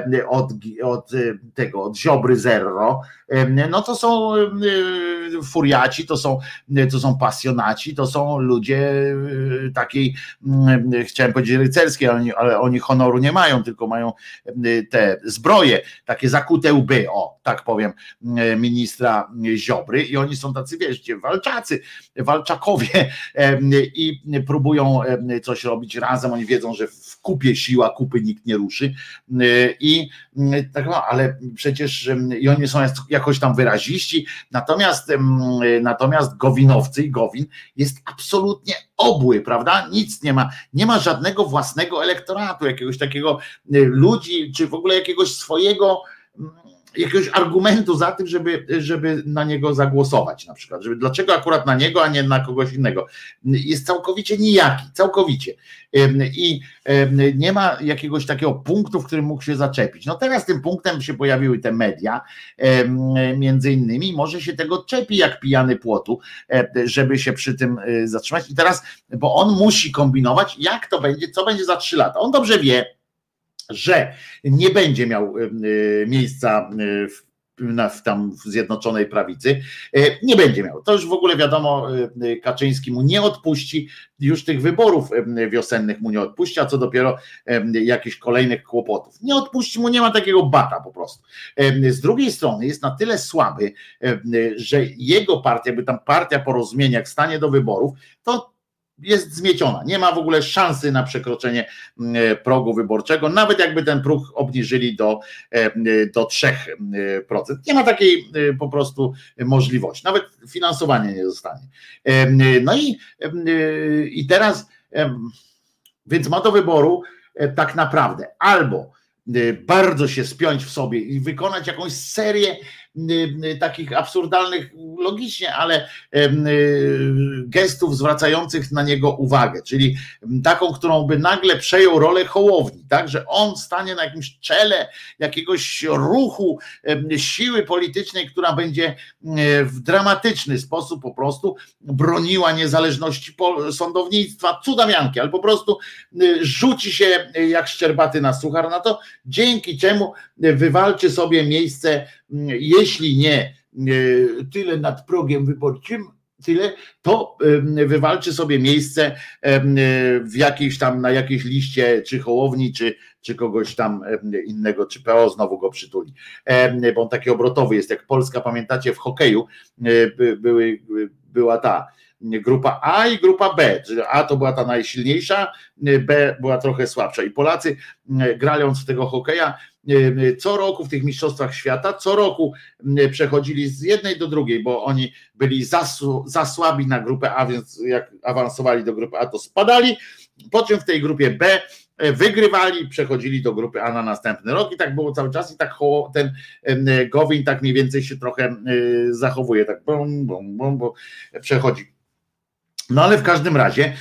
B: od Ziobry Zerro, no to są furiaci, to są pasjonaci, to są ludzie takiej, chciałem powiedzieć rycerskiej, ale oni honoru nie mają, tylko mają te zbroje, takie zakute łby, tak powiem, ministra Ziobry i oni są tacy, wiecie, walczakowie i próbują coś robić razem, oni wiedzą, że w kupie siła, kupy nikt nie ruszy i tak, no, ale przecież i oni są jakoś tam wyraziści, natomiast Gowinowcy i Gowin jest absolutnie obły, prawda? Nic nie ma żadnego własnego elektoratu, jakiegoś takiego ludzi, czy w ogóle jakiegoś argumentu za tym, żeby na niego zagłosować na przykład, dlaczego akurat na niego, a nie na kogoś innego. Jest całkowicie nijaki, całkowicie. I nie ma jakiegoś takiego punktu, w którym mógł się zaczepić. No teraz tym punktem się pojawiły te media, między innymi, może się tego czepi jak pijany płotu, żeby się przy tym zatrzymać. I teraz, bo on musi kombinować, jak to będzie, co będzie za 3 lata. On dobrze wie, że nie będzie miał miejsca w Zjednoczonej Prawicy, nie będzie miał. To już w ogóle wiadomo, Kaczyński mu nie odpuści, już tych wyborów wiosennych mu nie odpuści, a co dopiero jakichś kolejnych kłopotów. Nie odpuści mu, nie ma takiego bata po prostu. Z drugiej strony jest na tyle słaby, że jego partia, jakby tam partia Porozumienia, jak stanie do wyborów, to jest zmieciona. Nie ma w ogóle szansy na przekroczenie progu wyborczego, nawet jakby ten próg obniżyli do 3%. Nie ma takiej po prostu możliwości. Nawet finansowanie nie zostanie. No i teraz, więc ma do wyboru tak naprawdę albo bardzo się spiąć w sobie i wykonać jakąś serię takich absurdalnych logicznie, ale gestów zwracających na niego uwagę, czyli taką, którą by nagle przejął rolę Hołowni, tak, że on stanie na jakimś czele jakiegoś ruchu siły politycznej, która będzie w dramatyczny sposób po prostu broniła niezależności sądownictwa, cudamianki, ale po prostu rzuci się jak szczerbaty na suchar na to, dzięki czemu wywalczy sobie miejsce, jeśli nie tyle nad progiem wyborczym, tyle, to wywalczy sobie miejsce w jakiejś tam, na jakiejś liście, czy Hołowni, czy kogoś tam innego, czy PO znowu go przytuli. Bo on taki obrotowy jest, jak Polska, pamiętacie, w hokeju była ta grupa A i grupa B. A to była ta najsilniejsza, B była trochę słabsza. I Polacy, grając w tego hokeja, co roku w tych mistrzostwach świata, co roku przechodzili z jednej do drugiej, bo oni byli za słabi na grupę A, więc jak awansowali do grupy A, to spadali, po czym w tej grupie B wygrywali, przechodzili do grupy A na następny rok i tak było cały czas i tak ten Gowin tak mniej więcej się trochę zachowuje, tak bum, bum, bum, bum, przechodzi. No ale w każdym razie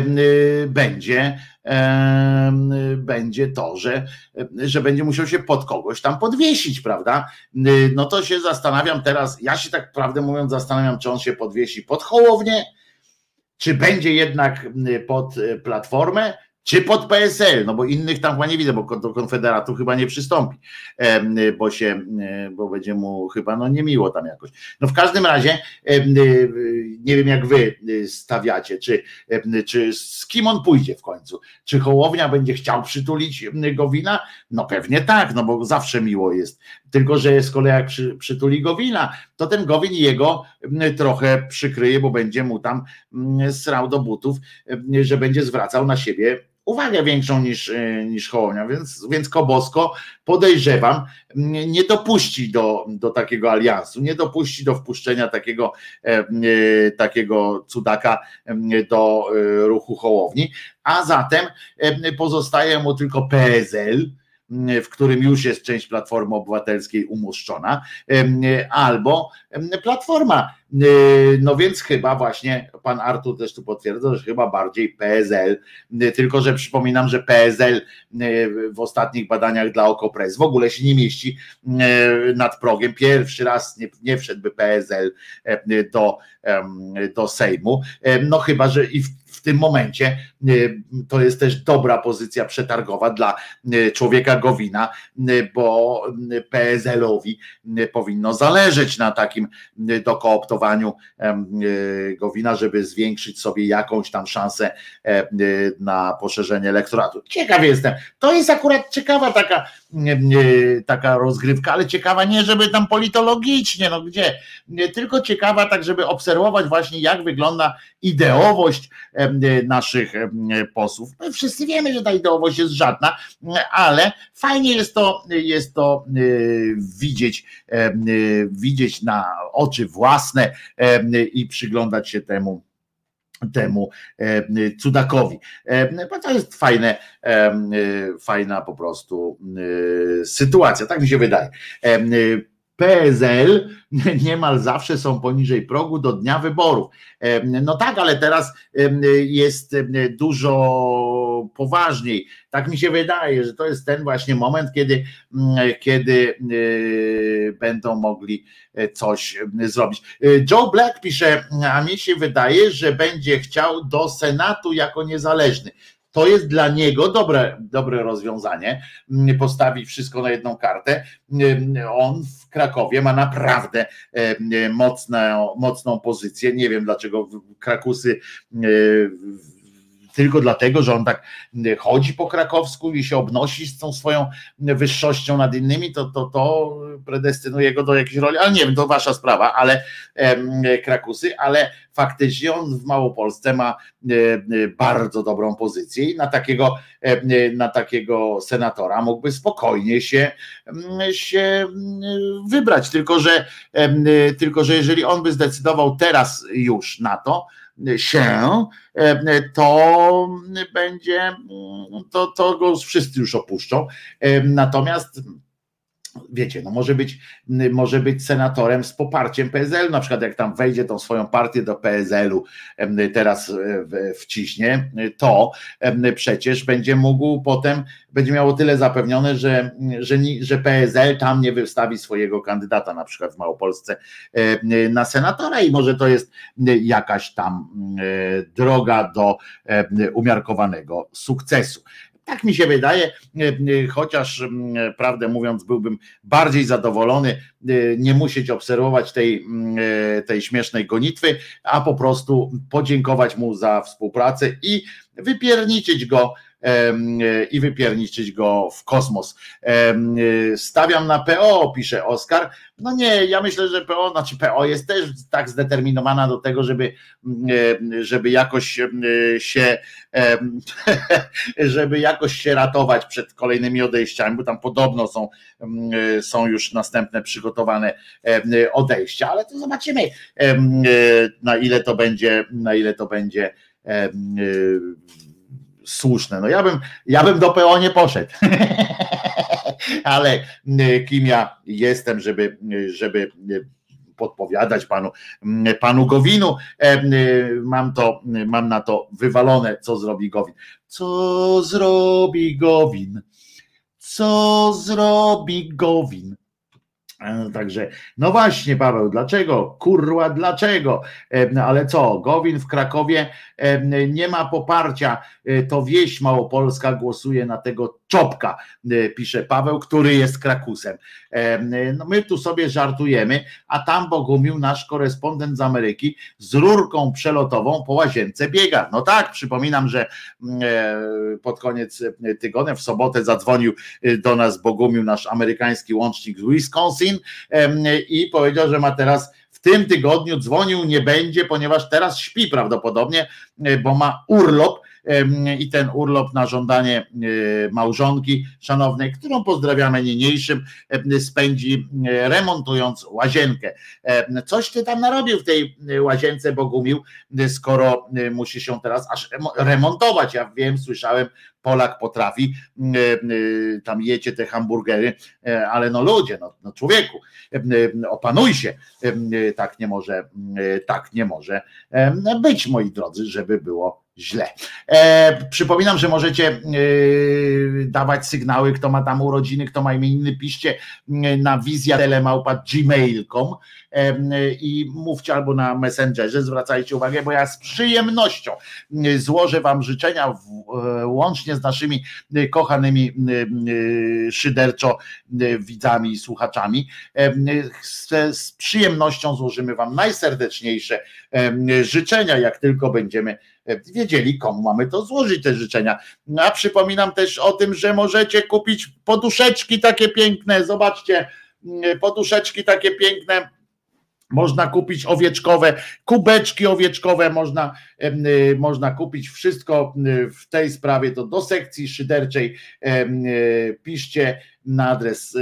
B: będzie to, że będzie musiał się pod kogoś tam podwiesić, prawda? No to się zastanawiam teraz, ja się tak prawdę mówiąc zastanawiam, czy on się podwiesi pod Hołownię, czy będzie jednak pod Platformę, czy pod PSL, no bo innych tam chyba nie widzę, bo do Konfederatu chyba nie przystąpi, bo będzie mu chyba no niemiło tam jakoś. No w każdym razie nie wiem jak wy stawiacie, czy z kim on pójdzie w końcu, czy Hołownia będzie chciał przytulić Gowina? No pewnie tak, no bo zawsze miło jest, tylko że z kolei jak przytuli Gowina, to ten Gowin jego trochę przykryje, bo będzie mu tam srał do butów, że będzie zwracał na siebie uwagę większą niż Hołownia, więc Kobosko, podejrzewam, nie dopuści do takiego aliansu, nie dopuści do wpuszczenia takiego cudaka do ruchu Hołowni, a zatem pozostaje mu tylko PSL, w którym już jest część Platformy Obywatelskiej umoszczona, albo Platforma. No więc chyba właśnie pan Artur też tu potwierdza, że chyba bardziej PSL, tylko że przypominam, że PSL w ostatnich badaniach dla Okopres w ogóle się nie mieści nad progiem. Pierwszy raz nie wszedłby PSL do Sejmu, no chyba, że i w tym momencie to jest też dobra pozycja przetargowa dla człowieka Gowina, bo PSL-owi powinno zależeć na takim dokooptowaniu Gowina, taka zwiększyć sobie jakąś tam szansę na poszerzenie elektoratu. Ciekaw jestem. To jest akurat ciekawa taka rozgrywka, ale ciekawa nie, żeby tam politologicznie, no gdzie, tylko ciekawa tak, żeby obserwować właśnie jak wygląda ideowość naszych posłów. My wszyscy wiemy, że ta ideowość jest żadna, ale fajnie jest to widzieć na oczy własne i przyglądać się temu cudakowi. Bo to jest fajna po prostu sytuacja, tak mi się wydaje. PSL niemal zawsze są poniżej progu do dnia wyborów. No tak, ale teraz jest dużo poważniej. Tak mi się wydaje, że to jest ten właśnie moment, kiedy będą mogli coś zrobić. Joe Black pisze, a mi się wydaje, że będzie chciał do Senatu jako niezależny. To jest dla niego dobre rozwiązanie, postawi wszystko na jedną kartę. On w Krakowie ma naprawdę mocną pozycję. Nie wiem dlaczego Krakusy, tylko dlatego, że on tak chodzi po krakowsku i się obnosi z tą swoją wyższością nad innymi, to predestynuje go do jakiejś roli, ale nie wiem, to wasza sprawa, ale Krakusy, ale faktycznie on w Małopolsce ma bardzo dobrą pozycję i na takiego senatora mógłby spokojnie się wybrać, tylko że jeżeli on by zdecydował teraz już na to, to będzie, to go wszyscy już opuszczą. Natomiast wiecie, no może być senatorem z poparciem PSL, na przykład jak tam wejdzie tą swoją partię do PSL-u, teraz wciśnie, to przecież będzie mógł potem, będzie miało tyle zapewnione, że PSL tam nie wystawi swojego kandydata, na przykład w Małopolsce na senatora, i może to jest jakaś tam droga do umiarkowanego sukcesu. Tak mi się wydaje, chociaż prawdę mówiąc byłbym bardziej zadowolony nie musieć obserwować tej śmiesznej gonitwy, a po prostu podziękować mu za współpracę i wypierniczyć go w kosmos. Stawiam na PO, pisze Oskar. No nie, ja myślę, że PO jest też tak zdeterminowana do tego, żeby jakoś się ratować przed kolejnymi odejściami, bo tam podobno są już następne przygotowane odejścia, ale to zobaczymy, na ile to będzie słuszne. No ja bym do PO nie poszedł. Ale kim ja jestem, żeby podpowiadać panu Gowinu. Mam na to wywalone, co zrobi Gowin. Co zrobi Gowin? Co zrobi Gowin? Także, no właśnie, Paweł, dlaczego? Kurwa, dlaczego? Ale co, Gowin w Krakowie nie ma poparcia, to wieś małopolska głosuje na tego czopka, pisze Paweł, który jest krakusem. No my tu sobie żartujemy, a tam Bogumił, nasz korespondent z Ameryki, z rurką przelotową po łazience biega. No tak, przypominam, że pod koniec tygodnia, w sobotę zadzwonił do nas Bogumił, nasz amerykański łącznik z Wisconsin, i powiedział, że ma teraz w tym tygodniu, dzwonił nie będzie, ponieważ teraz śpi prawdopodobnie, bo ma urlop, i ten urlop na żądanie małżonki szanownej, którą pozdrawiamy niniejszym, spędzi remontując łazienkę. Coś ty tam narobił w tej łazience, Bogumił, skoro musi się teraz aż remontować. Ja wiem, słyszałem, Polak potrafi, tam jecie te hamburgery, ale no ludzie, no człowieku, opanuj się, tak nie może być, moi drodzy, żeby było źle. Przypominam, że możecie dawać sygnały, kto ma tam urodziny, kto ma imieniny, piszcie na wizja@gmail.com i mówcie, albo na Messengerze, zwracajcie uwagę, bo ja z przyjemnością złożę wam życzenia łącznie z naszymi kochanymi szyderczo widzami i słuchaczami. Z przyjemnością złożymy wam najserdeczniejsze życzenia, jak tylko będziemy wiedzieli, komu mamy to złożyć, te życzenia. A przypominam też o tym, że możecie kupić poduszeczki takie piękne, zobaczcie, poduszeczki takie piękne, można kupić owieczkowe, kubeczki owieczkowe, można kupić wszystko w tej sprawie, to do sekcji szyderczej piszcie na adres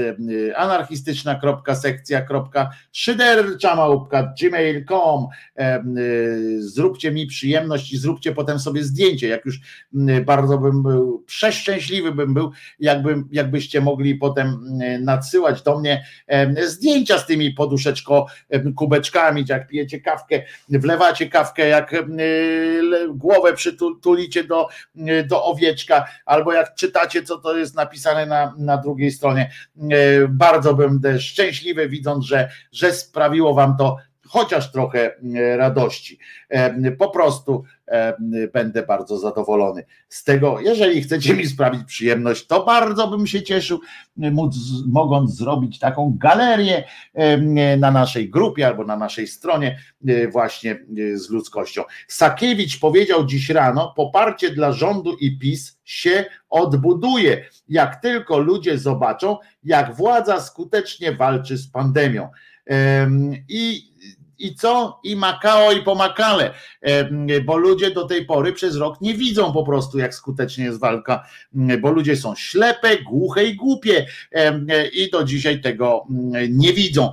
B: anarchistyczna.sekcja.szydercza@gmail.com. Zróbcie mi przyjemność i zróbcie potem sobie zdjęcie, jak już bardzo bym był, przeszczęśliwy bym był, jakbyście mogli potem nadsyłać do mnie zdjęcia z tymi poduszeczko kubeczkami, jak pijecie kawkę, wlewacie kawkę, jak głowę przytulicie do owieczka, albo jak czytacie, co to jest napisane na drugiej stronie. Bardzo bym szczęśliwy, widząc, że sprawiło wam to chociaż trochę radości. Po prostu będę bardzo zadowolony z tego. Jeżeli chcecie mi sprawić przyjemność, to bardzo bym się cieszył, mogąc zrobić taką galerię na naszej grupie albo na naszej stronie właśnie z ludzkością. Sakiewicz powiedział dziś rano: poparcie dla rządu i PiS się odbuduje, jak tylko ludzie zobaczą, jak władza skutecznie walczy z pandemią. I co? I Makao i pomakale, bo ludzie do tej pory przez rok nie widzą po prostu, jak skutecznie jest walka, bo ludzie są ślepe, głuche i głupie i do dzisiaj tego nie widzą,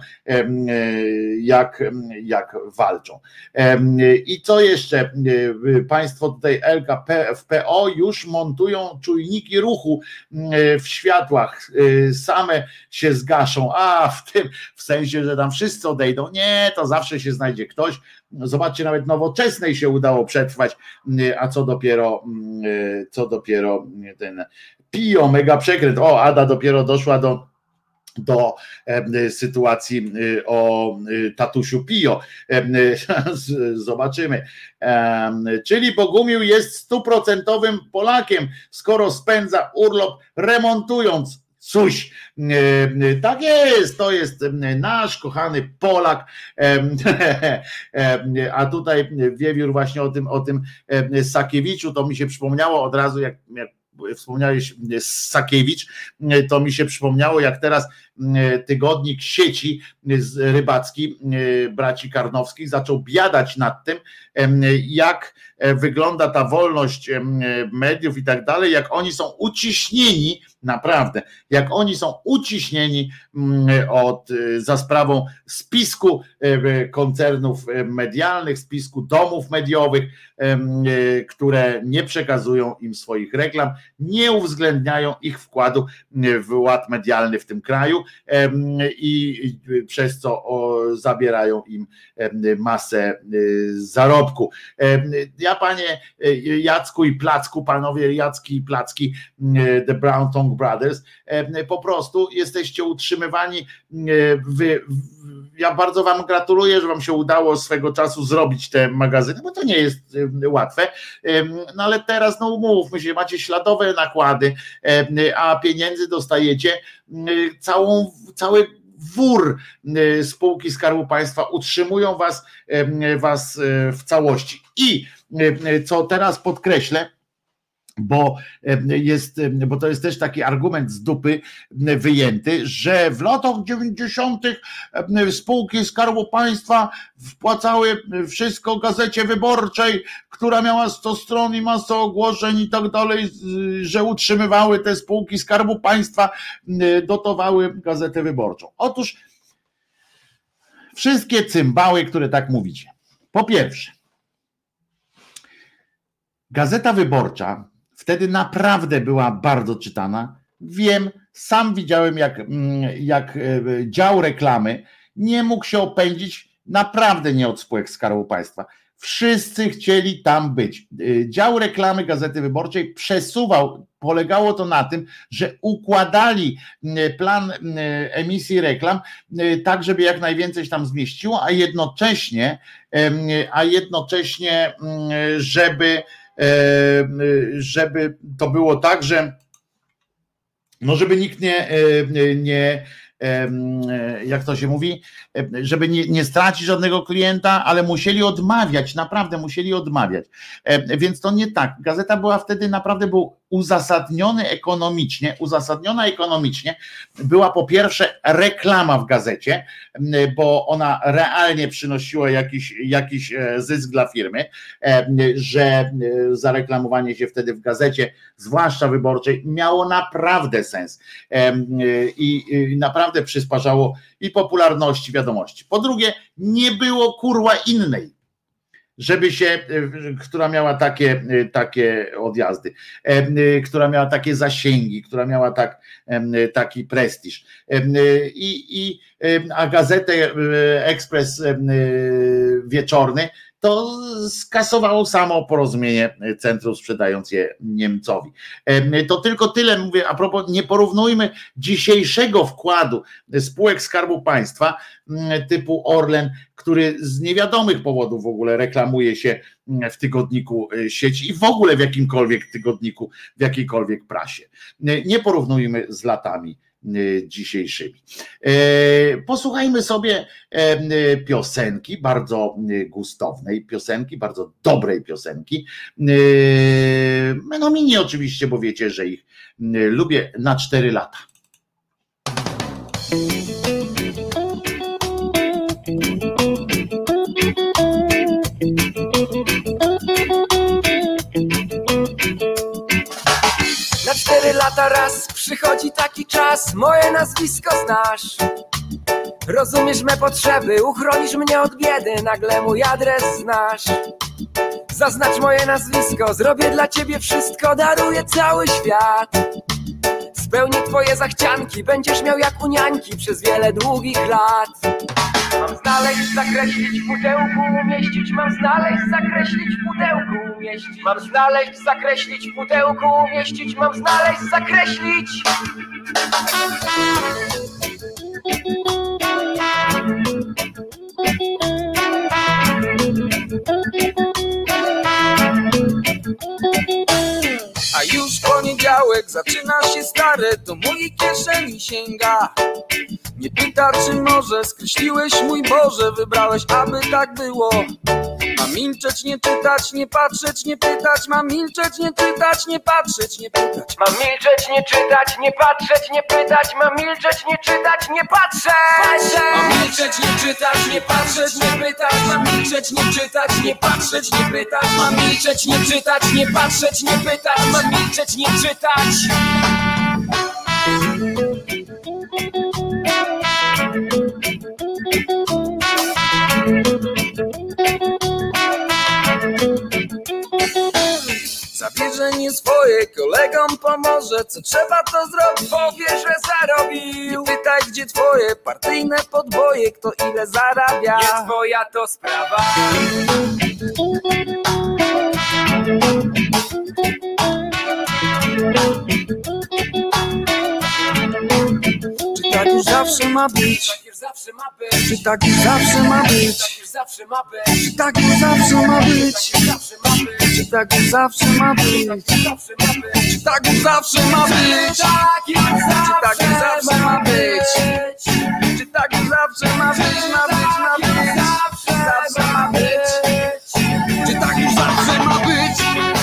B: jak walczą. I co jeszcze? Państwo tutaj w PO już montują czujniki ruchu w światłach, same się zgaszą, w sensie, że tam wszyscy odejdą. Nie, to zawsze się znajdzie ktoś. Zobaczcie, nawet Nowoczesnej się udało przetrwać, a co dopiero ten Pio, mega przekręt. Ada dopiero doszła do sytuacji o tatusiu Pio. Zobaczymy. Czyli Bogumił jest 100% Polakiem, skoro spędza urlop remontując coś. Tak jest, to jest nasz kochany Polak. A tutaj Wiewiór właśnie o tym Sakiewiczu, to mi się przypomniało od razu, jak wspomniałeś Sakiewicz, to mi się przypomniało, jak teraz tygodnik sieci rybacki braci Karnowskich zaczął biadać nad tym, jak wygląda ta wolność mediów i tak dalej, jak oni są uciśnieni, naprawdę, jak oni są uciśnieni za sprawą spisku koncernów medialnych, spisku domów mediowych, które nie przekazują im swoich reklam, nie uwzględniają ich wkładu w ład medialny w tym kraju i przez co zabierają im masę zarobku. Ja, panie Jacku i Placku, panowie Jacki i Placki, The Brown Tongue Brothers, po prostu jesteście utrzymywani. Ja bardzo wam gratuluję, że wam się udało swego czasu zrobić te magazyny, bo to nie jest łatwe, no ale teraz, no umówmy się, macie śladowe nakłady, a pieniędzy dostajecie cały wór. Spółki Skarbu Państwa utrzymują was w całości. I co teraz podkreślę, bo to jest też taki argument z dupy wyjęty, że w latach 90. spółki Skarbu Państwa wpłacały wszystko Gazecie Wyborczej, która miała 100 stron i masę ogłoszeń i tak dalej, że utrzymywały te spółki Skarbu Państwa, dotowały Gazetę Wyborczą. Otóż wszystkie cymbały, które tak mówicie. Po pierwsze, Gazeta Wyborcza wtedy naprawdę była bardzo czytana. Wiem, sam widziałem, jak dział reklamy nie mógł się opędzić, naprawdę nie od spółek Skarbu Państwa. Wszyscy chcieli tam być. Dział reklamy Gazety Wyborczej polegało to na tym, że układali plan emisji reklam tak, żeby jak najwięcej się tam zmieściło, a jednocześnie żeby to było tak, że no żeby nikt nie jak to się mówi, żeby nie stracić żadnego klienta, ale musieli odmawiać, naprawdę musieli odmawiać. Więc to nie tak. Gazeta była wtedy naprawdę uzasadniona ekonomicznie była po pierwsze reklama w gazecie, bo ona realnie przynosiła jakiś zysk dla firmy, że zareklamowanie się wtedy w gazecie, zwłaszcza wyborczej, miało naprawdę sens i naprawdę przysparzało i popularności wiadomości. Po drugie, nie było kurwa innej, która miała takie odjazdy, która miała takie zasięgi, która miała taki prestiż. A gazetę Ekspres Wieczorny to skasowało samo Porozumienie Centrum, sprzedając je Niemcowi. To tylko tyle mówię, a propos, nie porównujmy dzisiejszego wkładu spółek Skarbu Państwa typu Orlen, który z niewiadomych powodów w ogóle reklamuje się w tygodniku sieci i w ogóle w jakimkolwiek tygodniku, w jakiejkolwiek prasie. Nie porównujmy z latami dzisiejszymi. Posłuchajmy sobie piosenki, bardzo gustownej piosenki, bardzo dobrej piosenki. Menomini oczywiście, bo wiecie, że ich lubię na 4 lata.
D: długi czas moje nazwisko znasz. Rozumiesz me potrzeby, uchronisz mnie od biedy, nagle mój adres znasz. Zaznacz moje nazwisko, zrobię dla ciebie wszystko, daruję cały świat. Spełnię twoje zachcianki, będziesz miał jak u niańki przez wiele długich lat. Mam znaleźć, zakreślić, w pudełku umieścić. Mam znaleźć, zakreślić, w pudełku umieścić. Mam znaleźć, zakreślić, w pudełku umieścić. Mam znaleźć, zakreślić. A już poniedziałek, zaczyna się stary, do mojej kieszeni sięga. Nie pyta, czy może skreśliłeś, mój Boże, wybrałeś, aby tak było. Mam milczeć, nie czytać, nie patrzeć, nie pytać. Mam milczeć, nie czytać, nie patrzeć, nie pytać. Mam milczeć, nie czytać, nie patrzeć, nie pytać. Mam milczeć, nie czytać, nie patrzeć. Mam milczeć, nie czytać, nie patrzeć, nie pytać. Mam milczeć, nie czytać, nie patrzeć, nie pytać. Mam milczeć, nie czytać, nie patrzeć, nie pytać. Mam milczeć, nie czytać. Zabierze nie swoje, kolegom pomoże. Co trzeba to zrobić, powie, że zarobił. Nie pytaj, gdzie twoje partyjne podboje, kto ile zarabia. Nie twoja to sprawa. Czy tak już zawsze ma być? Czy tak już zawsze ma być? Czy tak już zawsze ma być? Czy tak już zawsze ma być? Czy tak już zawsze ma być? Czy tak już zawsze ma być? Czy tak już zawsze ma być? Zawsze ma być. Czy tak już zawsze ma być?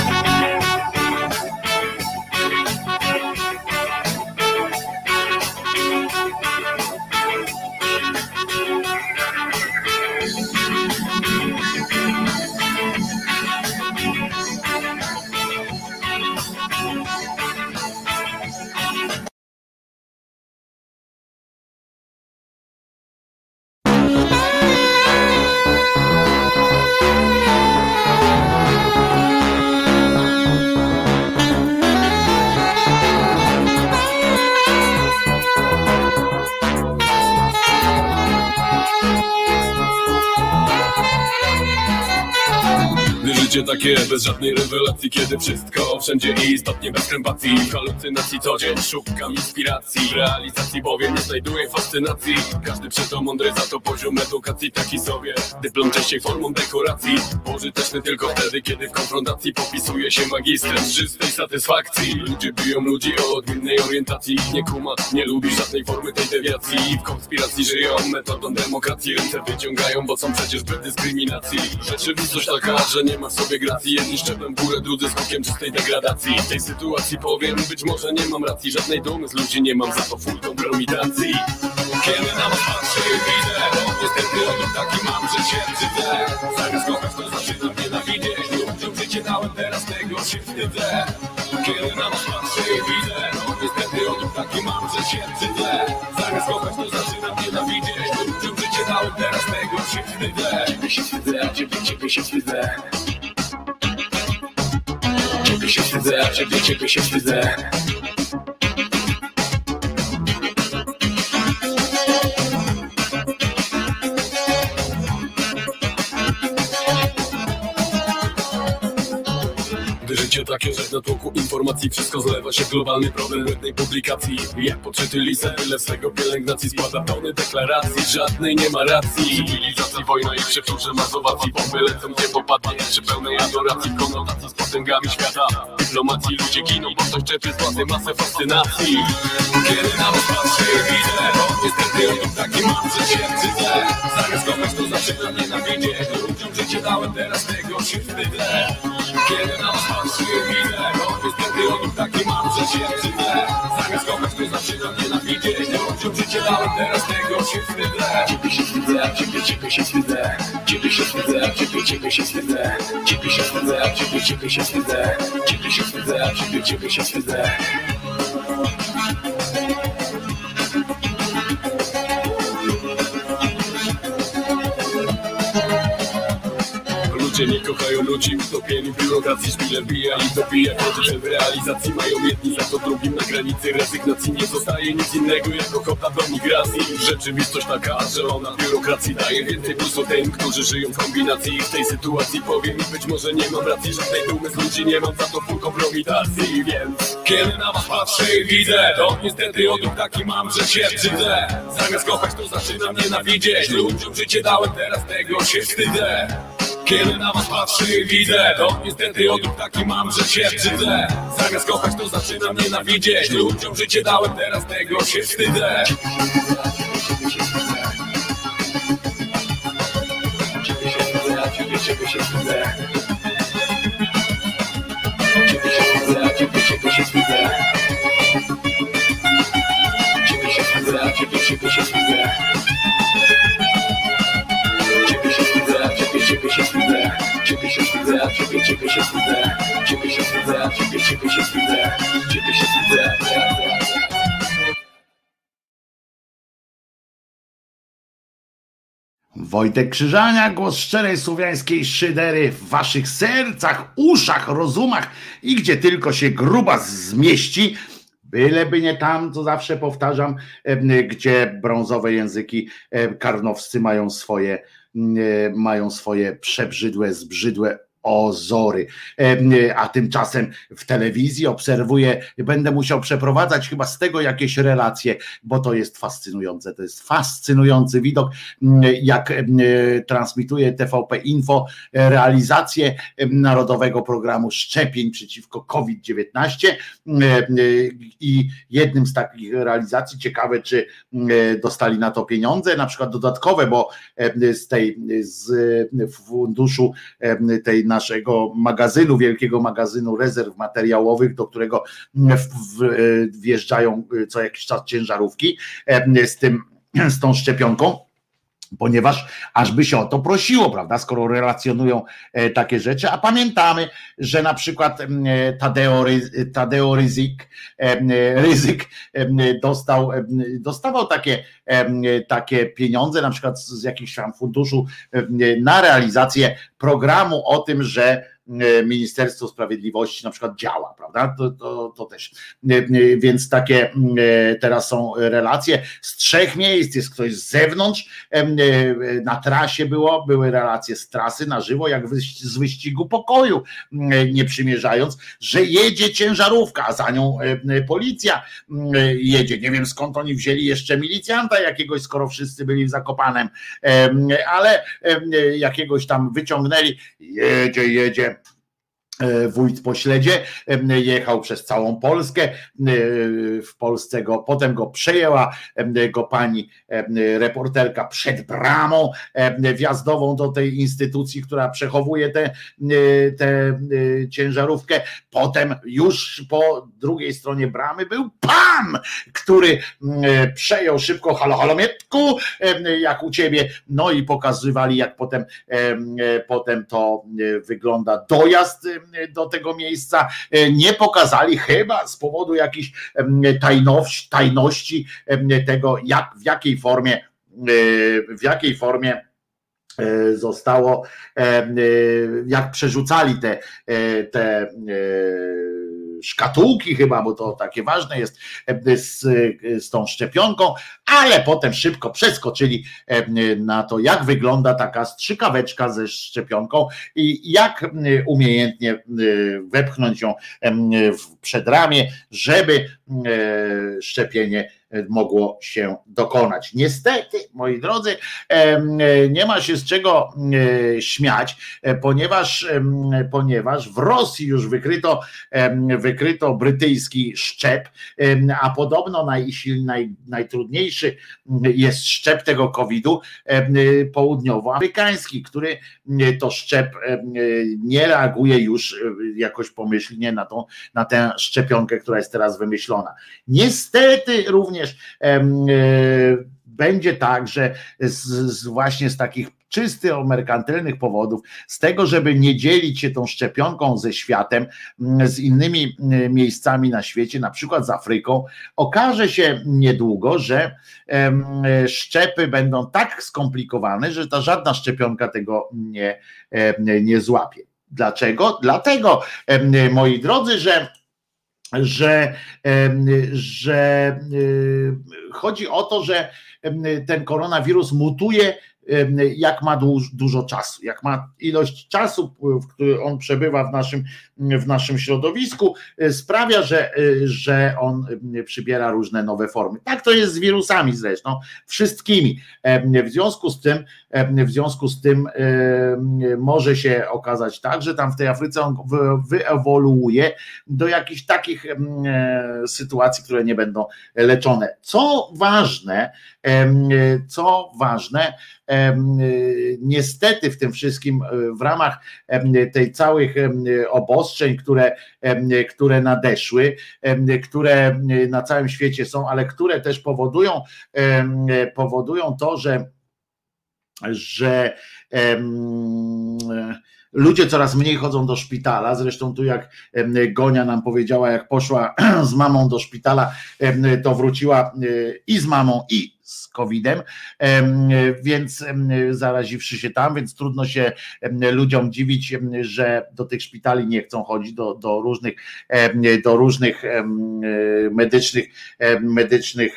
E: Życie takie bez żadnej rewelacji, kiedy wszystko wszędzie istotnie bez krępacji. W halucynacji co dzień szukam inspiracji, w realizacji bowiem nie znajduję fascynacji. Każdy przeto mądry, za to poziom edukacji taki sobie. Dyplom częściej formą dekoracji, pożyteczny tylko wtedy, kiedy w konfrontacji popisuje się magistrem z czystej satysfakcji. Ludzie biją ludzi o odmiennej orientacji, nie kuma, nie lubi żadnej formy tej dewiacji. W konspiracji żyją metodą demokracji, ręce wyciągają, bo są przecież bez dyskryminacji. Rzeczywistość taka, że nie ma w sobie gracji, jedni szczeblem w górę, drudzy skutkiem czystej degradacji. W tej sytuacji powiem, być może nie mam racji, żadnej dumy z ludzi nie mam, za to full kompromitacji. Kiedy na was patrzę i widzę, niestety o nim taki mam, że się brzydzę. Zamiast kochać to zaczynam nienawidzieć, ludziom życie dałem, teraz tego się wstydzę. Kiedy na was patrzę i widzę, niestety o nim taki mam, że się brzydzę. Zamiast kochać to zaczynam nienawidzieć, ludziom życie dałem, teraz tego się wstydzę. Ciebie się wstydzę, a ciebie się wstydzę. Ciebie się wstydzę, a ciebie się wstydzę. Życie takie, że w natłoku informacji wszystko zlewa się w globalny problem jednej publikacji. Jak podczyty liser, ile swego pielęgnacji składa tony deklaracji, żadnej nie ma racji. Cywilizacji, wojna i przeczurze mazowacji, bomby lecą gdzie popadnie, przy pełnej adoracji, konotacji z potęgami świata. Dyplomacji ludzie giną, bo ktoś czepie z władzy masę fascynacji. Kiedy na was patrzę i widzę, niestety o nim taki mam, że się wstydzę. Zamiast kochać to zaczynam nienawidzieć, ludziom życie dałem, teraz tego się wstydzę. Kiedy na was patrzę i widzę, niestety o nim taki mam, że się wstydzę. Zamiast kochać to zaczynam nienawidzieć, ludziom życie dałem, teraz tego się wstydzę. Ciebie się wstydzę, a ciebie się wstydzę. Ciebie się wstydzę, a ciebie się wstydzę. Ciebie się wstydzę, a ciebie się wstydzę. Ciebie się wstydzę, a ciebie się wstydzę. Ludzie nie kochają ludzi, utopieni w biurokracji, szpile bija i dobija to, że w realizacji mają jedni, za to drugim na granicy rezygnacji nie zostaje nic innego jak ochota do migracji. Rzeczywistość taka, że ona biurokracji daje więcej plusu tym, którzy żyją w kombinacji. W tej sytuacji powiem i być może nie mam racji, żadnej dumy z ludzi nie mam, za to full kompromitacji. Więc kiedy na was patrzę i widzę, to niestety odruch taki mam, że się brzydzę. Zamiast kochać to zaczynam nienawidzieć. Ludziom życie dałem, teraz tego się wstydzę. Kiedy na was patrzę i widzę, to niestety odruch taki mam, że się brzydzę. Zamiast kochać to zaczynam nienawidzieć. Ludziom życie dałem, teraz tego się wstydzę. Ciebie się wstydzę. Ciebie się wstydzę. Ciebie się wstydzę. Ciebie się wstydzę. Ciebie się wstydzę. Ciebie się wstydzę. Ciebie się wstydzę. Ciebie się wstydzę. Ciebie się wstydzę. Ciebie się wstydzę. Ciebie się wstydzę. Ciebie się wstydzę.
B: Wojtek Krzyżania, głos szczerej słowiańskiej szydery w waszych sercach, uszach, rozumach i gdzie tylko się grubas zmieści, byleby nie tam, co zawsze powtarzam, gdzie brązowe języki karnowscy mają swoje przebrzydłe, zbrzydłe ozory. A tymczasem w telewizji obserwuję, będę musiał przeprowadzać chyba z tego jakieś relacje, bo to jest fascynujące, to jest fascynujący widok, jak transmituje TVP Info realizację Narodowego Programu Szczepień przeciwko COVID-19 i jednym z takich realizacji, ciekawe czy dostali na to pieniądze, na przykład dodatkowe, bo z funduszu tej naszego magazynu, wielkiego magazynu rezerw materiałowych, do którego wjeżdżają co jakiś czas ciężarówki z tą szczepionką, ponieważ ażby się o to prosiło, prawda, skoro relacjonują takie rzeczy, a pamiętamy, że na przykład Tadeo Rydzyk dostawał takie pieniądze, na przykład z jakiegoś tam funduszu na realizację programu o tym, że Ministerstwo Sprawiedliwości na przykład działa, prawda? To też. Więc takie teraz są relacje z 3 miejsc, jest ktoś z zewnątrz, na trasie były relacje z trasy na żywo, jak z wyścigu pokoju, nie przymierzając, że jedzie ciężarówka, a za nią policja jedzie. Nie wiem skąd oni wzięli jeszcze milicjanta jakiegoś, skoro wszyscy byli w Zakopanem, ale jakiegoś tam wyciągnęli, jedzie wójt po śledzie, jechał przez całą Polskę, w Polsce potem go przejęła go pani reporterka przed bramą wjazdową do tej instytucji, która przechowuje tę ciężarówkę. Potem już po drugiej stronie bramy był pan, który przejął szybko, halo Mietku, jak u ciebie, no i pokazywali, jak potem to wygląda dojazd do tego miejsca. Nie pokazali chyba z powodu jakiejś tajności tego, w jakiej formie zostało, jak przerzucali te szkatułki chyba, bo to takie ważne jest z tą szczepionką, ale potem szybko przeskoczyli na to, jak wygląda taka strzykaweczka ze szczepionką i jak umiejętnie wepchnąć ją w przedramię, żeby szczepienie mogło się dokonać. Niestety, moi drodzy, nie ma się z czego śmiać, ponieważ w Rosji już wykryto brytyjski szczep, a podobno najtrudniejszy jest szczep tego COVID-u południowoamerykański, który to szczep nie reaguje już jakoś pomyślnie na tę szczepionkę, która jest teraz wymyślona. Niestety również będzie tak, że właśnie z takich czysty merkantylnych powodów, z tego, żeby nie dzielić się tą szczepionką ze światem, z innymi miejscami na świecie, na przykład z Afryką, okaże się niedługo, że szczepy będą tak skomplikowane, że ta żadna szczepionka tego nie złapie. Dlaczego? Dlatego, moi drodzy, że chodzi o to, że ten koronawirus mutuje, jak ma dużo czasu, jak ma ilość czasu, w którym on przebywa w naszym środowisku, sprawia, że on przybiera różne nowe formy. Tak to jest z wirusami zresztą, wszystkimi. W związku z tym może się okazać tak, że tam w tej Afryce on wyewoluuje do jakichś takich sytuacji, które nie będą leczone. Co ważne, niestety w tym wszystkim w ramach tej całych obostrzeń, które nadeszły, które na całym świecie są, ale które też powodują to, że ludzie coraz mniej chodzą do szpitala, zresztą tu jak Gonia nam powiedziała, jak poszła z mamą do szpitala, to wróciła i z mamą, i z COVID-em, więc zaraziwszy się tam, więc trudno się ludziom dziwić, że do tych szpitali nie chcą chodzić, do różnych medycznych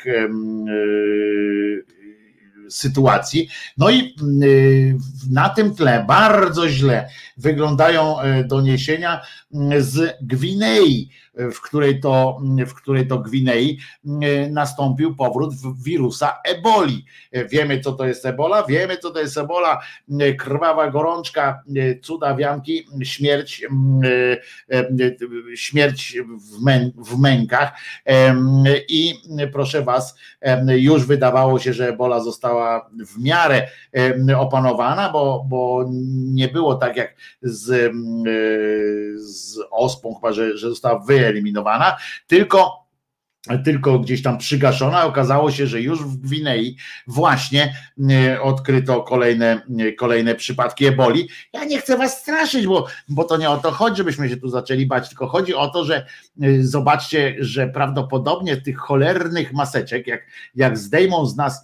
B: sytuacji. No i na tym tle bardzo źle wyglądają doniesienia z Gwinei, w której to Gwinei nastąpił powrót wirusa eboli. Wiemy, co to jest ebola? Wiemy, co to jest ebola. Krwawa gorączka, cuda wianki, śmierć w mękach. I proszę was, już wydawało się, że ebola została w miarę opanowana, bo nie było tak jak z ospą, chyba że została wyeliminowana, tylko gdzieś tam przygaszona. Okazało się, że już w Gwinei właśnie odkryto kolejne przypadki eboli. Ja nie chcę was straszyć, bo to nie o to chodzi, żebyśmy się tu zaczęli bać, tylko chodzi o to, że zobaczcie, że prawdopodobnie tych cholernych maseczek, jak zdejmą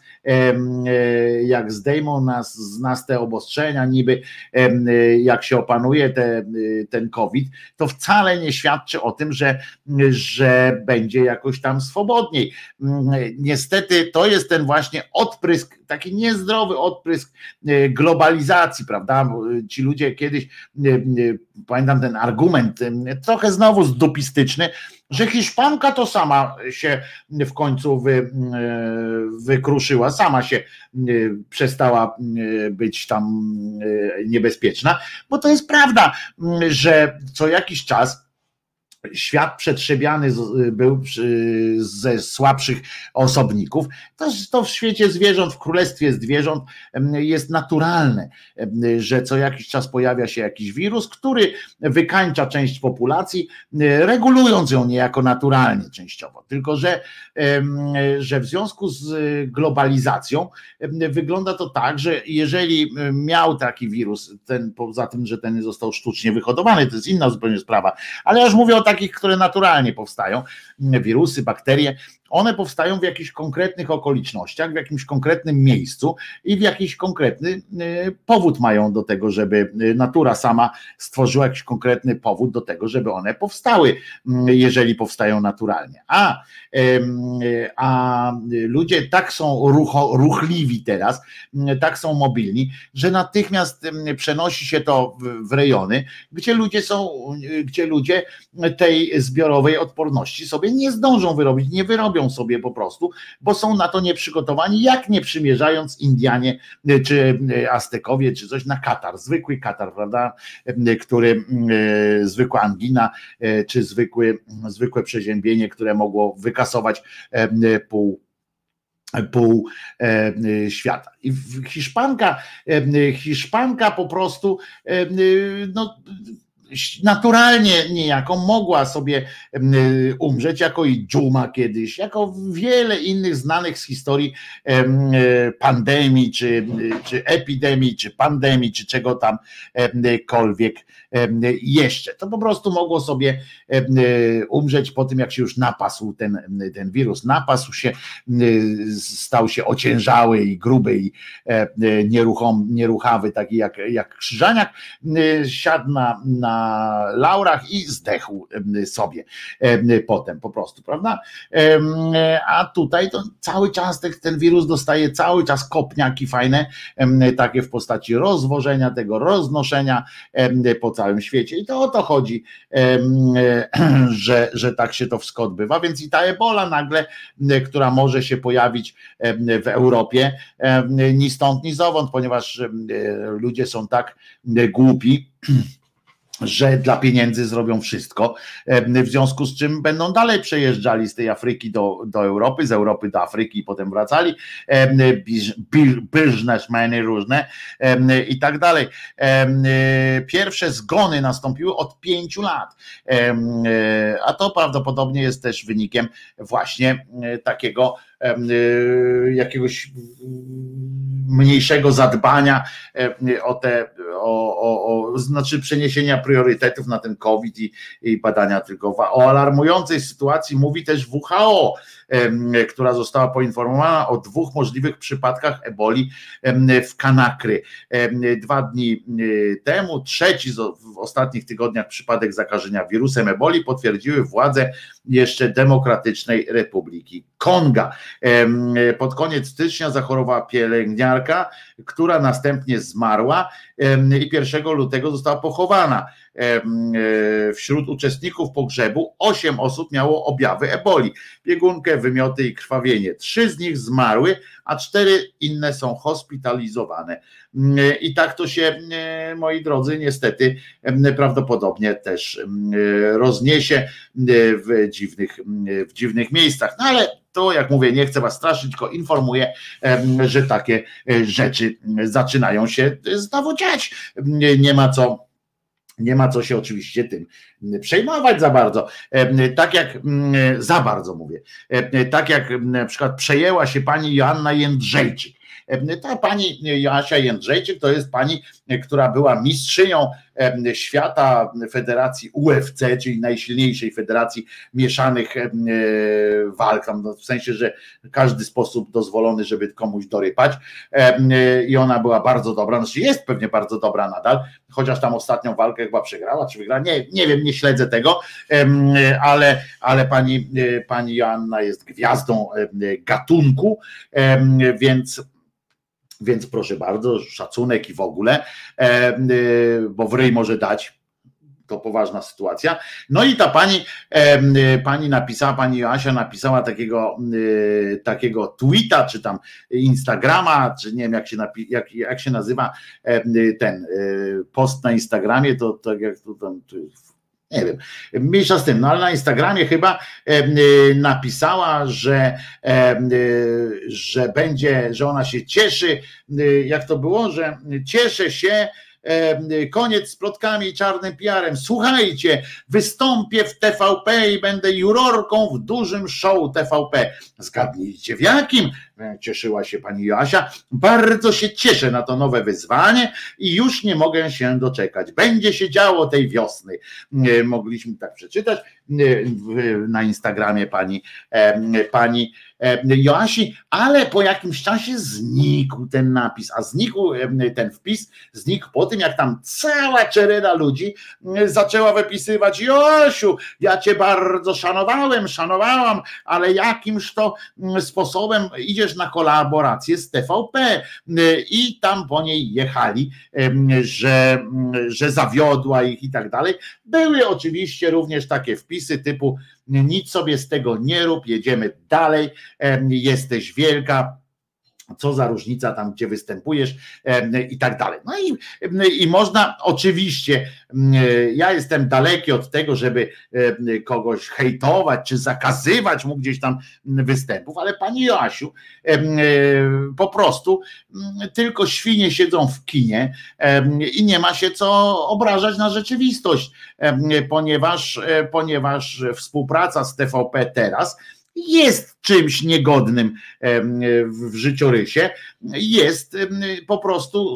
B: z nas te obostrzenia niby, jak się opanuje ten COVID, to wcale nie świadczy o tym, że będzie jakoś tam swobodniej. Niestety to jest ten właśnie odprysk, taki niezdrowy odprysk globalizacji, prawda? Ci ludzie kiedyś, pamiętam ten argument, trochę znowu zdupistyczny, że Hiszpanka to sama się w końcu wykruszyła, sama się przestała być tam niebezpieczna, bo to jest prawda, że co jakiś czas świat przetrzebiany był ze słabszych osobników. To w świecie zwierząt, w królestwie zwierząt jest naturalne, że co jakiś czas pojawia się jakiś wirus, który wykańcza część populacji, regulując ją niejako naturalnie częściowo. Tylko że w związku z globalizacją wygląda to tak, że jeżeli miał taki wirus, poza tym, że ten został sztucznie wyhodowany, to jest inna zupełnie sprawa, ale ja już mówię o takich, które naturalnie powstają, wirusy, bakterie, one powstają w jakichś konkretnych okolicznościach, w jakimś konkretnym miejscu i w jakiś konkretny powód mają do tego, żeby natura sama stworzyła jakiś konkretny powód do tego, żeby one powstały, jeżeli powstają naturalnie. A ludzie tak są ruchliwi teraz, tak są mobilni, że natychmiast przenosi się to w rejony, gdzie ludzie tej zbiorowej odporności sobie nie zdążą wyrobić, nie wyrobią sobie po prostu, bo są na to nieprzygotowani, jak nie przymierzając Indianie, czy Aztekowie, czy coś na katar, zwykły katar, prawda, zwykła angina, czy zwykłe przeziębienie, które mogło wykasować pół świata. I Hiszpanka po prostu naturalnie niejako mogła sobie umrzeć, jako i dżuma kiedyś, jako wiele innych znanych z historii pandemii, czy epidemii, czy pandemii, czy czego tamkolwiek jeszcze. To po prostu mogło sobie umrzeć po tym, jak się już napasł ten wirus. Napasł się, stał się ociężały i gruby i nieruchawy, taki jak krzyżaniak, siadł na laurach i zdechł sobie potem po prostu, prawda? A tutaj to cały czas ten wirus dostaje cały czas kopniaki fajne, takie w postaci rozwożenia tego, roznoszenia po całym świecie. I to o to chodzi, że tak się to wszystko odbywa. Więc i ta ebola nagle, która może się pojawić w Europie, ni stąd, ni zowąd, ponieważ ludzie są tak głupi, że dla pieniędzy zrobią wszystko, w związku z czym będą dalej przejeżdżali z tej Afryki do Europy, z Europy do Afryki i potem wracali, biznesmeny różne i tak dalej. Pierwsze zgony nastąpiły od 5 lat, a to prawdopodobnie jest też wynikiem właśnie takiego jakiegoś mniejszego zadbania znaczy przeniesienia priorytetów na ten COVID i badania tylko. O alarmującej sytuacji mówi też WHO, która została poinformowana o 2 możliwych przypadkach eboli w Kanakry. 2 dni temu, 3. w ostatnich tygodniach przypadek zakażenia wirusem eboli potwierdziły władze jeszcze Demokratycznej Republiki Konga. Pod koniec stycznia zachorowała pielęgniarka, która następnie zmarła i 1 lutego została pochowana. Wśród uczestników pogrzebu 8 osób miało objawy eboli, biegunkę, wymioty i krwawienie. 3 z nich zmarły, a 4 inne są hospitalizowane. I tak to się, moi drodzy, niestety prawdopodobnie też rozniesie w dziwnych miejscach. No ale to, jak mówię, nie chcę was straszyć, tylko informuję, że takie rzeczy zaczynają się znowu dziać. Nie ma co się oczywiście tym przejmować za bardzo. Tak jak za bardzo mówię. Tak jak na przykład przejęła się pani Joanna Jędrzejczyk. Ta pani Joasia Jędrzejczyk to jest pani, która była mistrzynią świata Federacji UFC, czyli najsilniejszej federacji mieszanych walk, w sensie, że każdy sposób dozwolony, żeby komuś dorypać, i ona była bardzo dobra, znaczy jest pewnie bardzo dobra nadal, chociaż tam ostatnią walkę chyba przegrała, czy wygrała, nie wiem, nie śledzę tego, ale pani Joanna jest gwiazdą gatunku, więc proszę bardzo, szacunek i w ogóle, bo w ryj może dać, to poważna sytuacja. No i ta pani napisała, pani Joasia napisała takiego tweeta, czy tam Instagrama, czy nie wiem jak się nazywa ten post na Instagramie, to tak jak to tam nie wiem, mniejsza z tym, no ale na Instagramie chyba napisała, że będzie, że ona się cieszy, jak to było, że cieszę się, koniec z plotkami i czarnym PR-em. Słuchajcie, wystąpię w TVP i będę jurorką w dużym show TVP. Zgadnijcie w jakim? Cieszyła się pani Joasia. Bardzo się cieszę na to nowe wyzwanie i już nie mogę się doczekać. Będzie się działo tej wiosny. Mogliśmy tak przeczytać na Instagramie pani Joasi, ale po jakimś czasie znikł ten napis, a znikł ten wpis, znikł po tym, jak tam cała czereda ludzi zaczęła wypisywać: Joasiu, ja cię bardzo szanowałam, ale jakimż to sposobem idziesz na kolaborację z TVP, i tam po niej jechali, że zawiodła ich i tak dalej. Były oczywiście również takie wpisy typu: nic sobie z tego nie rób, jedziemy dalej, jesteś wielka, co za różnica tam, gdzie występujesz i tak dalej. No i można oczywiście, ja jestem daleki od tego, żeby kogoś hejtować, czy zakazywać mu gdzieś tam występów, ale pani Joasiu, po prostu tylko świnie siedzą w kinie i nie ma się co obrażać na rzeczywistość, ponieważ współpraca z TVP teraz jest czymś niegodnym w życiorysie, jest po prostu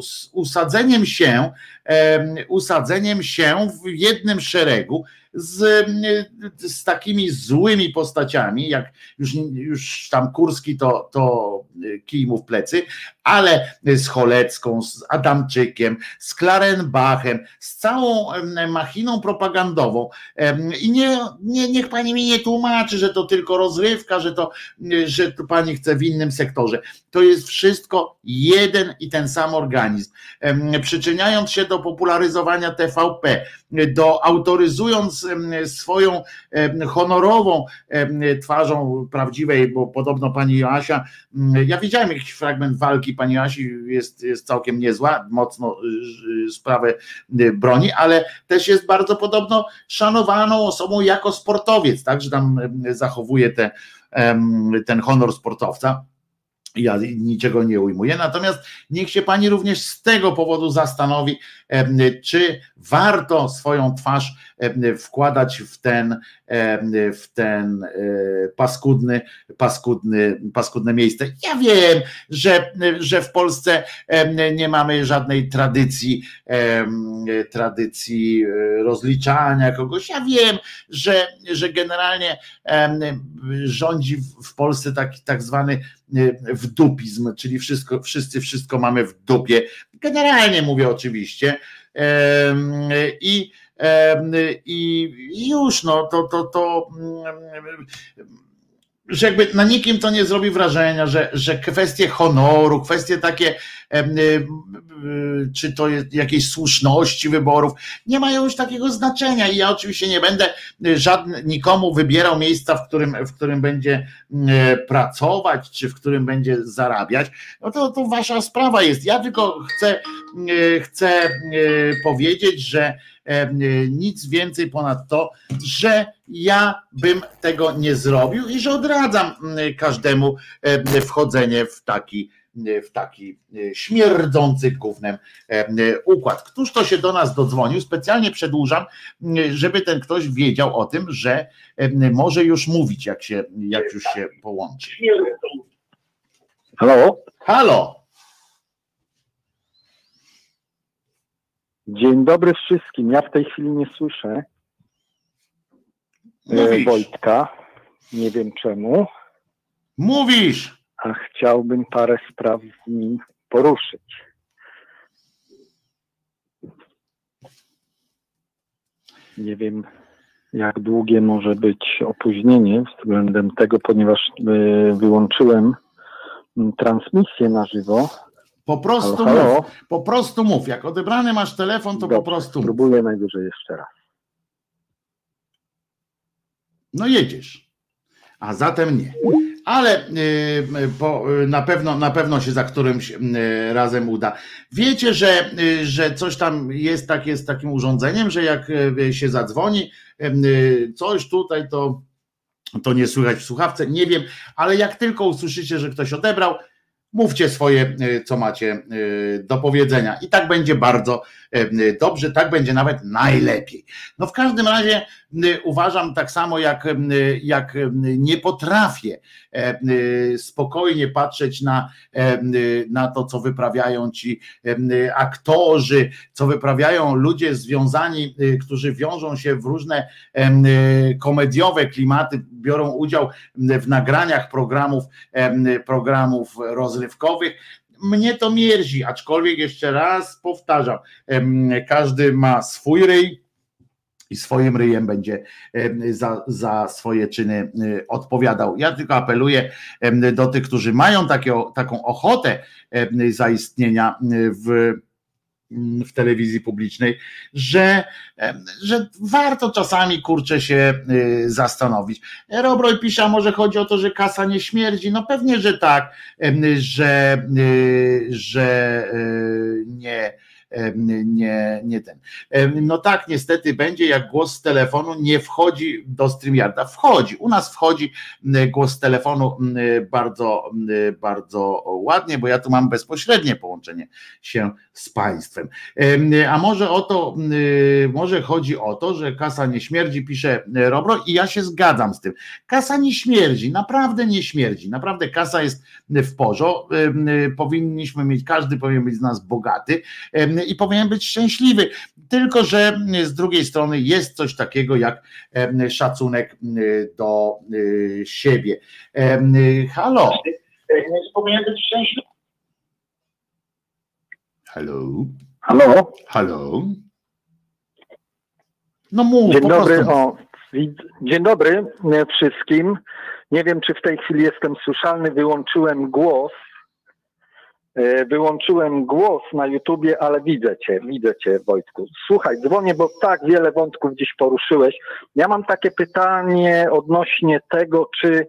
B: usadzeniem się w jednym szeregu z takimi złymi postaciami, jak już tam Kurski to kij mu w plecy, ale z Cholecką, z Adamczykiem, z Klarenbachem, z całą machiną propagandową. I niech pani mi nie tłumaczy, że to tylko rozrywka, że to pani chce w innym sektorze. To jest wszystko jeden i ten sam organizm. Przyczyniając się do popularyzowania TVP, autoryzując swoją honorową twarzą prawdziwej, bo podobno pani Joasia, ja widziałem jakiś fragment walki pani Joasi, jest całkiem niezła, mocno sprawę broni, ale też jest bardzo podobno szanowaną osobą jako sportowiec, tak, że tam zachowuje ten honor sportowca. Ja niczego nie ujmuję, natomiast niech się pani również z tego powodu zastanowi, czy warto swoją twarz wkładać w ten paskudne miejsce. Ja wiem, że w Polsce nie mamy żadnej tradycji rozliczania kogoś. Ja wiem, że generalnie rządzi w Polsce tak zwany wdupizm, czyli wszyscy wszystko mamy w dupie. Generalnie mówię oczywiście. I już że jakby na nikim to nie zrobi wrażenia, że kwestie honoru, kwestie takie, czy to jest jakiejś słuszności wyborów, nie mają już takiego znaczenia i ja oczywiście nie będę nikomu wybierał miejsca, w którym będzie pracować, czy w którym będzie zarabiać, no to wasza sprawa jest. Ja tylko chcę powiedzieć, że nic więcej ponad to, że ja bym tego nie zrobił i że odradzam każdemu wchodzenie w taki śmierdzący gównem układ. Któż to się do nas dodzwonił? Specjalnie przedłużam, żeby ten ktoś wiedział o tym, że może już mówić, jak już się połączy.
G: Halo?
B: Halo?
G: Dzień dobry wszystkim. Ja w tej chwili nie słyszę Wojtka. Nie wiem czemu.
B: Mówisz!
G: A chciałbym parę spraw z nim poruszyć. Nie wiem, jak długie może być opóźnienie względem tego, ponieważ wyłączyłem transmisję na żywo.
B: Po prostu mów. Jak odebrany masz telefon, to dobrze, po prostu mów.
G: Spróbuję najwyżej jeszcze raz.
B: No jedziesz. A zatem nie. Ale na pewno się za którymś razem uda. Wiecie, że coś tam jest takie z takim urządzeniem, że jak się zadzwoni, coś tutaj to nie słychać w słuchawce, nie wiem, ale jak tylko usłyszycie, że ktoś odebrał, mówcie swoje, co macie do powiedzenia. I tak będzie bardzo dobrze, tak będzie nawet najlepiej. No w każdym razie uważam tak samo, jak nie potrafię spokojnie patrzeć na to, co wyprawiają ci aktorzy, co wyprawiają ludzie związani, którzy wiążą się w różne komediowe klimaty, biorą udział w nagraniach programów rozrywkowych. Mnie to mierzi, aczkolwiek jeszcze raz powtarzam, każdy ma swój ryj i swoim ryjem będzie za swoje czyny odpowiadał. Ja tylko apeluję do tych, którzy mają taką ochotę zaistnienia w telewizji publicznej, że warto czasami, kurczę, się zastanowić. Robroj pisze, a może chodzi o to, że kasa nie śmierdzi? No pewnie, że tak, że nie ten. No tak, niestety będzie, jak głos z telefonu nie wchodzi do StreamYarda. Wchodzi, u nas wchodzi głos z telefonu bardzo, bardzo ładnie, bo ja tu mam bezpośrednie połączenie się z państwem. A może o to, może chodzi o to, że kasa nie śmierdzi, pisze Robro, i ja się zgadzam z tym. Kasa nie śmierdzi, naprawdę nie śmierdzi, naprawdę kasa jest w porządku, powinniśmy mieć, każdy powinien być z nas bogaty i powinien być szczęśliwy, tylko że z drugiej strony jest coś takiego jak szacunek do siebie. Halo? Powinien być szczęśliwy. Halo?
G: Halo?
B: Halo? No mów,
G: Dzień dobry,
B: prostu.
G: Dzień dobry wszystkim. Nie wiem, czy w tej chwili jestem słyszalny, wyłączyłem głos na YouTubie, ale widzę cię, Wojtku. Słuchaj, dzwonię, bo tak wiele wątków dziś poruszyłeś. Ja mam takie pytanie odnośnie tego, czy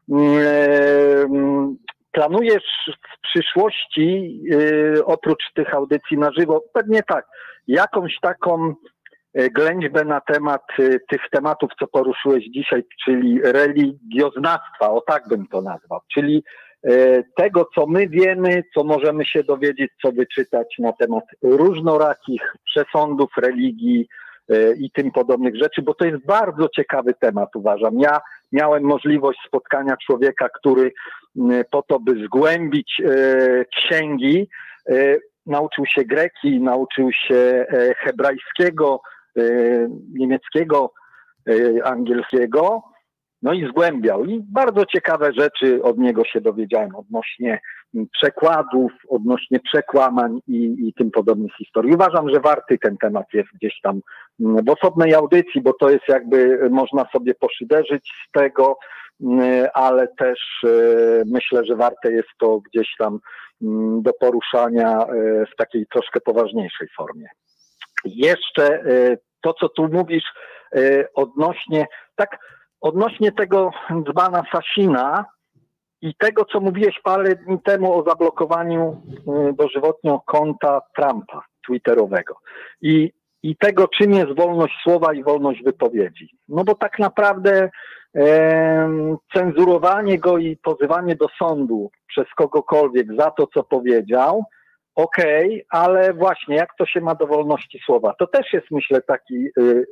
G: planujesz w przyszłości, oprócz tych audycji na żywo, pewnie tak, jakąś taką ględźbę na temat tych tematów, co poruszyłeś dzisiaj, czyli religioznawstwa, o tak bym to nazwał, czyli tego, co my wiemy, co możemy się dowiedzieć, co wyczytać na temat różnorakich przesądów religii i tym podobnych rzeczy, bo to jest bardzo ciekawy temat, uważam. Ja miałem możliwość spotkania człowieka, który po to, by zgłębić księgi, nauczył się greki, nauczył się hebrajskiego, niemieckiego, angielskiego, no i zgłębiał. I bardzo ciekawe rzeczy od niego się dowiedziałem odnośnie przekładów, odnośnie przekłamań i tym podobnych historii. Uważam, że warty ten temat jest gdzieś tam w osobnej audycji, bo to jest jakby, można sobie poszyderzyć z tego, ale też myślę, że warte jest to gdzieś tam do poruszania w takiej troszkę poważniejszej formie. Jeszcze to, co tu mówisz odnośnie tego dzbana Sasina i tego, co mówiłeś parę dni temu o zablokowaniu dożywotnio konta Trumpa twitterowego i tego, czym jest wolność słowa i wolność wypowiedzi. No bo tak naprawdę cenzurowanie go i pozywanie do sądu przez kogokolwiek za to, co powiedział, okej, ale właśnie jak to się ma do wolności słowa? To też jest, myślę, taki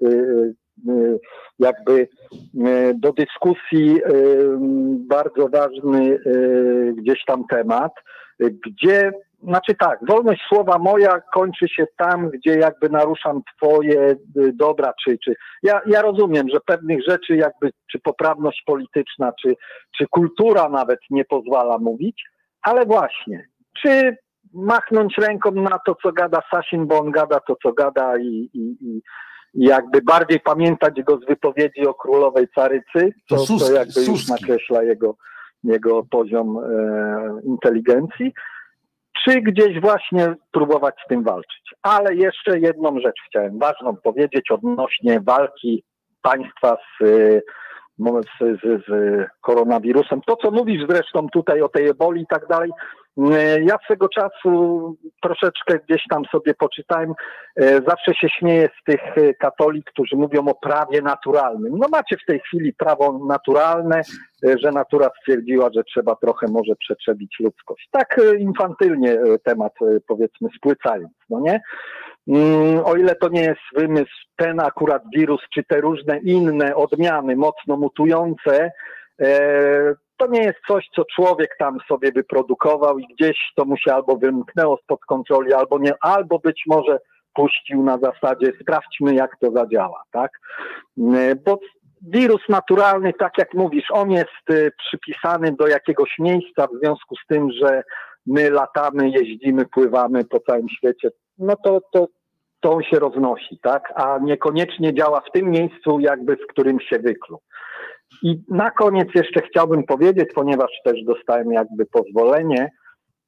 G: jakby do dyskusji bardzo ważny gdzieś tam temat, gdzie, znaczy tak, wolność słowa moja kończy się tam, gdzie jakby naruszam twoje dobra, czy ja rozumiem, że pewnych rzeczy jakby, czy poprawność polityczna, czy kultura nawet nie pozwala mówić, ale właśnie, czy machnąć ręką na to, co gada Sasin, bo on gada to, co gada i jakby bardziej pamiętać go z wypowiedzi o królowej Carycy, co jakby już nakreśla jego poziom inteligencji, czy gdzieś właśnie próbować z tym walczyć. Ale jeszcze jedną rzecz chciałem ważną powiedzieć odnośnie walki państwa z koronawirusem. To, co mówisz zresztą tutaj o tej eboli i tak dalej, ja swego czasu troszeczkę gdzieś tam sobie poczytałem, zawsze się śmieję z tych katolik, którzy mówią o prawie naturalnym. No macie w tej chwili prawo naturalne, że natura stwierdziła, że trzeba trochę może przetrzebić ludzkość. Tak infantylnie temat, powiedzmy, spłycając, no nie? O ile to nie jest wymysł, ten akurat wirus, czy te różne inne odmiany mocno mutujące, to nie jest coś, co człowiek tam sobie wyprodukował i gdzieś to mu się albo wymknęło spod kontroli, albo nie, albo być może puścił na zasadzie sprawdźmy, jak to zadziała, tak? Bo wirus naturalny, tak jak mówisz, on jest przypisany do jakiegoś miejsca w związku z tym, że my latamy, jeździmy, pływamy po całym świecie, no to on się roznosi, tak? A niekoniecznie działa w tym miejscu, jakby w którym się wykluł. I na koniec jeszcze chciałbym powiedzieć, ponieważ też dostałem jakby pozwolenie,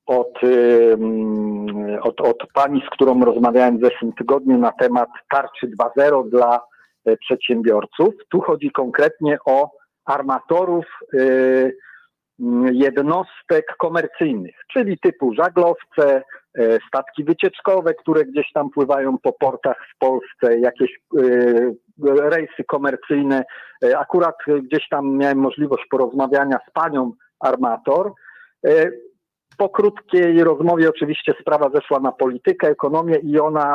G: od pani, z którą rozmawiałem w zeszłym tygodniu na temat tarczy 2.0 dla przedsiębiorców. Tu chodzi konkretnie o armatorów jednostek komercyjnych, czyli typu żaglowce, statki wycieczkowe, które gdzieś tam pływają po portach w Polsce, jakieś rejsy komercyjne. Akurat gdzieś tam miałem możliwość porozmawiania z panią armator. Po krótkiej rozmowie oczywiście sprawa zeszła na politykę, ekonomię i ona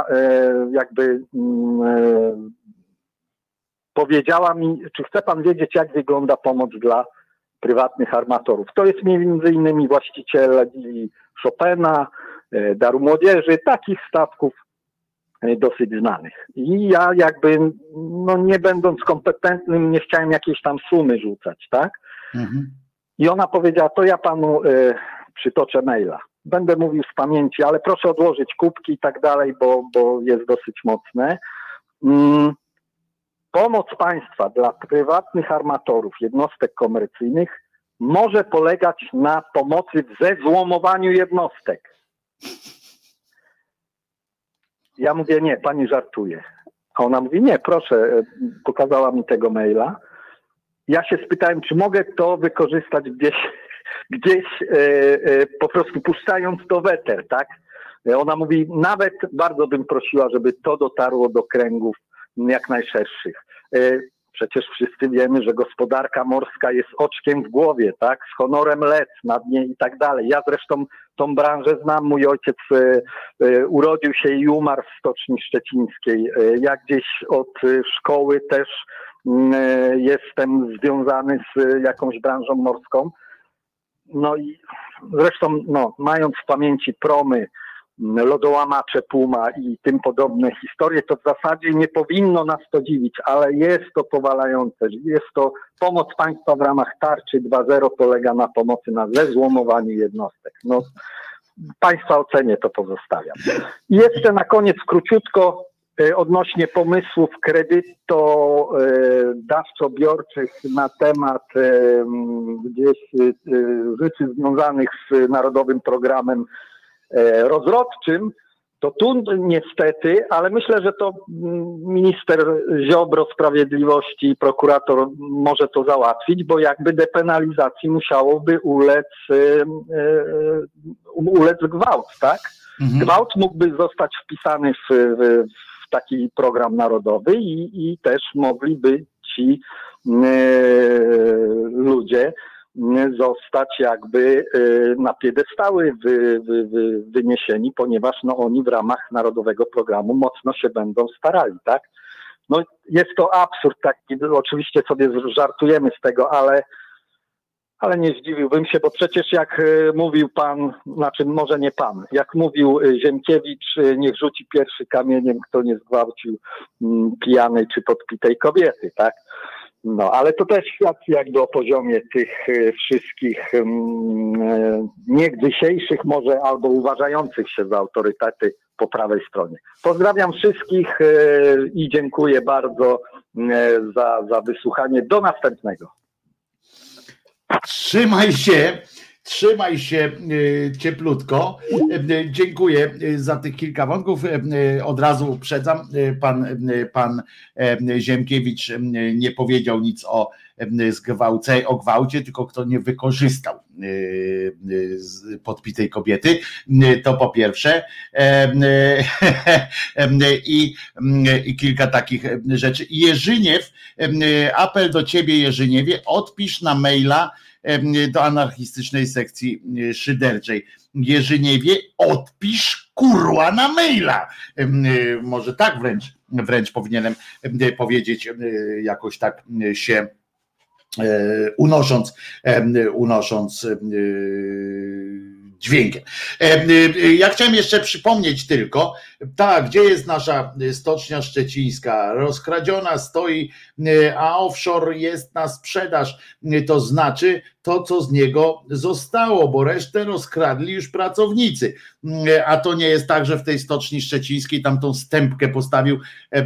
G: powiedziała mi, czy chce pan wiedzieć, jak wygląda pomoc dla prywatnych armatorów. To jest między innymi właścicieli Chopina, Daru Młodzieży, takich statków dosyć znanych. I ja nie będąc kompetentnym, nie chciałem jakiejś tam sumy rzucać, tak? Mhm. I ona powiedziała, to ja panu przytoczę maila. Będę mówił z pamięci, ale proszę odłożyć kubki i tak dalej, bo jest dosyć mocne. Pomoc państwa dla prywatnych armatorów, jednostek komercyjnych może polegać na pomocy w zezłomowaniu jednostek. Ja mówię, nie, pani żartuje. A ona mówi, nie, proszę, pokazała mi tego maila. Ja się spytałem, czy mogę to wykorzystać gdzieś po prostu puszczając to w eter, tak? Ona mówi, nawet bardzo bym prosiła, żeby to dotarło do kręgów jak najszerszych. Przecież wszyscy wiemy, że gospodarka morska jest oczkiem w głowie, tak? Z honorem let na dnie i tak dalej. Ja zresztą tą branżę znam. Mój ojciec urodził się i umarł w Stoczni Szczecińskiej. Ja gdzieś od szkoły też jestem związany z jakąś branżą morską. No i zresztą mając w pamięci promy, lodołamacze Puma i tym podobne historie, to w zasadzie nie powinno nas to dziwić, ale jest to powalające. Jest to pomoc państwa w ramach tarczy 2.0 polega na pomocy na zezłomowaniu jednostek. No, państwa ocenie to pozostawiam. I jeszcze na koniec króciutko odnośnie pomysłów kredytodawczo-biorczych na temat gdzieś rzeczy związanych z Narodowym Programem Rozrodczym, to tu niestety, ale myślę, że to minister Ziobro Sprawiedliwości i prokurator może to załatwić, bo jakby depenalizacji musiałoby ulec gwałt, tak? Mhm. Gwałt mógłby zostać wpisany w taki program narodowy i też mogliby ci ludzie zostać jakby na piedestały wyniesieni, ponieważ oni w ramach Narodowego Programu mocno się będą starali, tak? No jest to absurd taki, oczywiście sobie żartujemy z tego, ale nie zdziwiłbym się, bo przecież jak mówił pan, znaczy może nie pan, jak mówił Ziemkiewicz, niech rzuci pierwszy kamieniem, kto nie zgwałcił pijanej czy podpitej kobiety, tak? No, ale to też świadczy jakby o poziomie tych wszystkich niegdysiejszych może albo uważających się za autorytety po prawej stronie. Pozdrawiam wszystkich i dziękuję bardzo za wysłuchanie. Do następnego.
B: Trzymaj się cieplutko. Dziękuję za tych kilka wątków. Od razu uprzedzam, pan Ziemkiewicz nie powiedział nic o gwałcie, tylko kto nie wykorzystał podpitej kobiety, to po pierwsze. I kilka takich rzeczy. Jerzyniew, apel do ciebie, Jerzyniewie, odpisz na maila do anarchistycznej sekcji szyderczej. Jerzyniewie, odpisz kurwa na maila. Może tak wręcz powinienem powiedzieć, jakoś tak się unosząc dźwiękiem. Ja chciałem jeszcze przypomnieć tylko, Tak, gdzie jest nasza stocznia szczecińska? Rozkradziona stoi, a offshore jest na sprzedaż. To znaczy to, co z niego zostało, bo resztę rozkradli już pracownicy. A to nie jest tak, że w tej stoczni szczecińskiej tam tą stępkę postawił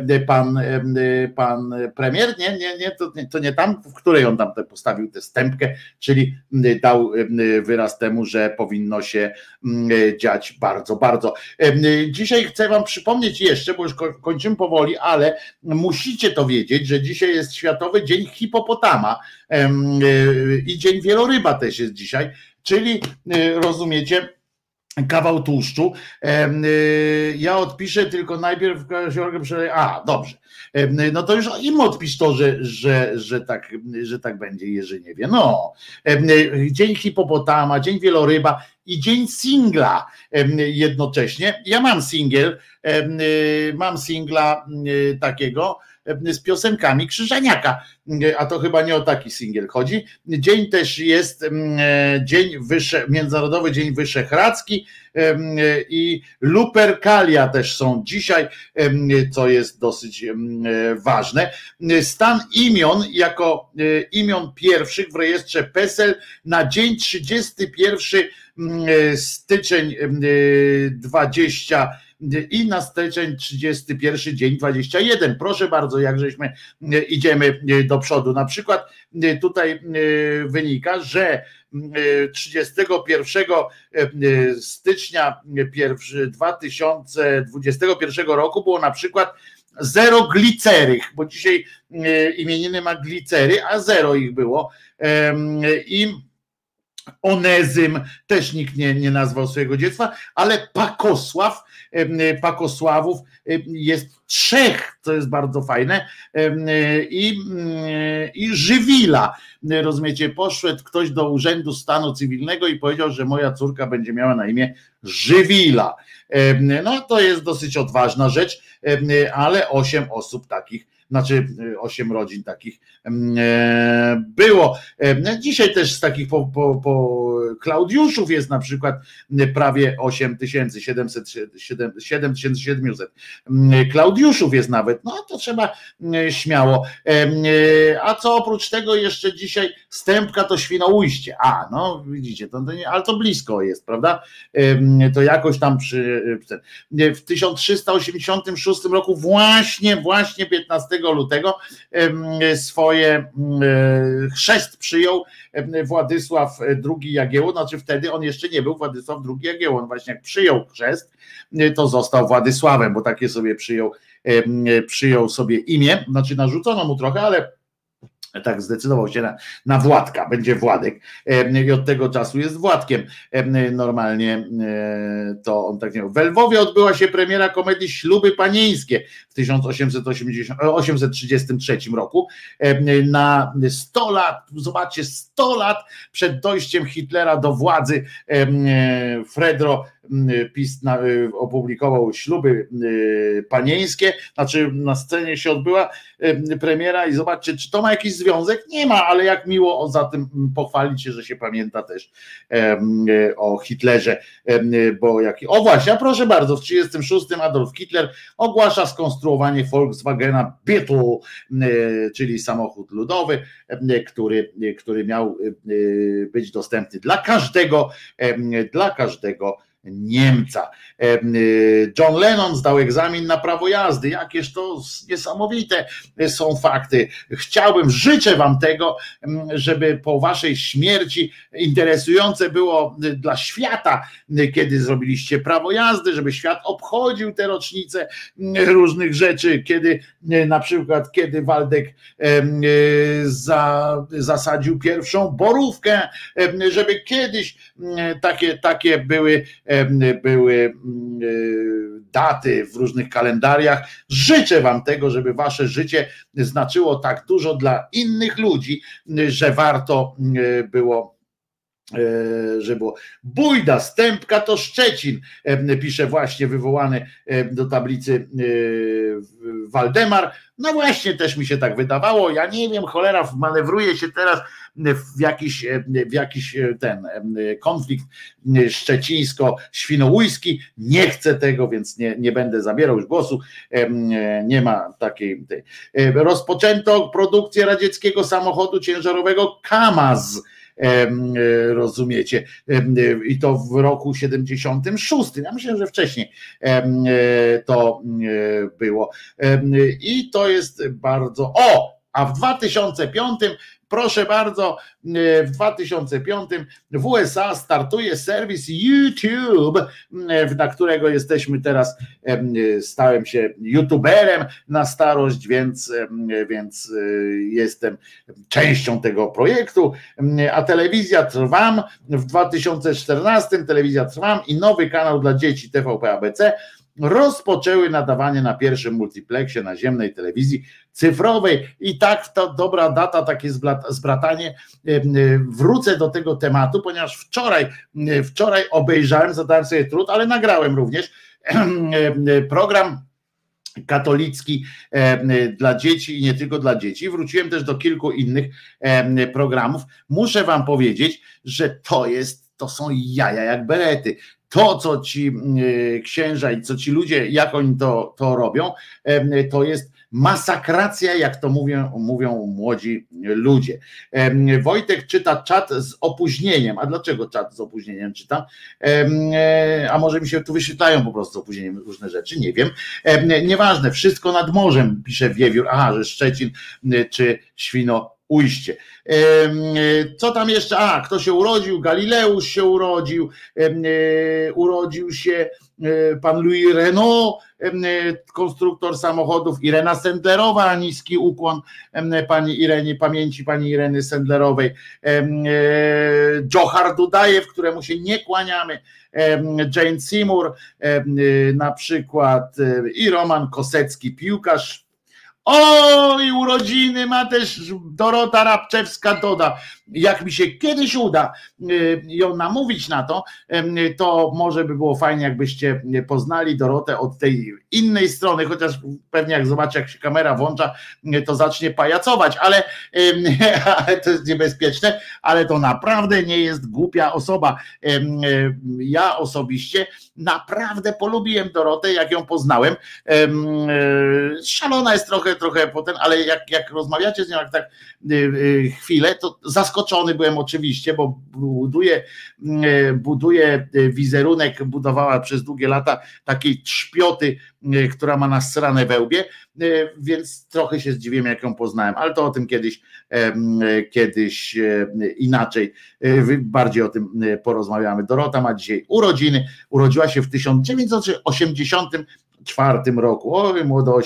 B: pan premier? Nie, to nie tam, w której on tam postawił tę stępkę, czyli dał wyraz temu, że powinno się dziać bardzo, bardzo. Dzisiaj chcę wam przypomnieć jeszcze, bo już kończymy powoli, ale musicie to wiedzieć, że dzisiaj jest Światowy Dzień Hipopotama i Dzień Wieloryba też jest dzisiaj, czyli rozumiecie, kawał tłuszczu. Ja odpiszę tylko najpierw. Dobrze. No to już im odpisz to, że tak będzie, Jerzyniewie. No. Dzień Hipopotama, Dzień Wieloryba i Dzień Singla jednocześnie. Ja mam singla takiego z piosenkami Krzyżaniaka, a to chyba nie o taki singiel chodzi. Dzień też jest Międzynarodowy Dzień Wyszehradzki i Lupercalia też są dzisiaj, co jest dosyć ważne. Stan imion jako imion pierwszych w rejestrze PESEL na dzień 31 styczeń 20 i na styczeń 31 dzień 21. Proszę bardzo, jak żeśmy idziemy do przodu. Na przykład tutaj wynika, że 31 stycznia 2021 roku było na przykład 0 glicerych, bo dzisiaj imieniny ma glicery, a 0 ich było. I Onezym, też nikt nie nazwał swojego dziecka, ale Pakosławów jest 3, co jest bardzo fajne, i Żywila. Rozumiecie, poszedł ktoś do Urzędu Stanu Cywilnego i powiedział, że moja córka będzie miała na imię Żywila. No to jest dosyć odważna rzecz, ale 8 osób takich, znaczy 8 rodzin takich było. Dzisiaj też z takich po Klaudiuszów jest na przykład prawie 7700. Klaudiuszów jest nawet, no to trzeba śmiało. A co oprócz tego jeszcze dzisiaj Stępka to Świnoujście. No widzicie, ale to blisko jest, prawda? To jakoś tam w 1386 roku właśnie 15 lutego swoje chrzest przyjął Władysław II Jagiełło, znaczy wtedy on jeszcze nie był Władysław II Jagiełło, on właśnie jak przyjął chrzest, to został Władysławem, bo takie sobie przyjął sobie imię, znaczy narzucono mu trochę, ale tak zdecydował się na Władka, będzie Władek i od tego czasu jest Władkiem. Normalnie to on tak nie mówił. W Lwowie odbyła się premiera komedii Śluby Panieńskie w 1833 roku. Na 100 lat, zobaczcie, 100 lat przed dojściem Hitlera do władzy Fredro opublikował Śluby Panieńskie, znaczy na scenie się odbyła premiera i zobaczcie, czy to ma jakiś związek? Nie ma, ale jak miło za tym pochwalić się, że się pamięta też o Hitlerze, bo o właśnie, a proszę bardzo, w 1936 Adolf Hitler ogłasza skonstruowanie Volkswagena Beetle, czyli samochód ludowy, który miał być dostępny dla każdego Niemca. John Lennon zdał egzamin na prawo jazdy. Jakież to niesamowite są fakty. Życzę wam tego, żeby po waszej śmierci interesujące było dla świata, kiedy zrobiliście prawo jazdy, żeby świat obchodził te rocznice różnych rzeczy, na przykład Waldek zasadził pierwszą borówkę, żeby kiedyś takie były daty w różnych kalendariach. Życzę wam tego, żeby wasze życie znaczyło tak dużo dla innych ludzi, że warto było, że było. Bójda, Stępka to Szczecin, pisze właśnie wywołany do tablicy Waldemar. No właśnie, też mi się tak wydawało. Ja nie wiem, cholera, manewruje się teraz w jakiś ten konflikt szczecińsko-świnoujski. Nie chcę tego, więc nie będę zabierał już głosu. Nie ma takiej. Rozpoczęto produkcję radzieckiego samochodu ciężarowego KAMAZ. Rozumiecie, i to w roku 76. Ja myślę, że wcześniej to było. I to jest bardzo. A w 2005, proszę bardzo, w 2005 w USA startuje serwis YouTube, na którego jesteśmy teraz, stałem się youtuberem na starość, więc jestem częścią tego projektu, a telewizja Trwam w 2014, telewizja Trwam i nowy kanał dla dzieci TVP ABC rozpoczęły nadawanie na pierwszym multiplexie naziemnej telewizji cyfrowej. I tak to dobra data, takie zbratanie. Wrócę do tego tematu, ponieważ wczoraj obejrzałem, zadałem sobie trud, ale nagrałem również program katolicki dla dzieci i nie tylko dla dzieci. Wróciłem też do kilku innych programów. Muszę wam powiedzieć, że to są jaja jak berety. To, co ci księża i co ci ludzie, jak oni to robią, to jest masakracja, jak to mówią młodzi ludzie. Wojtek czyta czat z opóźnieniem. A dlaczego czat z opóźnieniem czytam? A może mi się tu wyświetlają po prostu z opóźnieniem różne rzeczy, nie wiem. Nieważne, wszystko nad morzem, pisze Wiewiór. Aha, że Szczecin czy Świnoujście. Co tam jeszcze? Kto się urodził? Galileusz się urodził. Urodził się pan Louis Renault, konstruktor samochodów, Irena Sendlerowa, niski ukłon pani Irenie, pamięci pani Ireny Sendlerowej, Dżochar Dudajew, któremu się nie kłaniamy, Jane Seymour na przykład i Roman Kosecki, piłkarz. I urodziny ma też Dorota Rabczewska-Doda. Jak mi się kiedyś uda ją namówić na to, to może by było fajnie, jakbyście poznali Dorotę od tej innej strony, chociaż pewnie jak zobaczy, jak się kamera włącza, to zacznie pajacować, ale to jest niebezpieczne, ale to naprawdę nie jest głupia osoba. Ja osobiście naprawdę polubiłem Dorotę, jak ją poznałem. Szalona jest trochę potem, ale jak rozmawiacie z nią jak tak chwilę, to zaskoczony byłem oczywiście, bo buduje wizerunek, budowała przez długie lata takiej trzpioty, która ma nasrane we łbie, więc trochę się zdziwiłem, jak ją poznałem, ale to o tym kiedyś inaczej, bardziej o tym porozmawiamy. Dorota ma dzisiaj urodziny, urodziła się w 1984 roku. Oj,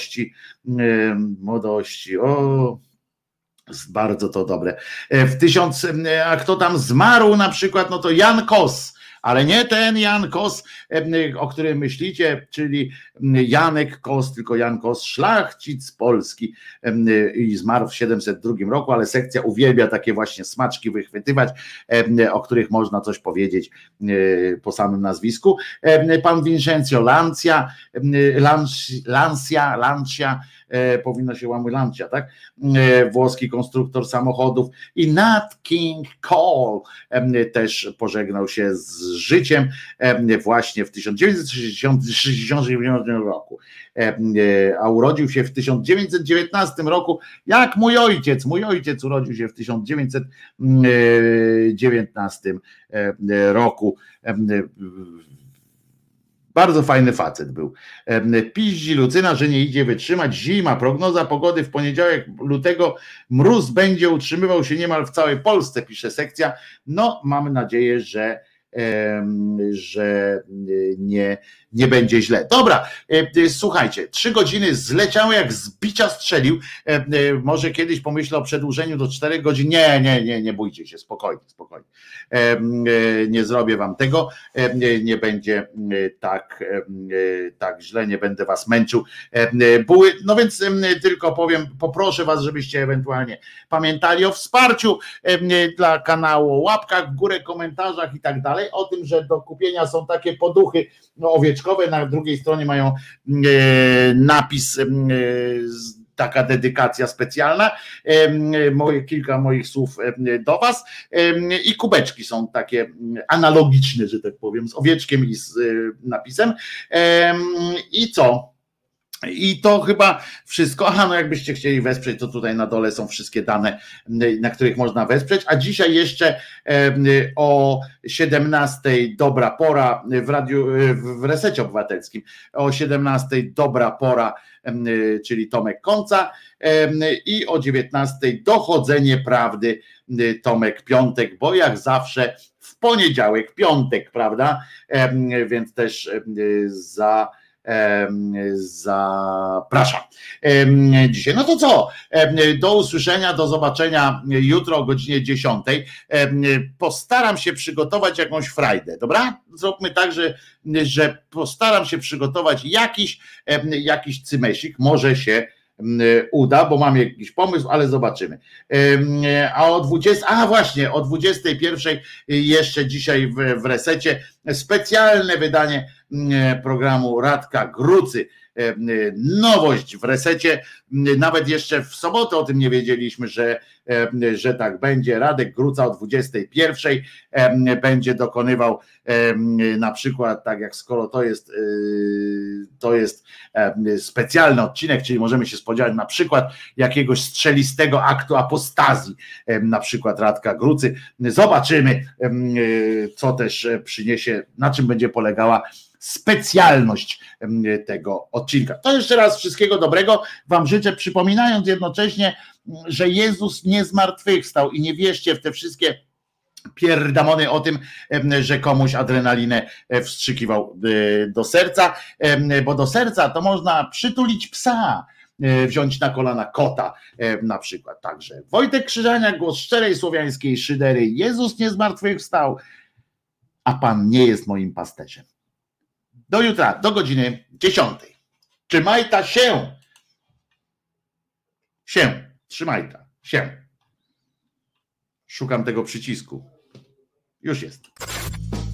B: młodości, bardzo to dobre. A kto tam zmarł na przykład, no to Jan Kos, ale nie ten Jan Kos, o którym myślicie, czyli Janek Kos, tylko Jan Kos, szlachcic polski, i zmarł w 702 roku, ale sekcja uwielbia takie właśnie smaczki wychwytywać, o których można coś powiedzieć po samym nazwisku. Pan Vincenzo Lancia, powinno się łamać Lancia, tak? Włoski konstruktor samochodów, i Nat King Cole też pożegnał się z życiem właśnie w 1969 roku, a urodził się w 1919 roku, jak mój ojciec urodził się w 1919 roku. Bardzo fajny facet był. Piździ Lucyna, że nie idzie wytrzymać. Zima, prognoza pogody w poniedziałek lutego. Mróz będzie utrzymywał się niemal w całej Polsce, pisze sekcja. No, mamy nadzieję, że nie będzie źle. Dobra, słuchajcie, 3 godziny zleciały jak z bicia strzelił. Może kiedyś pomyślę o przedłużeniu do 4 godzin. Nie bójcie się, spokojnie. Nie zrobię wam tego. Nie będzie tak źle, nie będę was męczył. No więc tylko powiem, poproszę was, żebyście ewentualnie pamiętali o wsparciu dla kanału, łapkach w górę, komentarzach i tak dalej. dzisiaj o tym, że do kupienia są takie poduchy owieczkowe, na drugiej stronie mają napis, taka dedykacja specjalna, kilka moich słów do was i kubeczki są takie analogiczne, że tak powiem, z owieczkiem i z napisem. I co? I to chyba wszystko. Aha, no jakbyście chcieli wesprzeć, to tutaj na dole są wszystkie dane, na których można wesprzeć. A dzisiaj jeszcze o 17:00 dobra pora w radiu, w Resecie Obywatelskim. O 17:00 dobra pora, czyli Tomek Końca, i o 19:00 dochodzenie prawdy, Tomek Piątek, bo jak zawsze w poniedziałek, piątek, prawda? Więc też zapraszam dzisiaj. No to co? Do usłyszenia, do zobaczenia jutro o godzinie 10:00. Postaram się przygotować jakąś frajdę, dobra? Zróbmy tak, że postaram się przygotować jakiś cymesik, może się uda, bo mam jakiś pomysł, ale zobaczymy. A o 21:00 jeszcze dzisiaj w Resecie specjalne wydanie programu Radka Grucy. Nowość w Resecie, nawet jeszcze w sobotę o tym nie wiedzieliśmy, że tak będzie. Radek Gruca o 21:00 będzie dokonywał na przykład, tak jak skoro to jest specjalny odcinek, czyli możemy się spodziewać na przykład jakiegoś strzelistego aktu apostazji, na przykład Radka Grucy. Zobaczymy, co też przyniesie, na czym będzie polegała specjalność tego odcinka. To jeszcze raz wszystkiego dobrego wam życzę, przypominając jednocześnie, że Jezus nie zmartwychwstał i nie wierzcie w te wszystkie pierdamony o tym, że komuś adrenalinę wstrzykiwał do serca, bo do serca to można przytulić psa, wziąć na kolana kota na przykład. Także Wojtek Krzyżaniak, głos szczerej słowiańskiej szydery. Jezus nie zmartwychwstał, a Pan nie jest moim pasterzem. Do jutra, do godziny 10:00. Trzymajta się. Trzymajta się. Szukam tego przycisku. Już jest.